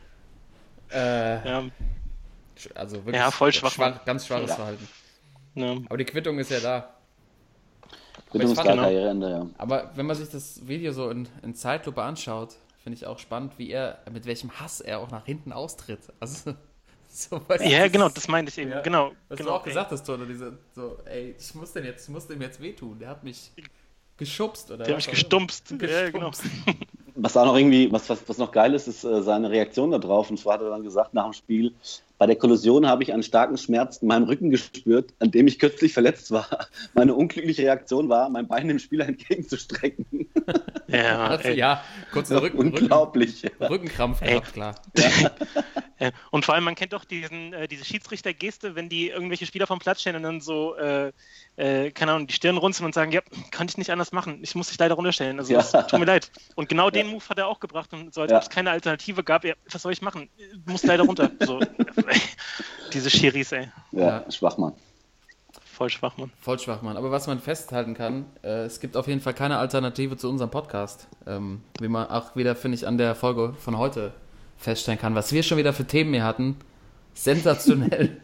Also wirklich voll schwach. Ganz schwaches Verhalten. Ja. Aber die Quittung ist ja da. Quittung ist klar, Karriereende, ja. Aber wenn man sich das Video so in Zeitlupe anschaut, finde ich auch spannend, mit welchem Hass er auch nach hinten austritt. Also, genau, das meinte ich eben. Ja, genau. Was du auch gesagt hast, Toto, ich muss dem jetzt wehtun. Der hat mich geschubst, oder? Der hat mich gestumpst. Ja, genau. Was auch noch irgendwie, was noch geil ist, ist seine Reaktion da drauf. Und zwar hat er dann gesagt nach dem Spiel, bei der Kollision habe ich einen starken Schmerz in meinem Rücken gespürt, an dem ich kürzlich verletzt war. Meine unglückliche Reaktion war, mein Bein dem Spieler entgegenzustrecken. Ja, kurz der Unglaublich. Rückenkrampf gehabt, klar. Ja. Und vor allem, man kennt doch diese Schiedsrichter-Geste, wenn die irgendwelche Spieler vom Platz stehen und dann so, keine Ahnung, die Stirn runzeln und sagen, ja, kann ich nicht anders machen, ich muss dich leider runterstellen, also das tut mir leid. Und genau den Move hat er auch gebracht, und so, als ob es keine Alternative gab, was soll ich machen? Muss leider runter. So, diese Schiris, ey. Ja, Schwachmann. Voll Schwachmann. Aber was man festhalten kann, es gibt auf jeden Fall keine Alternative zu unserem Podcast. Wie man auch wieder, finde ich, an der Folge von heute feststellen kann, was wir schon wieder für Themen hier hatten. Sensationell.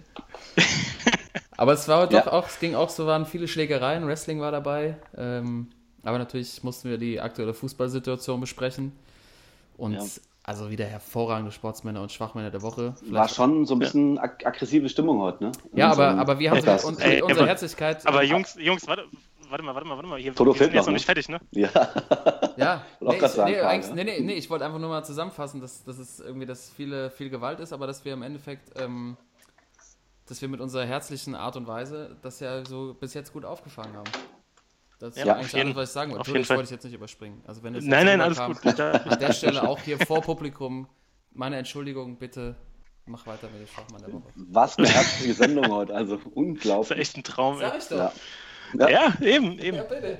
Aber es war doch auch, es ging auch so, waren viele Schlägereien, Wrestling war dabei. Aber natürlich mussten wir die aktuelle Fußballsituation besprechen. Und also wieder hervorragende Sportsmänner und Schwachmänner der Woche. War schon so ein bisschen aggressive Stimmung heute, ne? Ja, aber wir haben unsere Herzlichkeit. Aber Jungs, warte mal. Hier, Toto fehlt jetzt noch nicht fertig, ne? Ja. Nee, ich wollte einfach nur mal zusammenfassen, dass es irgendwie, dass viel Gewalt ist, aber dass wir im Endeffekt, dass wir mit unserer herzlichen Art und Weise das ja so bis jetzt gut aufgefangen haben. Das ist eigentlich alles, was ich sagen wollte. Das wollte ich jetzt nicht überspringen. Also wenn nein, alles gut. An der Stelle auch hier vor Publikum meine Entschuldigung, bitte mach weiter mit dem Schwachmann der Woche. Was eine herzliche Sendung heute, also unglaublich. Das ist echt ein Traum. Sag ich doch. Ja, eben. Ja, bitte.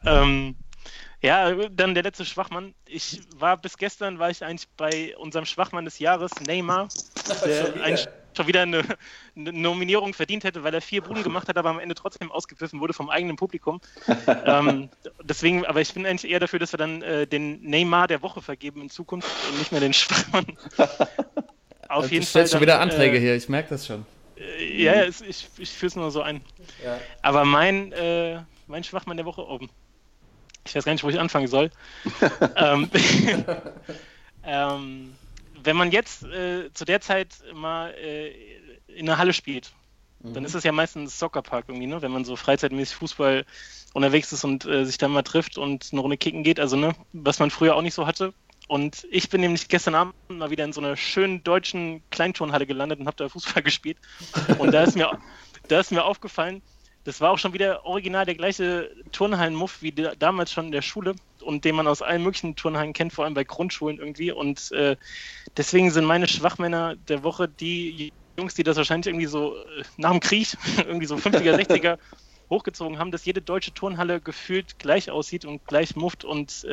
Dann der letzte Schwachmann. Bis gestern war ich eigentlich bei unserem Schwachmann des Jahres, Neymar. schon wieder eine Nominierung verdient hätte, weil er 4 Buden gemacht hat, aber am Ende trotzdem ausgepfiffen wurde vom eigenen Publikum. Deswegen, aber ich bin eigentlich eher dafür, dass wir dann den Neymar der Woche vergeben in Zukunft und nicht mehr den Schwachmann. Auf jeden Fall. Du stellst schon wieder Anträge hier, ich merke das schon. Ja, ich führe es nur so ein. Ja. Aber mein Schwachmann der Woche oben. Ich weiß gar nicht, wo ich anfangen soll. Wenn man jetzt zu der Zeit mal in einer Halle spielt, dann ist es ja meistens ein Soccerpark irgendwie, ne? Wenn man so freizeitmäßig Fußball unterwegs ist und sich dann mal trifft und eine Runde kicken geht, also ne, was man früher auch nicht so hatte. Und ich bin nämlich gestern Abend mal wieder in so einer schönen deutschen Kleinturnhalle gelandet und habe da Fußball gespielt. Und da ist mir aufgefallen, das war auch schon wieder original der gleiche Turnhallen-Muff wie damals schon in der Schule und den man aus allen möglichen Turnhallen kennt, vor allem bei Grundschulen irgendwie. Und deswegen sind meine Schwachmänner der Woche die Jungs, die das wahrscheinlich irgendwie so nach dem Krieg, irgendwie so 50er, 60er hochgezogen haben, dass jede deutsche Turnhalle gefühlt gleich aussieht und gleich mufft und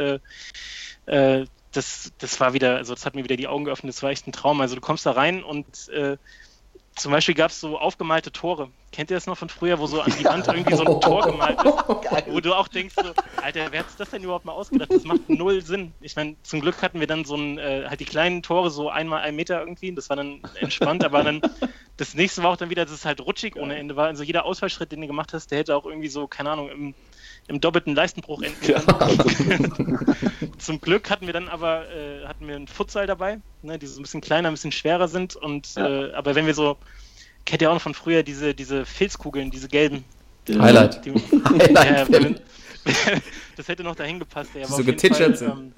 das war wieder, also das hat mir wieder die Augen geöffnet, das war echt ein Traum. Also du kommst da rein und zum Beispiel gab es so aufgemalte Tore. Kennt ihr das noch von früher, wo so an die Wand irgendwie so ein Tor gemalt ist? Wo du auch denkst so, Alter, wer hat das denn überhaupt mal ausgedacht? Das macht 0 Sinn. Ich meine, zum Glück hatten wir dann so halt die kleinen Tore, so 1x1 Meter irgendwie. Das war dann entspannt, aber dann das nächste war auch dann wieder, dass es halt rutschig ohne Ende war. Also jeder Ausfallschritt, den du gemacht hast, der hätte auch irgendwie so, keine Ahnung, im doppelten Leistenbruch enden können. Ja. Zum Glück hatten wir dann aber einen Futsal dabei, ne, die so ein bisschen kleiner, ein bisschen schwerer sind. Und aber wenn wir so, kennt ihr auch noch von früher diese Filzkugeln, diese gelben. Highlight. Das hätte noch dahin gepasst. Die so getitschert sind.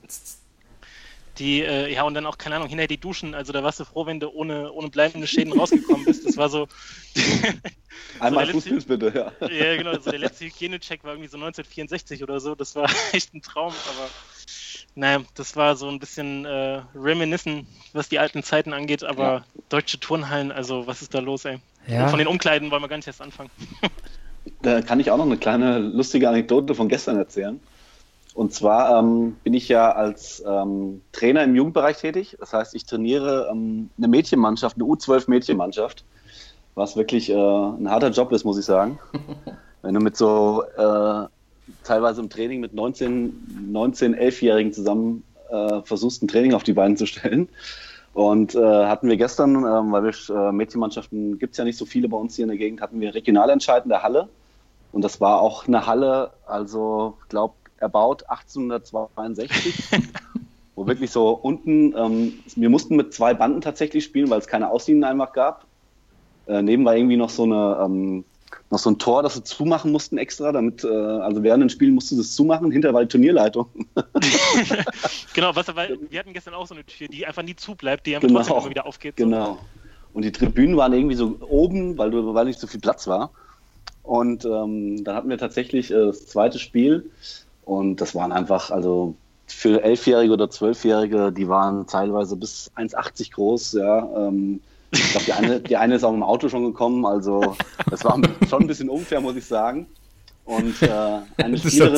Und dann auch, keine Ahnung, hinterher die Duschen, also da warst du froh, wenn du ohne bleibende Schäden rausgekommen bist. Das war so... Einmal Fußpilz bitte, ja. Ja, genau, also der letzte Hygienecheck war irgendwie so 1964 oder so, das war echt ein Traum, aber naja, das war so ein bisschen reminiscen, was die alten Zeiten angeht, aber deutsche Turnhallen, also was ist da los, ey? Ja. Und von den Umkleiden wollen wir gar nicht erst anfangen. Da kann ich auch noch eine kleine lustige Anekdote von gestern erzählen. Und zwar bin ich ja als Trainer im Jugendbereich tätig. Das heißt, ich trainiere eine Mädchenmannschaft, eine U12-Mädchenmannschaft, was wirklich ein harter Job ist, muss ich sagen. Wenn du mit so teilweise im Training mit 19, 11-Jährigen zusammen versuchst, ein Training auf die Beine zu stellen. Und hatten wir gestern, weil wir Mädchenmannschaften gibt es ja nicht so viele bei uns hier in der Gegend, hatten wir Regionalentscheid in der Halle. Und das war auch eine Halle, also ich glaube, erbaut 1862, wo wirklich so unten, wir mussten mit 2 Banden tatsächlich spielen, weil es keine Auslinien einfach gab. Neben war irgendwie noch so ein Tor, das sie zumachen mussten extra, damit, also während den Spielen mussten sie es zumachen, hinter war die Turnierleitung. Genau, weil wir hatten gestern auch so eine Tür, die einfach nie zu bleibt, die trotzdem immer wieder aufgeht. Genau. So. Und die Tribünen waren irgendwie so oben, weil nicht so viel Platz war. Und dann hatten wir tatsächlich das zweite Spiel. Und das waren einfach, also für 11-Jährige oder 12-Jährige, die waren teilweise bis 1,80 groß, ja. Ich glaube, die eine ist auch im Auto schon gekommen, also das war schon ein bisschen unfair, muss ich sagen. Und eine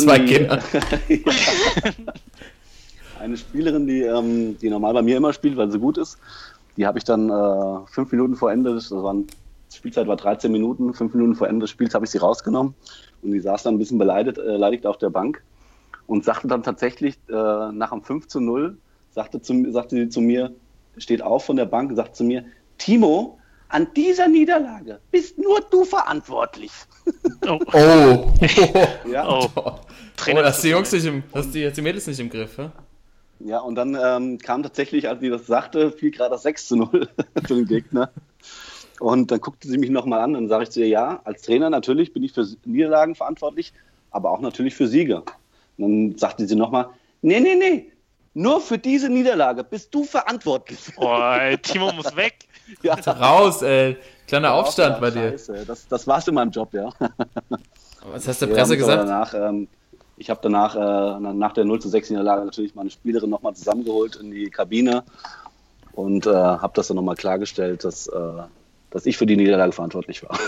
Spielerin, die normal bei mir immer spielt, weil sie gut ist, die habe ich dann 5 Minuten vor Ende, die Spielzeit war 13 Minuten, 5 Minuten vor Ende des Spiels habe ich sie rausgenommen und die saß dann ein bisschen beleidigt auf der Bank. Und sagte dann tatsächlich nach dem 5:0, sagte sie zu mir, steht auf von der Bank und sagt zu mir, Timo, an dieser Niederlage bist nur du verantwortlich. Oh. Ja. Oh, hast die Mädels nicht im Griff, ja? Ja, und dann kam tatsächlich, als sie das sagte, fiel gerade das 6:0 für den Gegner. Und dann guckte sie mich nochmal an und sage ich zu ihr, ja, als Trainer natürlich bin ich für Niederlagen verantwortlich, aber auch natürlich für Siege. Und dann sagte sie nochmal, nee, nur für diese Niederlage bist du verantwortlich. Oh, ey, Timo muss weg. Ja. Raus, ey. Kleiner Aufstand bei dir. Scheiße. Das war's in meinem Job, ja. Was hast du der Presse gesagt? Ich habe danach nach der 0:6 Niederlage natürlich meine Spielerin nochmal zusammengeholt in die Kabine und habe das dann nochmal klargestellt, dass ich für die Niederlage verantwortlich war.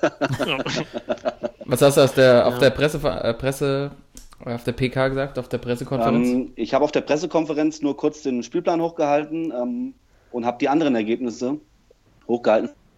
Was hast du auf der Presse auf der PK gesagt, auf der Pressekonferenz? Ich habe auf der Pressekonferenz nur kurz den Spielplan hochgehalten und habe die anderen Ergebnisse hochgehalten.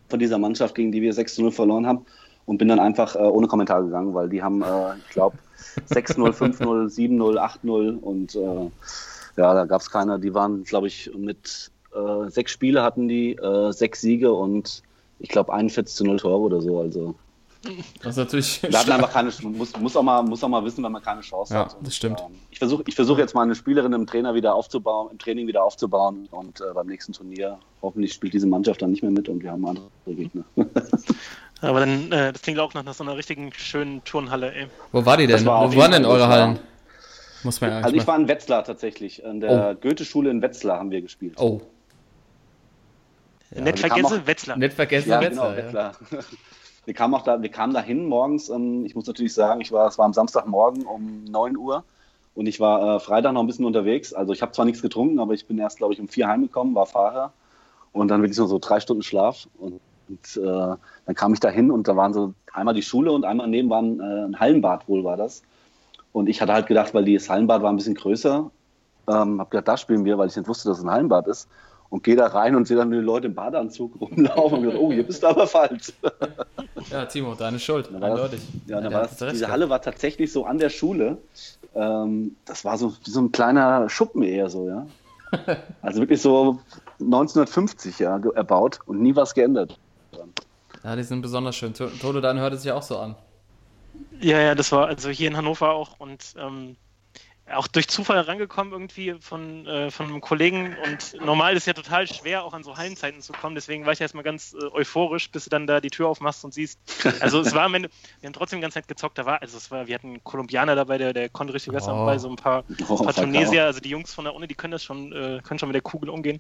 von dieser Mannschaft, gegen die wir 6-0 verloren haben und bin dann einfach ohne Kommentar gegangen, weil die haben, ich glaube, 6-0, 5-0, 7-0, 8-0 und da gab es keine, die waren, glaube ich, mit 6 Spiele hatten die, 6 Siege und ich glaube 41-0 Tore oder so, also das ist natürlich wir hatten einfach keine, muss auch mal wissen, wenn man keine Chance hat. Ja, das stimmt. Ich versuche jetzt mal eine Spielerin im Training wieder aufzubauen und beim nächsten Turnier hoffentlich spielt diese Mannschaft dann nicht mehr mit und wir haben andere Gegner. Aber dann, das klingt auch nach so einer richtigen schönen Turnhalle, ey. Wo war die denn? Wo waren denn eure Hallen? Muss man ja also ich war in Wetzlar tatsächlich. An der Goethe-Schule in Wetzlar haben wir gespielt. Oh. Ja, nicht vergessen, Wetzlar. Nicht vergessen, ja, Wetzlar. Genau, Wetzlar. Wir kamen dahin morgens, ich muss natürlich sagen, es war am Samstagmorgen um 9 Uhr und ich war Freitag noch ein bisschen unterwegs. Also ich habe zwar nichts getrunken, aber ich bin erst, glaube ich, um 4 heimgekommen, war Fahrer und dann wirklich nur so 3 Stunden Schlaf. Und dann kam ich da hin und da waren so einmal die Schule und einmal nebenan ein Hallenbad wohl war das. Und ich hatte halt gedacht, weil das Hallenbad war ein bisschen größer, habe gedacht, da spielen wir, weil ich nicht wusste, dass es ein Hallenbad ist. Und gehe da rein und sehe dann die Leute im Badeanzug rumlaufen und gedacht, oh, hier bist du aber falsch. Ja, Timo, deine Schuld, eindeutig. Diese Halle war tatsächlich so an der Schule. Das war so wie so ein kleiner Schuppen eher so, ja. Also wirklich so 1950 erbaut und nie was geändert. Ja, die sind besonders schön. Toto, dann hört es sich auch so an. Ja, das war also hier in Hannover auch und auch durch Zufall rangekommen irgendwie von einem Kollegen und normal ist es ja total schwer, auch an so Hallenzeiten zu kommen, deswegen war ich erstmal ganz euphorisch, bis du dann da die Tür aufmachst und siehst, also es war am Ende, wir haben trotzdem ganz nett gezockt, wir hatten einen Kolumbianer dabei, der konnte richtig besser bei so ein paar Tunesier, also die Jungs von der Uni, die können schon mit der Kugel umgehen,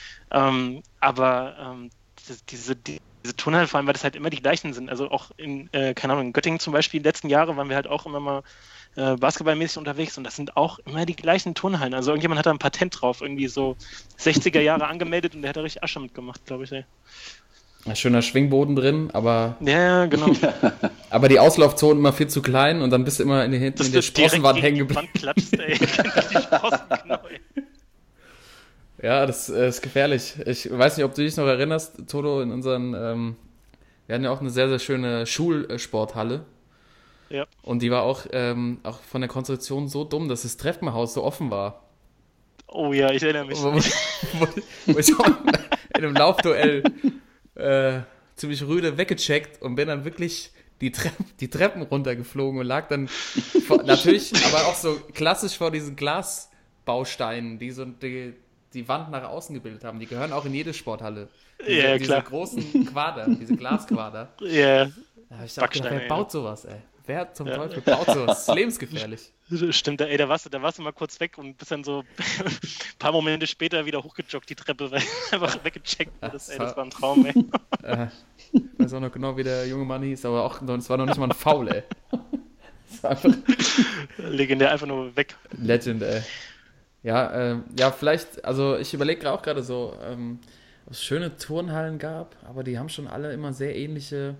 aber diese Turnhallen, vor allem, weil das halt immer die gleichen sind, also auch in Göttingen zum Beispiel, die letzten Jahre waren wir halt auch immer mal basketballmäßig unterwegs und das sind auch immer die gleichen Turnhallen. Also irgendjemand hat da ein Patent drauf, irgendwie so 60er Jahre angemeldet und der hat da richtig Asche mitgemacht, glaube ich. Ey. Ein schöner Schwingboden drin, aber... Ja, genau. Aber die Auslaufzonen immer viel zu klein und dann bist du immer in der Sprossenwand hängen geblieben. Die klatscht, ey. Die Sprossenknau, ey. Ja, das ist gefährlich. Ich weiß nicht, ob du dich noch erinnerst, Toto, in unseren... wir hatten ja auch eine sehr, sehr schöne Schulsporthalle. Ja. Und die war auch von der Konstruktion so dumm, dass das Treppenhaus so offen war. Oh ja, ich erinnere mich. Wo ich auch in einem Laufduell ziemlich rüde weggecheckt und bin dann wirklich die Treppen runtergeflogen und lag dann natürlich, aber auch so klassisch vor diesen Glasbausteinen, die so die Wand nach außen gebildet haben. Die gehören auch in jede Sporthalle. Diese großen Quader, diese Glasquader. Ja. Da habe ich gedacht, wer baut sowas, ey? Wer zum Teufel baut sowas? Das ist lebensgefährlich. Stimmt, ey, da warst du mal kurz weg und bist dann so ein paar Momente später wieder hochgejoggt, die Treppe, weil einfach weggecheckt wurdest. Ey, das war ein Traum, ey. Ich weiß auch noch genau, wie der junge Mann hieß, aber auch, es war noch nicht mal ein Foul, ey. Das war einfach legendär, einfach nur weg. Legend, ey. Ja, vielleicht, also ich überlege auch gerade so, ob es schöne Turnhallen gab, aber die haben schon alle immer sehr ähnliche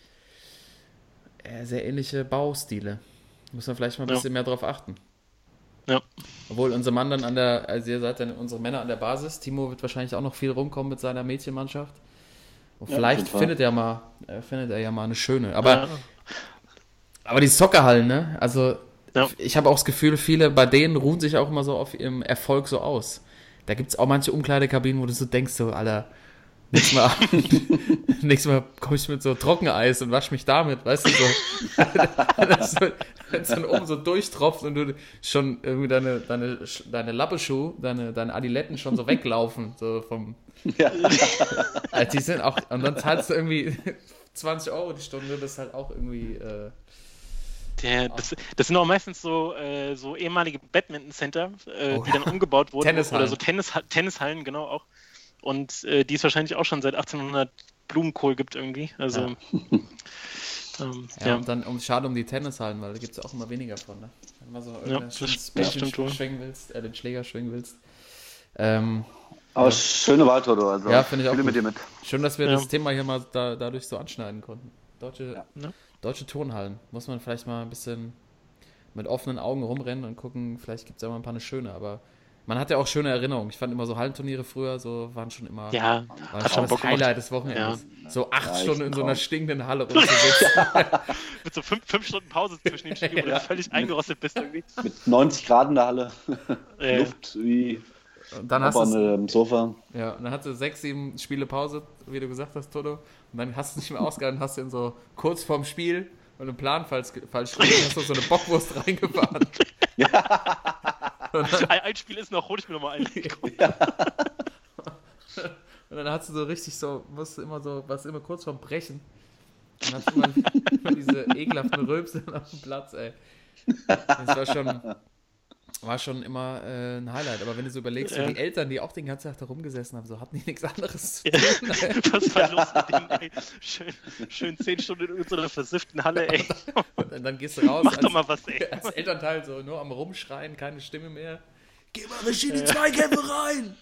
Baustile. Muss man vielleicht mal ein bisschen mehr drauf achten. Ja. Obwohl unser Mann dann also ihr seid dann unsere Männer an der Basis. Timo wird wahrscheinlich auch noch viel rumkommen mit seiner Mädchenmannschaft. Und vielleicht findet er ja mal eine schöne. Aber die Soccerhallen, ne? Also ich habe auch das Gefühl, viele bei denen ruhen sich auch immer so auf ihrem Erfolg so aus. Da gibt es auch manche Umkleidekabinen, wo du so denkst, so, Alter, nächstes Mal komme ich mit so Trockeneis und wasche mich damit, weißt du, so. Wenn es dann oben so durchtropft und du schon irgendwie deine Lappeschuhe, deine Adiletten schon so weglaufen, so vom... Ja. Also die sind auch... Und dann zahlst du irgendwie 20 € die Stunde, das ist halt auch irgendwie... Das sind auch meistens so ehemalige Badminton-Center, die dann umgebaut wurden. Oder so Tennishallen, genau auch. Und die es wahrscheinlich auch schon seit 1800 Blumenkohl gibt irgendwie. Also, und dann schade um die Tennishallen, weil da gibt es auch immer weniger von. Ne? Wenn du mal so den Schläger schwingen willst. Aber schöne Wahl, Toto. Also, ja, finde ich auch mit dir mit. Schön, dass wir das Thema hier mal dadurch so anschneiden konnten. Deutsche Turnhallen. Muss man vielleicht mal ein bisschen mit offenen Augen rumrennen und gucken, vielleicht gibt es ja mal ein paar eine schöne, aber man hat ja auch schöne Erinnerungen. Ich fand immer so Hallenturniere früher, so waren schon immer Ja, war hat schon schon das Bock Highlight gemacht. des Wochenendes. So 8 Ja, Stunden echt in so einer ein stinkenden Halle rumzusitzen. Mit so 5 Stunden Pause zwischen den Spielen, wo du völlig eingerostet bist irgendwie. Mit 90 Grad in der Halle. Äh, Luft wie Und dann hast du im Sofa. ja, und dann hast du 6, 7 Spiele Pause, wie du gesagt hast, Toto. Und dann hast du es nicht mehr ausgehalten, hast du in so kurz vorm Spiel und im Plan falsch hast du so eine Bockwurst reingefahren. ein Spiel ist noch, hol ich mir nochmal ein. Und dann hast du so richtig so, warst immer kurz vorm Brechen. Und dann hast du immer diese ekelhaften Rülpse auf dem Platz, ey. Das war schon immer ein Highlight. Aber wenn du so überlegst, so die Eltern, die auch den ganzen Tag da rumgesessen haben, so hatten die nichts anderes zu tun. Was war los mit denen, ey? Schön 10 Stunden in so einer versifften Halle, ey. Und dann gehst du raus. Mach doch mal was, ey. Als Elternteil so nur am Rumschreien, keine Stimme mehr. Geh mal richtig in die Zweikämpfe rein!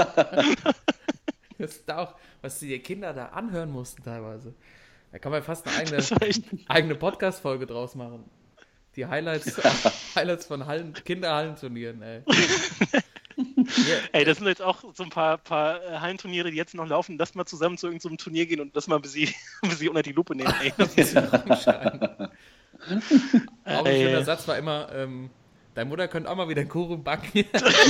Das ist auch, was die Kinder da anhören mussten teilweise. Da kann man fast eine eigene Podcast-Folge draus machen. Die Highlights von Kinderhallenturnieren, ey. Ey, das sind jetzt auch so ein paar Hallenturniere, die jetzt noch laufen. Lass mal zusammen zu irgendeinem Turnier gehen und das mal bis sie unter die Lupe nehmen, ey. Auch ein schöner Satz war immer, deine Mutter könnte auch mal wieder einen Kuchen backen.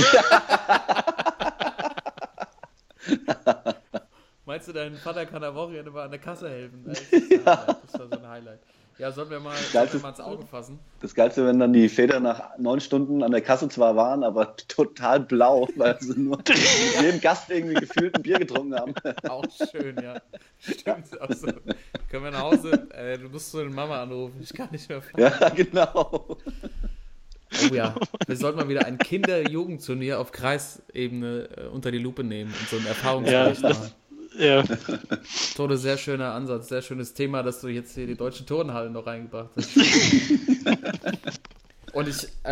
Meinst du, dein Vater kann am Wochenende mal an der Kasse helfen? Das war so ein Highlight. Ja, sollen wir mal ins Auge fassen? Das Geilste, wenn dann die Väter nach 9 Stunden an der Kasse zwar waren, aber total blau, weil sie nur mit jedem Gast irgendwie gefühlt ein Bier getrunken haben. Auch schön, ja. Stimmt. Auch so. Können wir nach Hause? Du musst so eine Mama anrufen. Ich kann nicht mehr fahren. Ja, genau. Oh ja, wir sollten mal wieder ein Kinder-Jugendturnier auf Kreisebene unter die Lupe nehmen und so einen Erfahrungsbericht machen. Ja. Tode, sehr schöner Ansatz, sehr schönes Thema, dass du jetzt hier die deutschen Turnhallen noch reingebracht hast. Und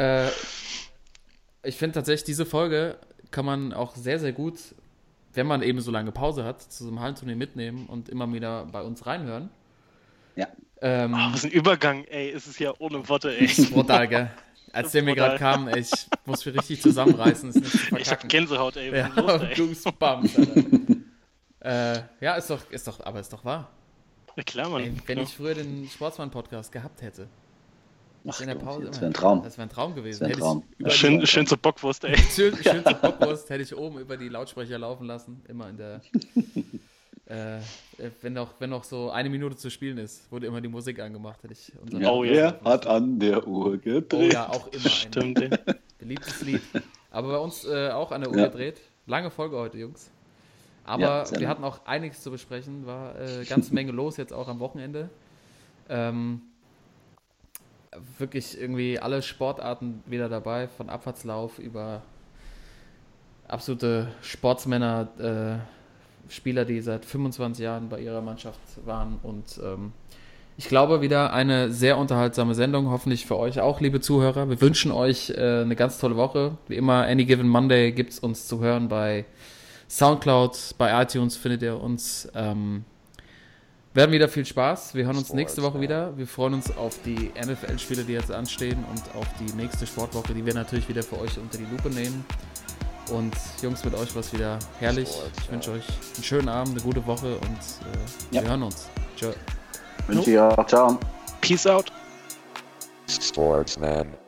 ich finde tatsächlich, diese Folge kann man auch sehr, sehr gut, wenn man eben so lange Pause hat, zu so einem Hallenturnier mitnehmen und immer wieder bei uns reinhören. Ja. Was ein Übergang, ey, es ist ja ohne Worte, ey. Das ist brutal, gell? Als der mir gerade kam, ey, ich muss mich richtig zusammenreißen, es nicht zu verkacken. Ich hab Gänsehaut, ey. Ja, Los, ey. Goosebumps, Alter. Ja, ist doch wahr. Ja, klar, Mann. Ey, wenn ich früher den Sportsmann-Podcast gehabt hätte. Ach, in der Pause das wäre ein Traum. Das wäre ein Traum gewesen. Das wär ein Traum. Schön zur Bockwurst, ey. Schön zur Bockwurst hätte ich oben über die Lautsprecher laufen lassen. Immer in der. Wenn noch so 1 Minute zu spielen ist, wurde immer die Musik angemacht. Hätte ich Wer hat an der Uhr gedreht? Oh ja, auch immer Stimmt, ey. ein beliebtes Lied. Aber bei uns auch an der Uhr gedreht. Lange Folge heute, Jungs. Aber wir hatten auch einiges zu besprechen. War ganze Menge los jetzt auch am Wochenende. Wirklich irgendwie alle Sportarten wieder dabei. Von Abfahrtslauf über absolute Sportsmänner, Spieler, die seit 25 Jahren bei ihrer Mannschaft waren. Und ich glaube, wieder eine sehr unterhaltsame Sendung. Hoffentlich für euch auch, liebe Zuhörer. Wir wünschen euch eine ganz tolle Woche. Wie immer, Any Given Monday gibt es uns zu hören bei Soundcloud, bei iTunes findet ihr uns. Werden wieder viel Spaß. Wir hören uns nächste Woche wieder. Wir freuen uns auf die NFL-Spiele, die jetzt anstehen und auf die nächste Sportwoche, die wir natürlich wieder für euch unter die Lupe nehmen. Und Jungs, mit euch war es wieder herrlich. Ich wünsche euch einen schönen Abend, eine gute Woche und wir hören uns. Ciao. Wünsche ich auch. Ciao. Peace out. Sportsman.